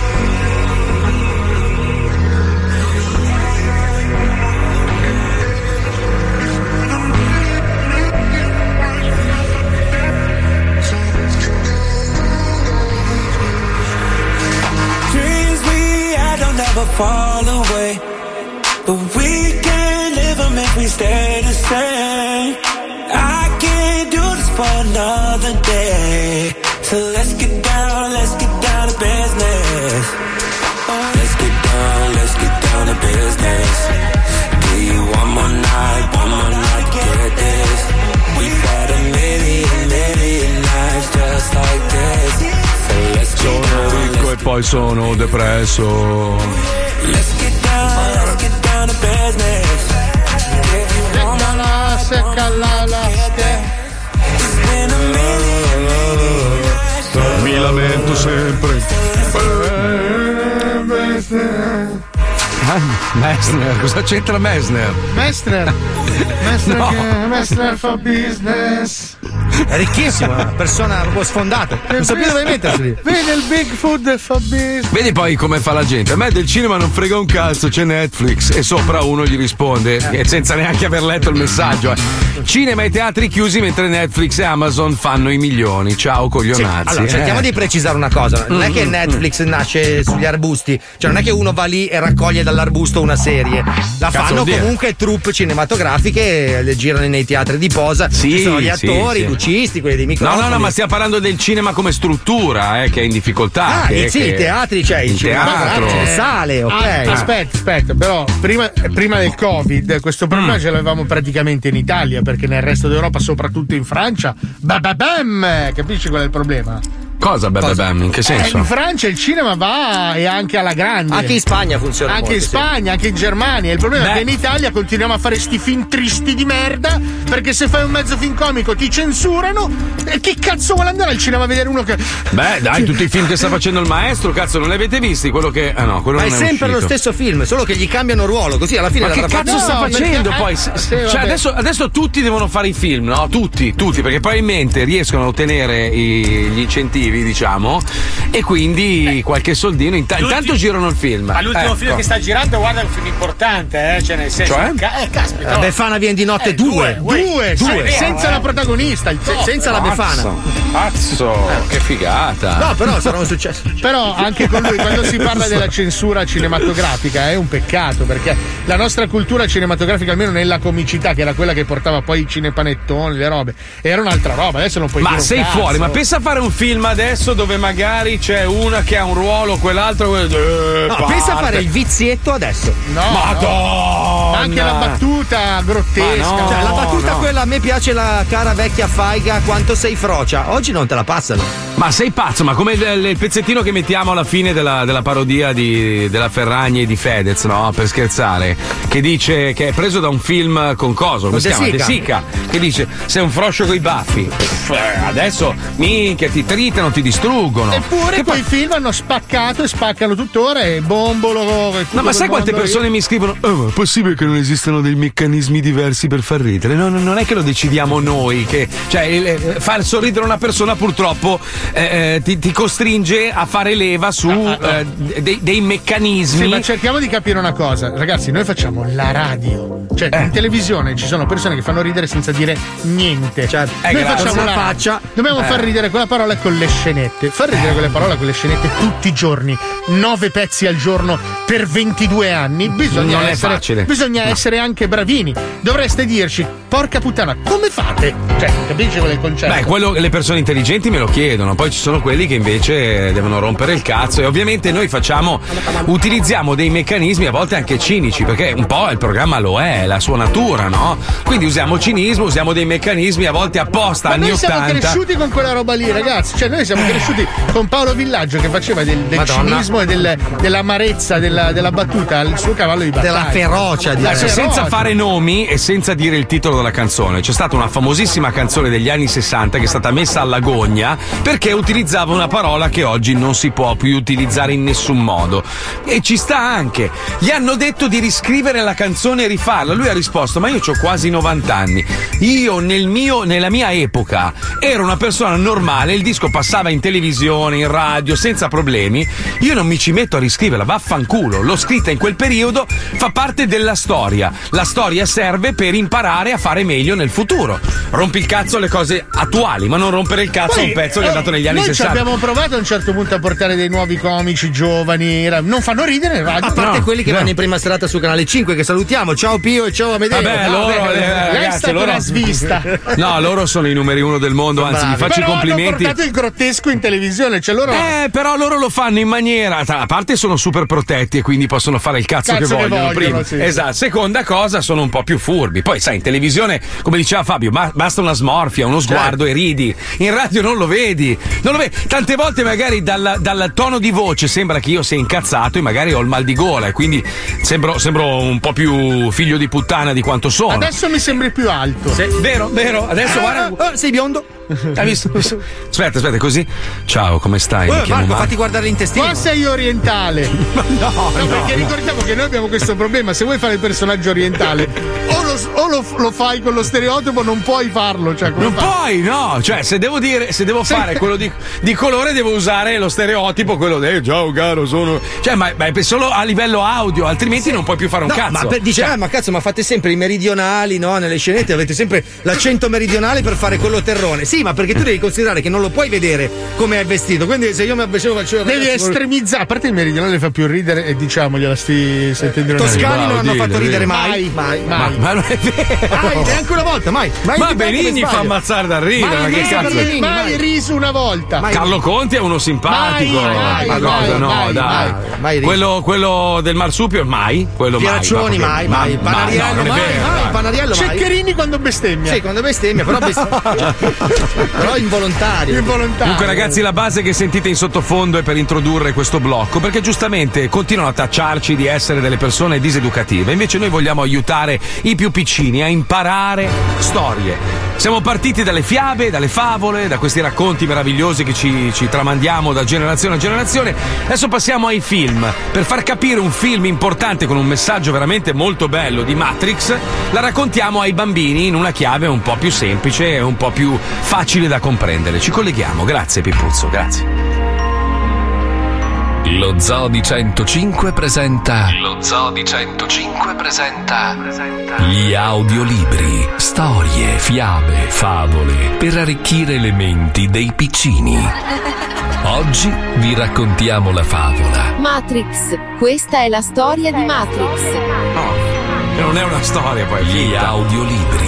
Never fall away, but we can't live them if we stay the same. I can't do this for another day. So let's get down, let's get down to business. Let's get down, let's get down to business. Give you one more night, one more night to get this. We've had a million, million nights just like this. So let's get down, sono ricco e poi sono depresso. Let's get down, let's get down to business. Seccala, seccala, mi lamento sempre. Ah, Messner, cosa c'entra Messner? Messner, Messner, No. che Messner fa business. È ricchissimo, una persona proprio sfondata. Non so più dove mettersi lì. Vede il Bigfoot e fa business. Vedi poi come fa la gente. A me del cinema non frega un cazzo, c'è Netflix e sopra uno gli risponde eh. senza neanche aver letto il messaggio. Eh. Cinema e teatri chiusi mentre Netflix e Amazon fanno i milioni. Ciao coglionazzi. Sì. Allora, cerchiamo eh. di precisare una cosa. Non è che Netflix nasce sugli arbusti, cioè non è che uno va lì e raccoglie dall'arbusto una serie. La Cazzo fanno vuol dire? comunque troupe cinematografiche, le girano nei teatri di posa. Sì, ci sono gli sì, attori, sì. i lucisti, quelli dei No, microfoni. no, no, ma stiamo parlando del cinema come struttura, eh, che è in difficoltà. Ah, che, sì, che... i teatri, cioè il il cinematografico, teatro. c'è le sale, ok. Ah, aspetta, aspetta, però prima, prima del Covid questo problema Mm. ce l'avevamo praticamente in Italia, perché nel resto d'Europa, soprattutto in Francia, bababam, capisci qual è il problema? Cosa, beh, beh, beh, in che Eh, senso? in Francia il cinema va e anche alla grande. Anche in Spagna funziona Anche molto, in Spagna, anche in Germania. Il problema Beh. è che in Italia continuiamo a fare sti film tristi di merda, perché se fai un mezzo film comico ti censurano. E chi cazzo vuole andare al cinema a vedere uno che. Beh, dai, tutti i film che sta facendo il maestro, cazzo, non li avete visti? Quello che. Ah no, quello Ma è non è sempre lo uscito. stesso film, solo che gli cambiano ruolo, così alla fine Ma che l'avrà cazzo fatto- sta No, facendo perché- poi? eh, S- sì, cioè, vabbè. adesso, adesso tutti devono fare i film, no? Tutti, tutti, perché probabilmente riescono a ottenere i- gli incentivi cattivi, diciamo, e quindi qualche soldino. Int- intanto girano il film. Ma l'ultimo ecco. film che sta girando, guarda, è un film importante, eh? Cioè, nel senso. Cioè? Ca- eh, caspita. La Befana viene di notte Eh, due. due, Due, due, due. sì, senza eh. la protagonista, il top. senza la Befana. Pazzo, che figata. No, però sarà un successo. Però anche con lui, quando si parla della censura cinematografica, è un peccato, perché la nostra cultura cinematografica, almeno nella comicità, che era quella che portava poi i cinepanettoni, le robe, era un'altra roba. Adesso non puoi Ma dire un sei cazzo. fuori, ma pensa a fare un film adesso dove magari c'è una che ha un ruolo, quell'altro. Eh, No, parte. pensa a fare il vizietto adesso. No, Madonna! ma anche la battuta grottesca. Ma no, Cioè, la battuta no. quella, a me piace la cara vecchia Faiga, quanto sei frocia. Oggi non te la passano. Ma sei pazzo, ma come il, il pezzettino che mettiamo alla fine della, della parodia di, della Ferragni e di Fedez, no? Per scherzare. Che dice che è preso da un film con coso, come Con si De chiama? De Sica. Sica. Che dice: sei un froscio coi baffi. Pff, eh, adesso minchia, ti tritano, ti distruggono. Eppure Che quei poi- film hanno spaccato e spaccano tuttora e bombolo. e tutto No, ma sai quel quante mondo persone lì. mi scrivono? Oh, ma è possibile che non esistano dei meccanismi diversi per far ridere? No, no, non è che lo decidiamo noi. Che, cioè, il- eh, far sorridere una persona purtroppo eh, eh, ti, ti costringe a fare leva su eh, dei, dei meccanismi. Sì, ma cerchiamo di capire una cosa, ragazzi. Noi facciamo la radio, cioè Eh. in televisione ci sono persone che fanno ridere senza dire niente. Certo. Eh, Noi grazie. facciamo Una la faccia. Dobbiamo Eh. far ridere quella parola con le scenette. Far ridere quelle parole con le scenette tutti i giorni, nove pezzi al giorno per ventidue anni. Bisogna Non è essere, facile. bisogna No. essere anche bravini. Dovreste dirci, porca puttana, come fate? Cioè, capisci qual è il concetto? Beh, quello le persone intelligenti me lo chiedono, poi ci sono quelli che invece devono rompere il cazzo e ovviamente noi facciamo, utilizziamo dei meccanismi a volte anche cinici, perché un po' il programma lo è, è la sua natura, no? Quindi usiamo cinismo, usiamo dei meccanismi a volte apposta, Ma anni noi siamo ottanta. cresciuti con quella roba lì, ragazzi. Cioè, noi siamo cresciuti con Paolo Villaggio che faceva del, del Madonna. cinismo e del- dell'amarezza della, della battuta al suo cavallo di battaglia. Della ferocia, La direi. Adesso, ferocia. senza fare nomi e senza dire il titolo della canzone, c'è stata una famosissima canzone degli anni sessanta che è stata messa alla gogna perché utilizzava una parola che oggi non si può più utilizzare in nessun modo. E ci sta anche. Gli hanno detto di riscrivere la canzone e rifarla. Lui ha risposto: ma io ho quasi novanta anni. Io nel mio, nella mia epoca ero una persona normale, il disco passava in televisione, in radio, senza problemi. Io non mi ci metto a riscriverla, vaffanculo. L'ho scritta in quel periodo, fa parte della storia. La storia serve per imparare a fare meglio nel futuro. Rompi il cazzo alle cose attuali, ma non rompere il cazzo a un pezzo che è andato negli anni noi ci sessanta. abbiamo provato a un certo punto a portare dei nuovi comici giovani, era- non fanno ridere in radio. A parte No, quelli che no. vanno in prima serata su Canale cinque, che salutiamo. Ciao Pio e ciao Amedeo. Vabbè, No, loro, beh, eh, Lei è ragazzi, stata loro- una svista. No, loro sono i numeri uno del mondo, anzi, bravi. vi faccio Però i complimenti. hanno portato il grottesco in televisione, cioè loro Eh, però loro lo fanno in maniera. tra- A parte sono super protetti e quindi possono fare il cazzo, Cazzo che che vogliono. vogliono, prima. sì. Esatto. Seconda cosa, sono un po' più furbi. Poi, sai, in televisione, come diceva Fabio, ba- basta una smorfia, uno sguardo e ridi. In radio non lo vedi. Non lo vedi. Tante volte, magari dal, dal tono di voce sembra che io sia incazzato e magari ho il mal di gola e quindi sembro, sembro un po' più figlio di puttana di quanto sono. adesso mi sembri più alto. Se- vero, vero. Adesso guarda. Ah, ah, sei biondo? Hai visto? Aspetta, aspetta, così. Ciao, come stai? Mi Eh, chiamo Marco, Marco. fatti guardare l'intestino. Qua sei orientale. No, No, no, perché no. ricordiamo che noi abbiamo questo problema. Se vuoi fare il personaggio orientale, o lo, o lo, lo fai con lo stereotipo, non puoi farlo. Cioè, come Non fai? puoi, no, cioè se devo dire, se devo fare quello di, di colore devo usare lo stereotipo, quello del ciao caro, sono. Cioè, ma, ma è solo a livello audio, altrimenti non puoi più fare un No, cazzo. ma per- dice, Cioè, ah, ma cazzo, ma fate sempre i meridionali, no? Nelle scenette avete sempre l'accento meridionale per fare quello terrone. Sì, ma perché tu devi considerare che non lo puoi vedere come è vestito. Quindi se io mi avvicino faccio. Devi estremizzare. A parte il meridionale fa più ridere, e diciamogliela, sti settentrionali. Toscani non bravo, hanno dillo, fatto ridere dillo. mai. Mai, ma, mai. ma non è vero. Mai, neanche una volta, mai. mai Ma di bello Benigni che fa sbaglio. ammazzare da ridere, ma Mai, che riso, cazzo? mai, mai riso una volta. Mai. Carlo Conti è uno simpatico. Mai, mai, ma mai, cosa, no, mai, dai. mai, mai riso. quello, quello del marsupio, mai. Quello Pieraccioni, mai. mai, ma mai. proprio- ma- Panariello, no, non è mai, vero, mai. dai. Panariello, mai. Ceccherini quando bestemmia. Sì, quando bestemmia, però, best- però involontario. Involontario. Comunque ragazzi, la base che sentite in sottofondo è per introdurre questo blocco, perché giustamente continuano a tacciarci di essere delle persone diseducative, invece noi vogliamo aiutare i più piccini a imparare storie. Siamo partiti dalle fiabe, dalle favole, da questi racconti meravigliosi che ci, ci tramandiamo da generazione a generazione. Adesso passiamo ai film. Per far capire un film importante con un messaggio veramente molto bello di Matrix, la raccontiamo ai bambini in una chiave un po' più semplice e un po' più facile da comprendere. Ci colleghiamo. Grazie Pippuzzo, grazie. Lo Zoo di centocinque presenta Lo Zoo di centocinque presenta gli audiolibri, storie, fiabe, favole per arricchire le menti dei piccini. Oggi vi raccontiamo la favola Matrix, questa è la storia di Matrix. No, non è una storia poi. Gli audiolibri.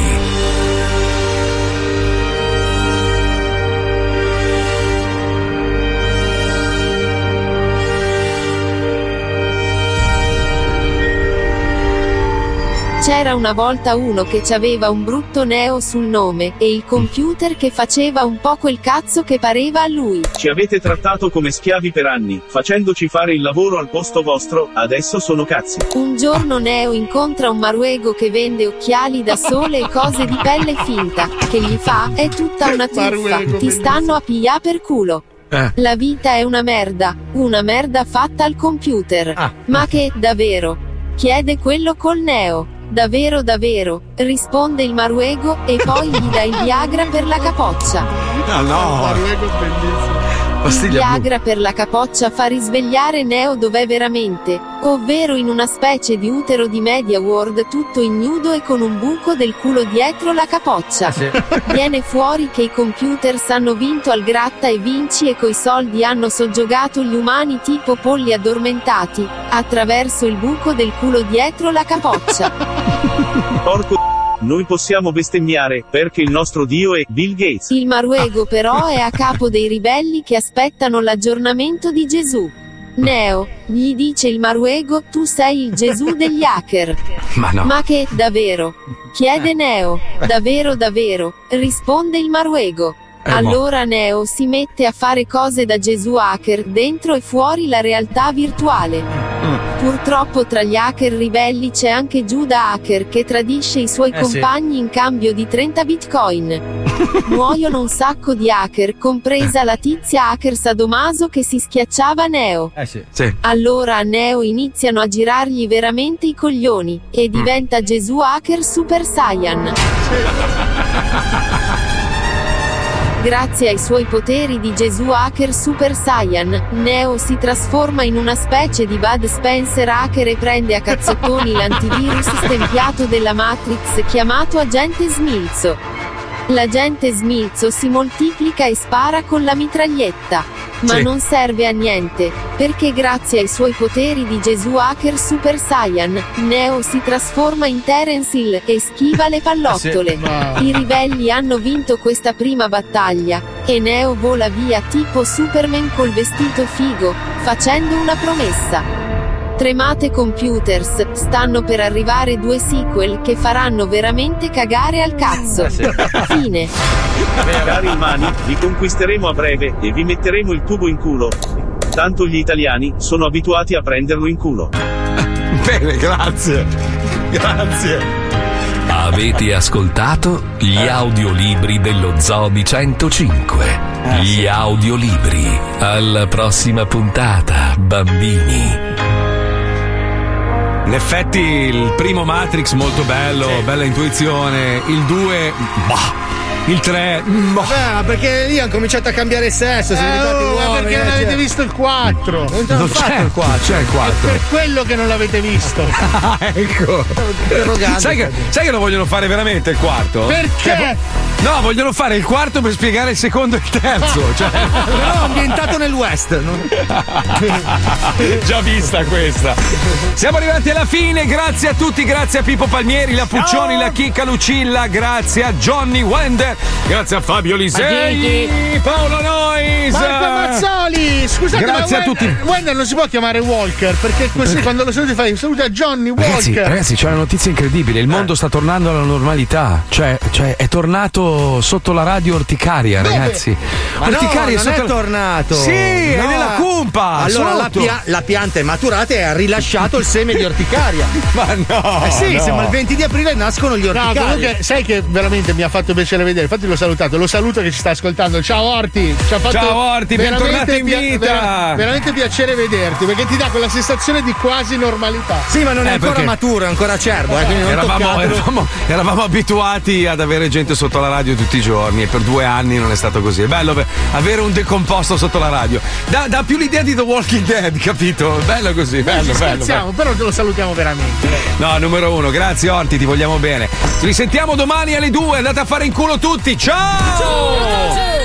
C'era una volta uno che c'aveva un brutto Neo sul nome, e il computer che faceva un po' quel cazzo che pareva a lui. Ci avete trattato come schiavi per anni, facendoci fare il lavoro al posto vostro, adesso sono cazzi. Un giorno Neo incontra un maruego che vende occhiali da sole e cose di pelle finta, che gli fa, è tutta una truffa, ti stanno a piglià per culo. Eh. La vita è una merda, una merda fatta al computer. Ah. Ma che, davvero? Chiede quello col Neo. Davvero davvero, risponde il maruego, e poi gli dà il Viagra per la capoccia. No, no. Il Viagra per la capoccia fa risvegliare Neo dov'è veramente, ovvero in una specie di utero di Media World tutto ignudo e con un buco del culo dietro la capoccia. Ah, sì. Viene fuori che i computers hanno vinto al gratta e vinci e coi soldi hanno soggiogato gli umani tipo polli addormentati, attraverso il buco del culo dietro la capoccia. Porco noi possiamo bestemmiare, perché il nostro dio è Bill Gates. Il maruego però è a capo dei ribelli che aspettano l'aggiornamento di Gesù. Neo, gli dice il maruego, tu sei il Gesù degli hacker. Ma no. Ma che, davvero? Chiede Neo. Davvero davvero, risponde il maruego. Eh, Allora Neo si mette a fare cose da Gesù hacker dentro e fuori la realtà virtuale. Purtroppo tra gli hacker ribelli c'è anche Giuda hacker che tradisce i suoi Eh, sì. compagni in cambio di trenta bitcoin. Muoiono un sacco di hacker, compresa la tizia hacker sadomaso che si schiacciava Neo. Eh sì. Sì. Allora a Neo iniziano a girargli veramente i coglioni, e diventa Gesù hacker Super Saiyan. Grazie ai suoi poteri di Gesù hacker Super Saiyan, Neo si trasforma in una specie di Bud Spencer hacker e prende a cazzottoni l'antivirus stempiato della Matrix chiamato Agente Smilzo. L'agente Smilzo si moltiplica e spara con la mitraglietta. Ma Sì. non serve a niente, perché grazie ai suoi poteri di Gesù hacker Super Saiyan, Neo si trasforma in Terence Hill e schiva le pallottole. Ah, sì. Ma- I ribelli hanno vinto questa prima battaglia, e Neo vola via tipo Superman col vestito figo, facendo una promessa. Tremate computers, stanno per arrivare due sequel che faranno veramente cagare al cazzo. Fine. Cari umani, vi conquisteremo a breve, e vi metteremo il tubo in culo. Tanto gli italiani sono abituati a prenderlo in culo. Bene, grazie. Grazie. Avete ascoltato gli audiolibri dello Zoo di centocinque. Gli audiolibri. Alla prossima puntata, bambini. In effetti il primo Matrix molto bello, bella intuizione, il due, bah, il tre, boh. Vabbè, ma perché lì hanno cominciato a cambiare sesso, sono Eh, diventati oh, ma uomini. perché non eh, avete cioè. visto il quattro? Non c'è Non c'è il quattro, c'è il quattro. È per quello che non l'avete visto. Ah, ecco. Sai che, sai che lo vogliono fare veramente il quarto? Perché? No, vogliono fare il quarto per spiegare il secondo e il terzo. Cioè... Però ambientato nel West. non- Già vista questa. Siamo arrivati alla fine, grazie a tutti, grazie a Pippo Palmieri, la Puccioni, la Chicca Lucilla, grazie a Johnny Wender, grazie a Fabio Lisei, Paolo Nois. Marco Mazzoli! Scusate, Grazie ma a tutti. Wender, Wender non si può chiamare Walker perché così quando lo saluti fai saluta Johnny Walker. Ragazzi, ragazzi, c'è una notizia incredibile. Il mondo sta tornando alla normalità. Cioè, cioè è tornato sotto la radio orticaria, Dove? ragazzi. Ma orticaria no, non sotto è tornato. Sì, è No. nella cumpa. Allora la, sotto. pia- la pianta è maturata e ha rilasciato il seme di orticaria. Ma no! Eh sì, no. sembra il venti di aprile nascono gli No, orticari. comunque, sai che veramente mi ha fatto piacere vedere. Infatti, l'ho salutato. Lo saluto che ci sta ascoltando. Ciao Orti. Ci ha fatto Ciao, Orti, veramente bentornato in vita. vera- veramente piacere vederti perché ti dà quella sensazione di quasi normalità. Sì, ma non è Eh, ancora perché- maturo, è ancora acerbo. Eh, quindi non Eravamo, toccatelo. eravamo, eravamo abituati ad avere gente sotto la radio tutti i giorni e per due anni non è stato così. È bello ve- avere un decomposto sotto la radio. Dà, dà più l'idea di The Walking Dead, capito? Bello così, bello, Ci bello. scherziamo, però te lo salutiamo veramente. bello. No, numero uno, grazie Orti, ti vogliamo bene. Ci risentiamo domani alle due, andate a fare in culo tutti. Ciao!